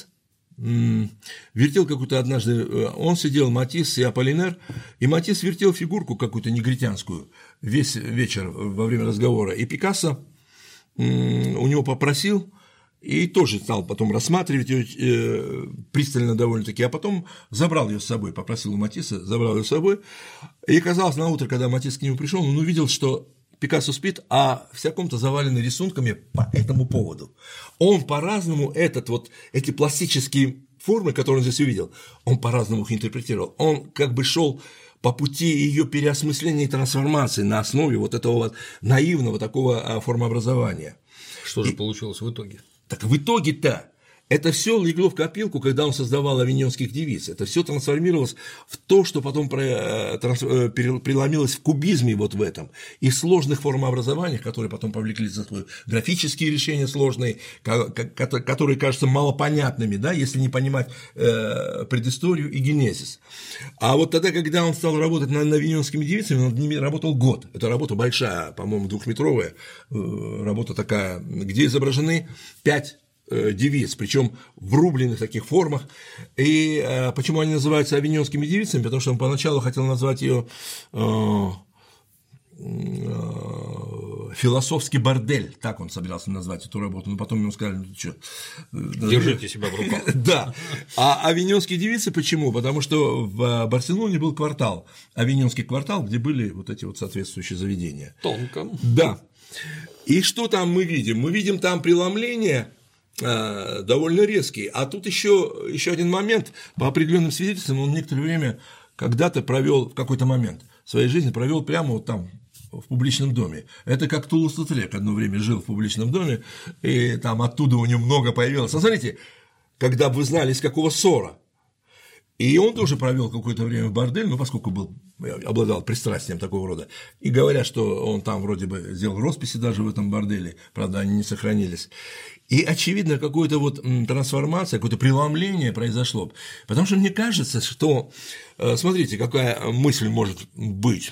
вертел какую-то однажды, он сидел, Матисс и Аполлинер, и Матисс вертел фигурку какую-то негритянскую весь вечер во время разговора. И Пикассо у него попросил, и тоже стал потом рассматривать ее пристально довольно-таки, а потом забрал ее с собой, попросил у Матисса, забрал ее с собой, и оказалось, на утро, когда Матисс к нему пришел, он увидел, что Пикассо спит, а вся комната завалена рисунками по этому поводу. Он по-разному эти пластические формы, которые он здесь увидел, он по-разному их интерпретировал, он как бы шел по пути ее переосмысления и трансформации на основе вот этого вот наивного такого формообразования. Что же получилось в итоге? Так в итоге-то это все легло в копилку, когда он создавал «Авиньонских девиц». Это все трансформировалось в то, что потом преломилось в кубизме вот в этом и сложных формообразованиях, которые потом повлекли за собой графические решения сложные, которые кажутся малопонятными, да, если не понимать предысторию и генезис. А вот тогда, когда он стал работать над «Авиньонскими девицами», он над ними работал год. Это работа большая, по-моему, 2-метровая работа такая, где изображены 5 девиц, причем в рубленных таких формах. И почему они называются «Авиньонскими девицами»? Потому что он поначалу хотел назвать ее «Философский бордель», так он собирался назвать эту работу, но потом ему сказали, ну что, держите себя в руках. Да. А «Авиньонские девицы» почему? Потому что в Барселоне был квартал, Авиньонский квартал, где были вот эти вот соответствующие заведения. Тонко. Да. И что там мы видим? Мы видим там преломление довольно резкий. А тут еще один момент, по определенным свидетельствам, он некоторое время когда-то провел, в какой-то момент своей жизни провел прямо вот там, в публичном доме. Это как Тулус-Лаутрек одно время жил в публичном доме, и там оттуда у него много появилось. А смотрите, когда бы вы знали, из какого ссора. И он тоже провел какое-то время в борделе, поскольку обладал пристрастием такого рода. И говорят, что он там вроде бы сделал росписи даже в этом борделе, правда, они не сохранились. И, очевидно, какая-то вот трансформация, какое-то преломление произошло. Потому что мне кажется, что, смотрите, какая мысль может быть,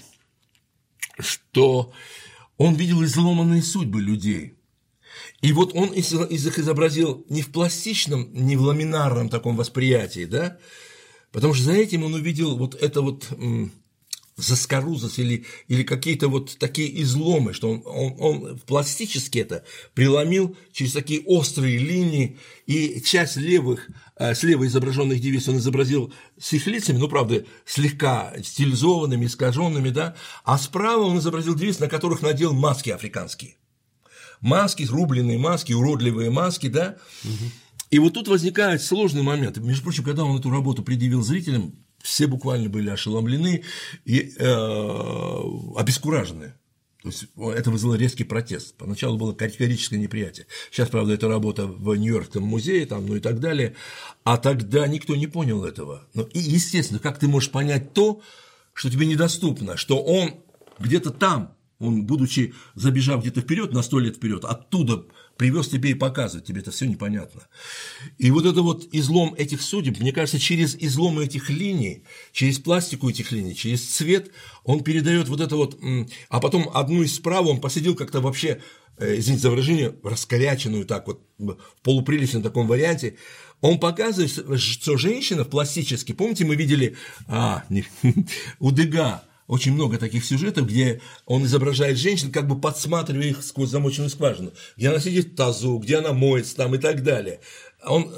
что он видел изломанные судьбы людей. И вот он их изобразил не в пластичном, не в ламинарном таком восприятии, да, потому что за этим он увидел вот это вот заскорузость или какие-то вот такие изломы, что он пластически это преломил через такие острые линии, и часть слева изображенных девиц он изобразил с их лицами, ну, правда, слегка стилизованными, искаженными, да, а справа он изобразил девиц, на которых надел маски африканские. Маски, рубленые маски, уродливые маски, да. И вот тут возникает сложный момент. Между прочим, когда он эту работу предъявил зрителям, все буквально были ошеломлены и обескуражены. То есть это вызвало резкий протест. Поначалу было категорическое неприятие. Сейчас, правда, эта работа в Нью-Йоркском музее, там, ну и так далее. А тогда никто не понял этого. Ну, и, естественно, как ты можешь понять то, что тебе недоступно, что он где-то там, Он, будучи забежав где-то вперед на 100 лет вперед, оттуда привез тебе и показывает, тебе это все непонятно. И вот это вот излом этих судеб, мне кажется, через излом этих линий, через пластику этих линий, через цвет, он передает вот это вот, а потом одну из справа он посадил как-то вообще, извините за выражение, раскоряченную так вот, в полуприличном таком варианте. Он показывает, что женщина пластически, помните, мы видели у Дега очень много таких сюжетов, где он изображает женщин, как бы подсматривая их сквозь замоченную скважину, где она сидит в тазу, где она моется там и так далее. Он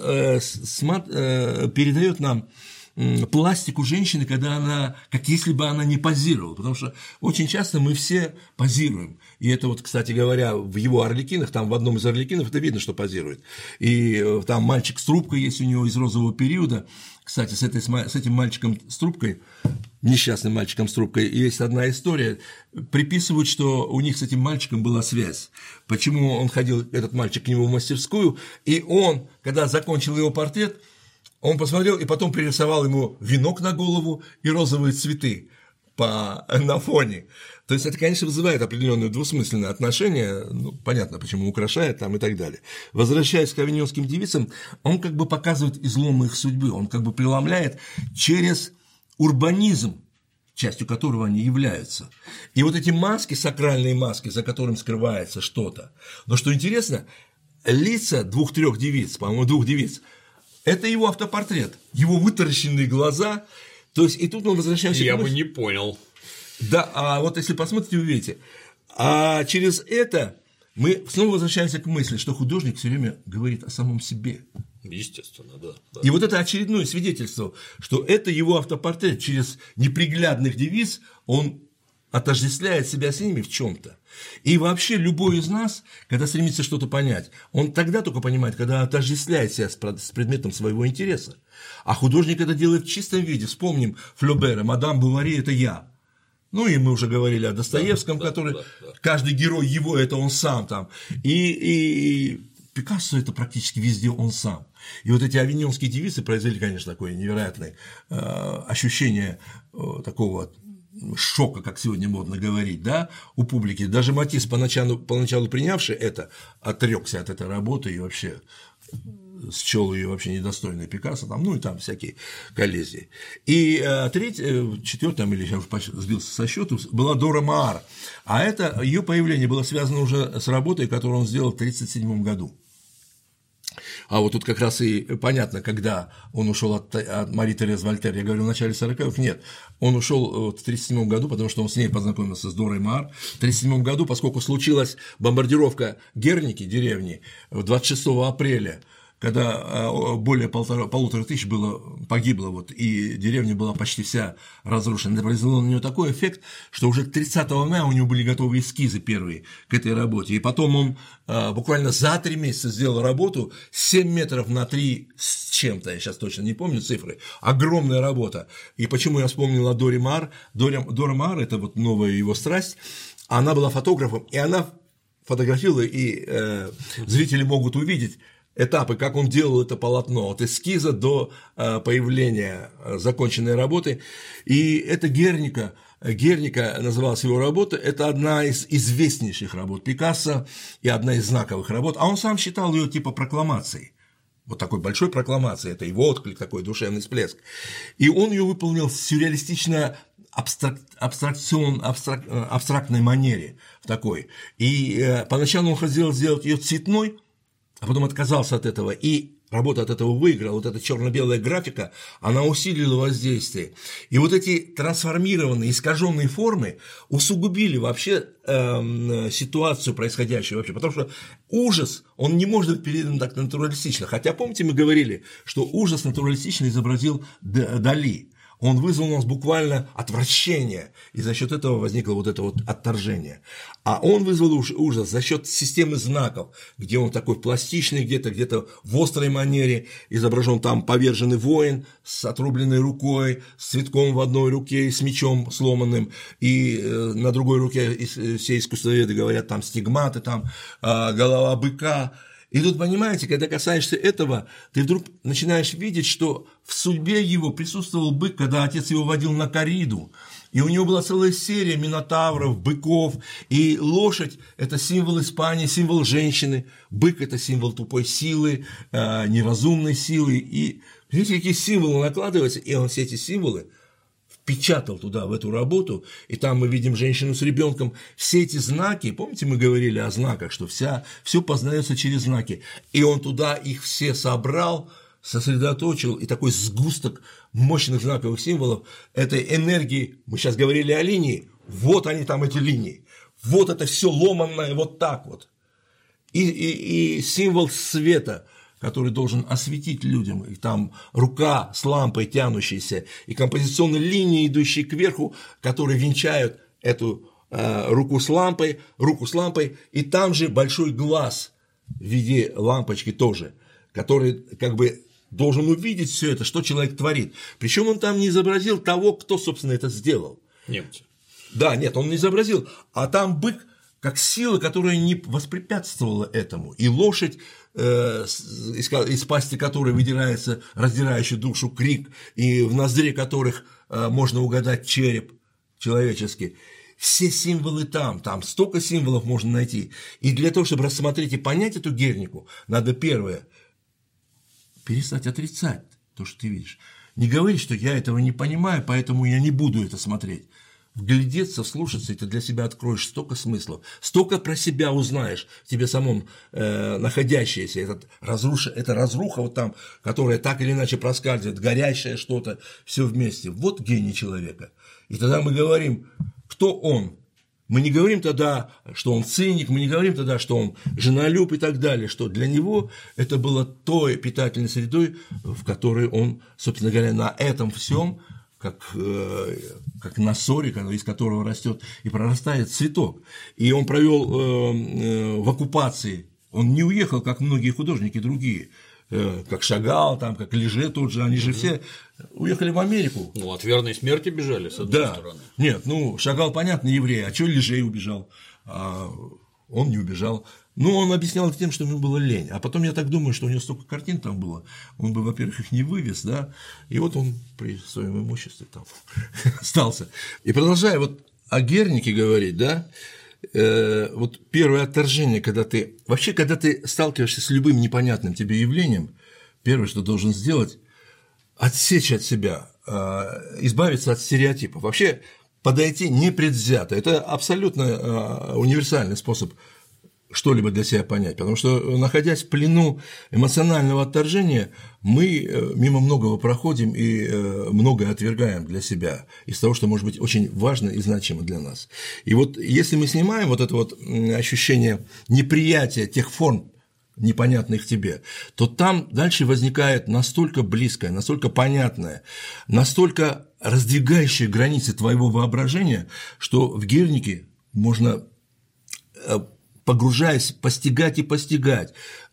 передает нам пластику женщины, когда она, как если бы она не позировала, потому что очень часто мы все позируем, и это вот, кстати говоря, в его «Арлекинах», там в одном из «Арлекинов» это видно, что позирует, и там мальчик с трубкой есть у него из «Розового периода», кстати, с этим мальчиком с трубкой, несчастным мальчиком с трубкой, есть одна история, приписывают, что у них с этим мальчиком была связь, почему он ходил, этот мальчик, к нему в мастерскую, и он, когда закончил его портрет, он посмотрел и потом пририсовал ему венок на голову и розовые цветы на фоне. То есть это, конечно, вызывает определенное двусмысленное отношение, ну, понятно, почему украшает там и так далее. Возвращаясь к авиньонским девицам, он как бы показывает излом их судьбы, он как бы преломляет через урбанизм, частью которого они являются. И вот эти маски, сакральные маски, за которыми скрывается что-то. Но что интересно, лица 2-3 девиц, по-моему, 2 девиц, это его автопортрет, его вытаращенные глаза, то есть и тут мы возвращаемся. Я бы не понял. Да, а вот если посмотрите, вы увидите. А через это мы снова возвращаемся к мысли, что художник все время говорит о самом себе. Естественно, да. И вот это очередное свидетельство, что это его автопортрет, через неприглядных девиц он отождествляет себя с ними в чем-то. И вообще любой из нас, когда стремится что-то понять, он тогда только понимает, когда отождествляет себя с предметом своего интереса. А художник это делает в чистом виде. Вспомним Флёбера, «Мадам Бовари» – это я. Ну и мы уже говорили о Достоевском, который каждый герой его – это он сам там. И Пикассо – это практически везде он сам. И вот эти авиньонские девицы произвели, конечно, такое невероятное ощущение такого шока, как сегодня модно говорить, да, у публики. Даже Матисс, поначалу принявший это, отрекся от этой работы и вообще счел ее вообще недостойной Пикассо, там, ну и там всякие коллизии. И 4-м, или я уже сбился со счету, была Дора Maar, а это ее появление было связано уже с работой, которую он сделал в 1937 году. А вот тут как раз и понятно, когда он ушел от Мари Терез Вольтер, я говорю, в начале 40-х, нет, он ушел в 1937 году, потому что он с ней познакомился, с Дорой Maar, в 1937 году, поскольку случилась бомбардировка Герники, деревни, 26 апреля, когда более 1500 погибло, вот, и деревня была почти вся разрушена. Это произвело на нее такой эффект, что уже к 30 мая у него были готовы эскизы первые к этой работе. И потом он буквально за 3 месяца сделал работу 7 метров на 3 с чем-то, я сейчас точно не помню цифры, огромная работа. И почему я вспомнил о Доре Maar? Дора Maar – это вот новая его страсть, она была фотографом, и она фотографировала, и зрители могут увидеть этапы, как он делал это полотно, от эскиза до появления законченной работы. И это Герника называлась его работа, это одна из известнейших работ Пикассо и одна из знаковых работ, а он сам считал ее типа прокламацией. Вот такой большой прокламацией, это его отклик, такой душевный всплеск. И он ее выполнил в сюрреалистично абстрактной манере, в такой. И поначалу он хотел сделать ее цветной, а потом отказался от этого, и работа от этого выиграла. Вот эта черно-белая графика, она усилила воздействие. И вот эти трансформированные, искаженные формы усугубили вообще ситуацию происходящую вообще, потому что ужас, он не может быть передан так натуралистично. Хотя, помните, мы говорили, что ужас натуралистично изобразил Дали. Он вызвал у нас буквально отвращение, и за счет этого возникло вот это вот отторжение. А он вызвал ужас за счет системы знаков, где он такой пластичный, где-то в острой манере изображен, там поверженный воин с отрубленной рукой, с цветком в одной руке и с мечом сломанным, и на другой руке все искусствоведы говорят, там стигматы, там голова быка. И тут, понимаете, когда касаешься этого, ты вдруг начинаешь видеть, что в судьбе его присутствовал бык, когда отец его водил на кориду, и у него была целая серия минотавров, быков, и лошадь – это символ Испании, символ женщины, бык – это символ тупой силы, неразумной силы, и видите, какие символы накладываются, и он все эти символы впечатал туда, в эту работу, и там мы видим женщину с ребенком, все эти знаки, помните, мы говорили о знаках, что все познается через знаки, и он туда их все собрал, сосредоточил, и такой сгусток мощных знаковых символов этой энергии, мы сейчас говорили о линии, вот они там, эти линии, вот это все ломанное, вот так вот, и символ света, который должен осветить людям, и там рука с лампой тянущейся, и композиционные линии, идущие кверху, которые венчают эту руку с лампой, и там же большой глаз в виде лампочки тоже, который как бы должен увидеть все это, что человек творит. Причем он там не изобразил того, кто, собственно, это сделал. Немцы. Да, нет, он не изобразил, а там бык как сила, которая не воспрепятствовала этому, и лошадь, из пасти которой выдирается раздирающий душу крик, и в ноздре которых можно угадать череп человеческий. Все символы там столько символов можно найти. И для того, чтобы рассмотреть и понять эту Гернику, надо первое – перестать отрицать то, что ты видишь. Не говорить, что я этого не понимаю, поэтому я не буду это смотреть. Вглядеться, вслушаться, и ты для себя откроешь столько смыслов, столько про себя узнаешь, в тебе самом находящееся, эта разруха вот там, которая так или иначе проскальзывает, горящее что-то, все вместе. Вот гений человека. И тогда мы говорим, кто он. Мы не говорим тогда, что он циник, мы не говорим тогда, что он женолюб и так далее, что для него это было той питательной средой, в которой он, собственно говоря, на этом всем, как на ссоре, из которого растет и прорастает цветок. И он провел в оккупации, он не уехал, как многие художники другие, как Шагал, там, как Леже тот же, они же все уехали в Америку. Ну, от верной смерти бежали, с одной стороны. Нет, Шагал, понятно, еврей, а чего Леже убежал? А он не убежал. Он объяснял это тем, что ему было лень. А потом я так думаю, что у него столько картин там было, он бы, во-первых, их не вывез, да, и вот он при своем имуществе там остался. И продолжая вот о Гернике говорить, да, вот первое отторжение, когда ты сталкиваешься с любым непонятным тебе явлением, первое, что должен сделать, отсечь от себя, избавиться от стереотипов, вообще подойти непредвзято. Это абсолютно универсальный способ что-либо для себя понять, потому что, находясь в плену эмоционального отторжения, мы мимо многого проходим и многое отвергаем для себя из того, что может быть очень важно и значимо для нас. И вот если мы снимаем вот это вот ощущение неприятия тех форм, непонятных тебе, то там дальше возникает настолько близкое, настолько понятное, настолько раздвигающее границы твоего воображения, что в Гернике можно, погружаясь, постигать и постигать,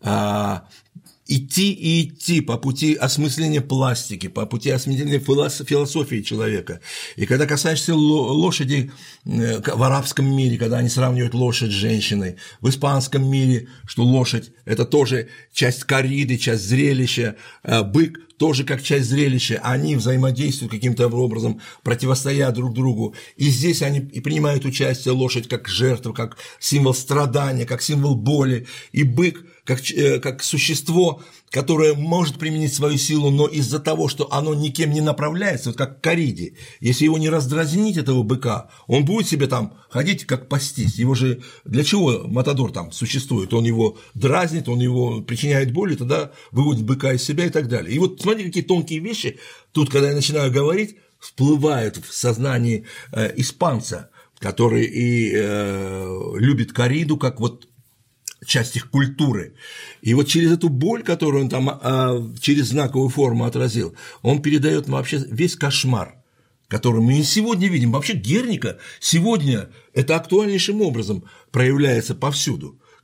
идти и идти по пути осмысления пластики, по пути осмысления философии человека. И когда касаешься лошади в арабском мире, когда они сравнивают лошадь с женщиной, в испанском мире, что лошадь – это тоже часть корриды, часть зрелища, бык тоже как часть зрелища, они взаимодействуют каким-то образом, противостоят друг другу, и здесь они и принимают участие, лошадь как жертва, как символ страдания, как символ боли, и бык как существо, которое может применить свою силу, но из-за того, что оно никем не направляется, вот как корриде, если его не раздразнить, этого быка, он будет себе там ходить как пастись, его же для чего матадор там существует, он его дразнит, он его причиняет боль, и тогда выводит быка из себя и так далее. И вот смотри, какие тонкие вещи тут, когда я начинаю говорить, всплывают в сознании испанца, который и любит корриду как вот часть их культуры. И вот через эту боль, которую он там через знаковую форму отразил, он передает вообще весь кошмар, который мы и сегодня видим. Вообще Герника сегодня это актуальнейшим образом проявляется повсюду.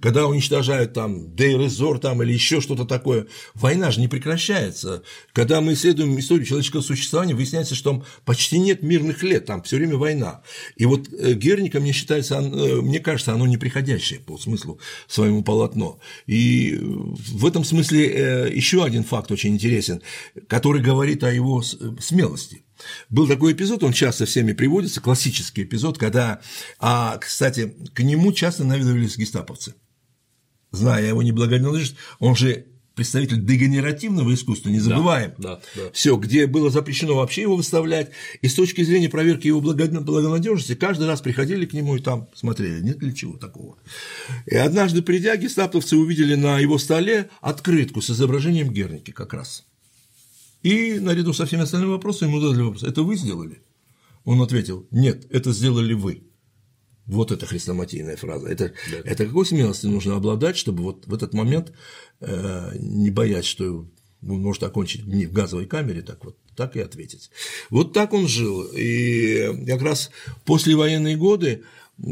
когда уничтожают там Дейр-эз-Зор там или еще что-то такое. Война же не прекращается. Когда мы исследуем историю человеческого существования, выясняется, что там почти нет мирных лет, там все время война. И вот Герника, мне кажется, оно неприходящее по смыслу своему полотно. И в этом смысле еще один факт очень интересен, который говорит о его смелости. Был такой эпизод, он часто всеми приводится, классический эпизод, когда, кстати, к нему часто наведывались гестаповцы. Зная его неблагонадежность, он же представитель дегенеративного искусства, не забываем. Да. Все, где было запрещено вообще его выставлять, и с точки зрения проверки его благонадежности каждый раз приходили к нему и там смотрели, нет ли чего такого. И однажды, придя, гестаповцы увидели на его столе открытку с изображением Герники как раз. И наряду со всеми остальными вопросами ему задали вопрос: это вы сделали? Он ответил: нет, это сделали вы. Вот это хрестоматийная фраза. Это какой смелости нужно обладать, чтобы вот в этот момент не боясь, что он может окончить дни в газовой камере, так и ответить. Вот так он жил. И как раз послевоенные годы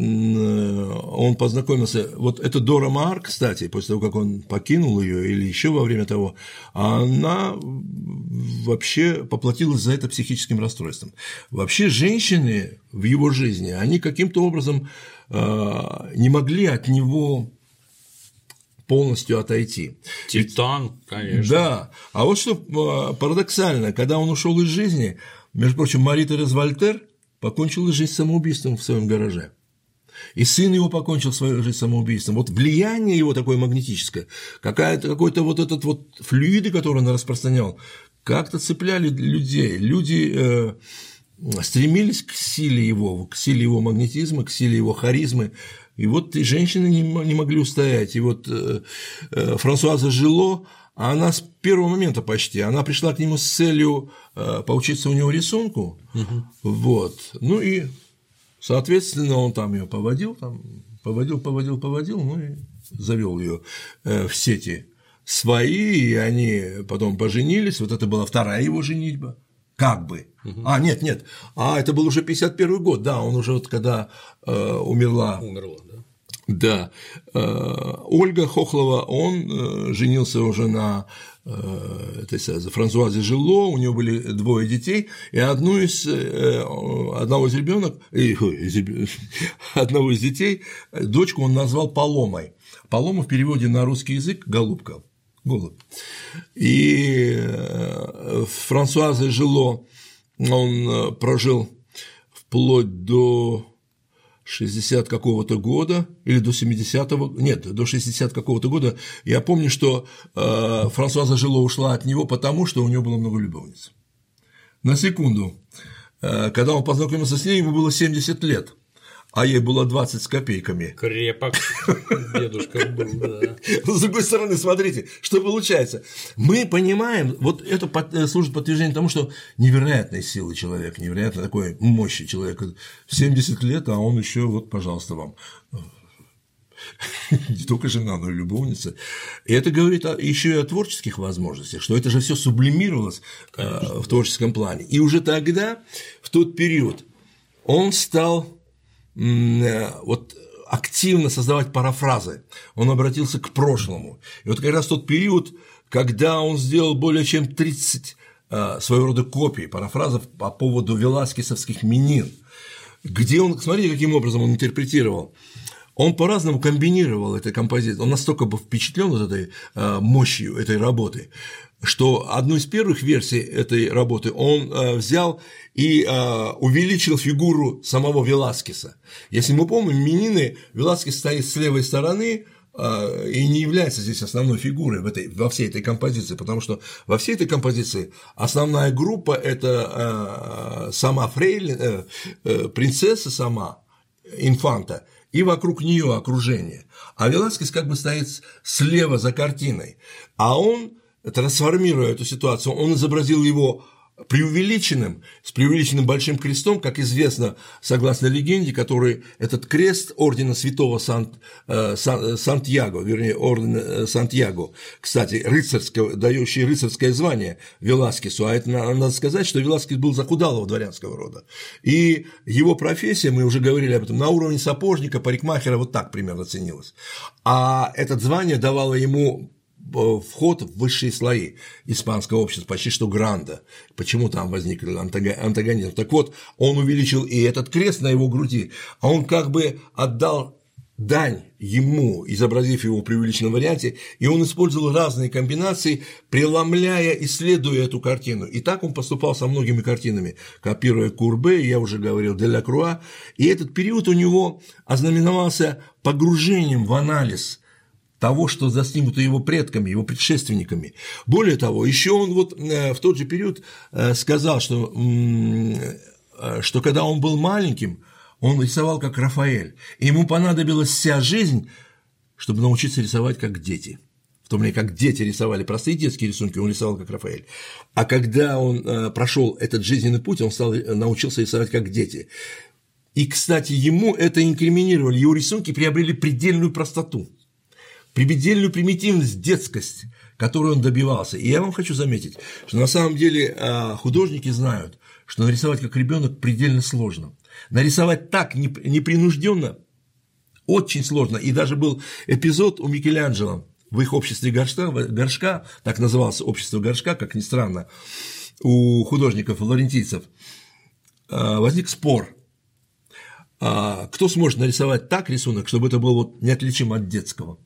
он познакомился, вот эта Дора Maar, кстати, после того, как он покинул ее, или еще во время того, она вообще поплатилась за это психическим расстройством. Вообще женщины в его жизни, они каким-то образом не могли от него полностью отойти. Титан, конечно. Да, а вот что парадоксально, когда он ушел из жизни, между прочим, Мари-Терез Вольтер покончила жизнь самоубийством в своем гараже. И сын его покончил свою жизнь самоубийством. Вот влияние его такое магнетическое, какой-то вот этот вот флюиды, который он распространял, как-то цепляли людей. Люди стремились к силе его магнетизма, к силе его харизмы. И вот и женщины не могли устоять. И вот Франсуаза Жило, она с первого момента почти, она пришла к нему с целью поучиться у него рисунку. Вот. Ну и соответственно, он там ее поводил, ну и завел ее в сети свои, и они потом поженились. Вот это была вторая его женитьба, как бы. Нет, это был уже 51-й год, да, он уже вот когда умерла, да. Ольга Хохлова, он женился уже на Франсуазе Жило, у него были двое детей, и одного из детей, дочку он назвал Паломой. Палома в переводе на русский язык – голубка, голубь. И Франсуазе Жило он прожил вплоть до 60 какого-то года или до 70-го, нет, до 60 какого-то года. Я помню, что Франсуаза Жило ушла от него, потому что у него было много любовниц. На секунду, когда он познакомился с ней, ему было 70 лет, а ей было 20 с копейками. Крепок дедушка был, да. С другой стороны, смотрите, что получается. Мы понимаем, вот это служит подтверждением тому, что невероятной силы человек, невероятной такой мощи человека. 70 лет, а он еще вот, пожалуйста, вам. Не только жена, но и любовница. И это говорит еще и о творческих возможностях, что это же все сублимировалось в творческом плане. И уже тогда, в тот период, он стал вот активно создавать парафразы, он обратился к прошлому. И вот как раз тот период, когда он сделал более чем 30 своего рода копий, парафразов по поводу веласкесовских Менин, где он, смотрите, каким образом он интерпретировал. Он по-разному комбинировал этой композицией, он настолько был впечатлен вот этой мощью этой работы, что одну из первых версий этой работы он взял и увеличил фигуру самого Веласкеса. Если мы помним, Менины, Веласкес стоит с левой стороны и не является здесь основной фигурой во всей этой композиции, потому что во всей этой композиции основная группа – это сама Фрейлин, принцесса сама, инфанта, и вокруг нее окружение. А Веласкес как бы стоит слева за картиной, а он, трансформируя эту ситуацию, он изобразил его преувеличенным, с преувеличенным большим крестом, как известно, согласно легенде, который этот крест ордена святого Сантьяго, вернее, ордена Сантьяго, кстати, рыцарского, дающий рыцарское звание Веласкесу, а это надо сказать, что Веласкес был захудалого дворянского рода, и его профессия, мы уже говорили об этом, на уровне сапожника, парикмахера вот так примерно ценилась, а это звание давало ему вход в высшие слои испанского общества, почти что гранда. Почему там возник антагонизм? Так вот, он увеличил и этот крест на его груди, а он как бы отдал дань ему, изобразив его в преувеличенном варианте, и он использовал разные комбинации, преломляя, исследуя эту картину. И так он поступал со многими картинами, копируя Курбе, я уже говорил, Делакруа, и этот период у него ознаменовался погружением в анализ того, что заснято его предками, его предшественниками. Более того, еще он вот в тот же период сказал, что когда он был маленьким, он рисовал как Рафаэль, и ему понадобилась вся жизнь, чтобы научиться рисовать как дети. В то время как дети рисовали простые детские рисунки, он рисовал как Рафаэль. А когда он прошел этот жизненный путь, он научился рисовать как дети. И, кстати, ему это инкриминировали, его рисунки приобрели предельную простоту, предельную примитивность, детскость, которую он добивался. И я вам хочу заметить, что на самом деле художники знают, что нарисовать как ребенок предельно сложно. Нарисовать так непринужденно очень сложно. И даже был эпизод у Микеланджело в их обществе горшка, так называлось общество горшка, как ни странно, у художников-флорентийцев, возник спор. Кто сможет нарисовать так рисунок, чтобы это было вот неотличимо от детского?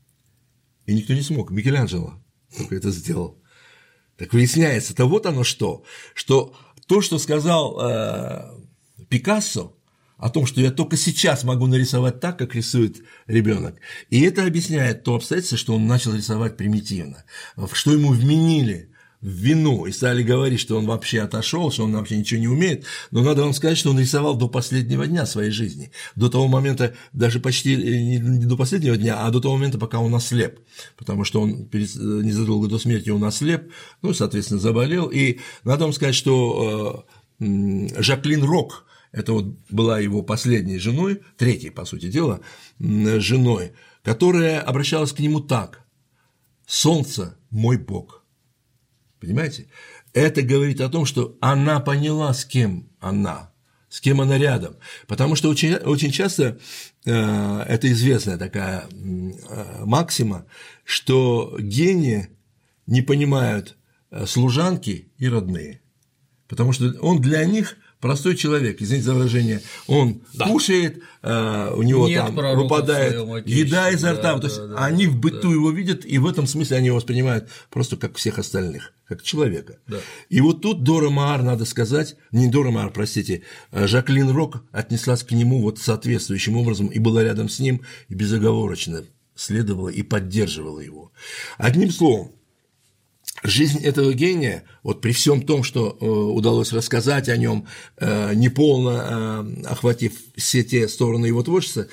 И никто не смог, Микеланджело только это сделал. Так выясняется, вот оно что то, что сказал Пикассо о том, что я только сейчас могу нарисовать так, как рисует ребенок, и это объясняет то обстоятельство, что он начал рисовать примитивно, что ему вменили в вину и стали говорить, что он вообще отошел, что он вообще ничего не умеет, но надо вам сказать, что он рисовал до последнего дня своей жизни, до того момента, даже почти не до последнего дня, а до того момента, пока он ослеп, потому что он незадолго до смерти он ослеп, соответственно, заболел, и надо вам сказать, что Жаклин Рок, это вот была его последней женой, третьей, по сути дела, женой, которая обращалась к нему так: «Солнце – мой Бог». Понимаете? Это говорит о том, что она поняла, с кем она рядом. Потому что очень часто это известная такая максима, что гении не понимают служанки и родные. Потому что он для них простой человек, извините за выражение, он кушает, у него там выпадает еда изо рта, то есть они в быту его видят, и в этом смысле они его воспринимают просто как всех остальных, как человека. Да. И вот тут Дора Maar, надо сказать, не Дора Maar, простите, Жаклин Рок отнеслась к нему вот соответствующим образом и была рядом с ним, и безоговорочно следовала и поддерживала его. Одним словом, жизнь этого гения, вот при всем том, что удалось рассказать о нем, неполно охватив все те стороны его творчества,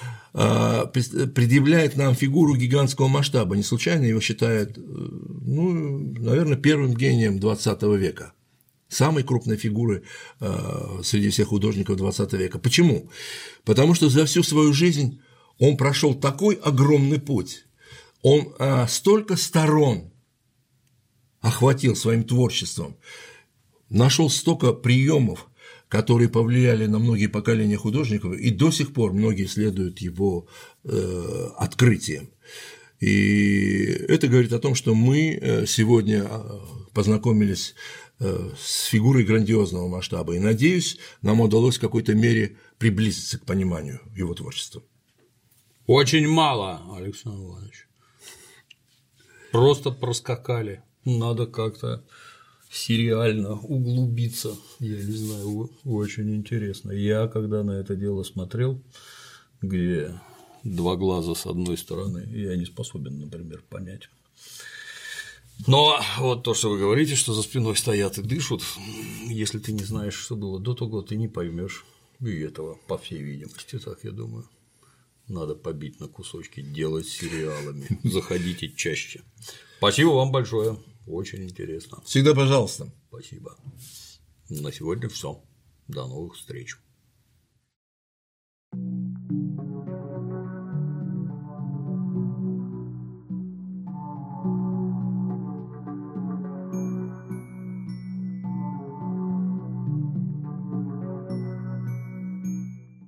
предъявляет нам фигуру гигантского масштаба. Не случайно его считают, наверное, первым гением XX века, самой крупной фигурой среди всех художников XX века. Почему? Потому что за всю свою жизнь он прошел такой огромный путь, он столько сторон охватил своим творчеством, нашел столько приемов, которые повлияли на многие поколения художников, и до сих пор многие следуют его открытиям. И это говорит о том, что мы сегодня познакомились с фигурой грандиозного масштаба, и, надеюсь, нам удалось в какой-то мере приблизиться к пониманию его творчества. Очень мало, Александр Иванович. Просто проскакали. Надо как-то сериально углубиться, я не знаю, очень интересно. Я, когда на это дело смотрел, где два глаза с одной стороны, я не способен, например, понять. Но вот то, что вы говорите, что за спиной стоят и дышат, если ты не знаешь, что было до того, ты не поймешь и этого, по всей видимости, так я думаю. Надо побить на кусочки, делать сериалами, заходите чаще. Спасибо вам большое. Очень интересно. Всегда пожалуйста. Спасибо. На сегодня все. До новых встреч.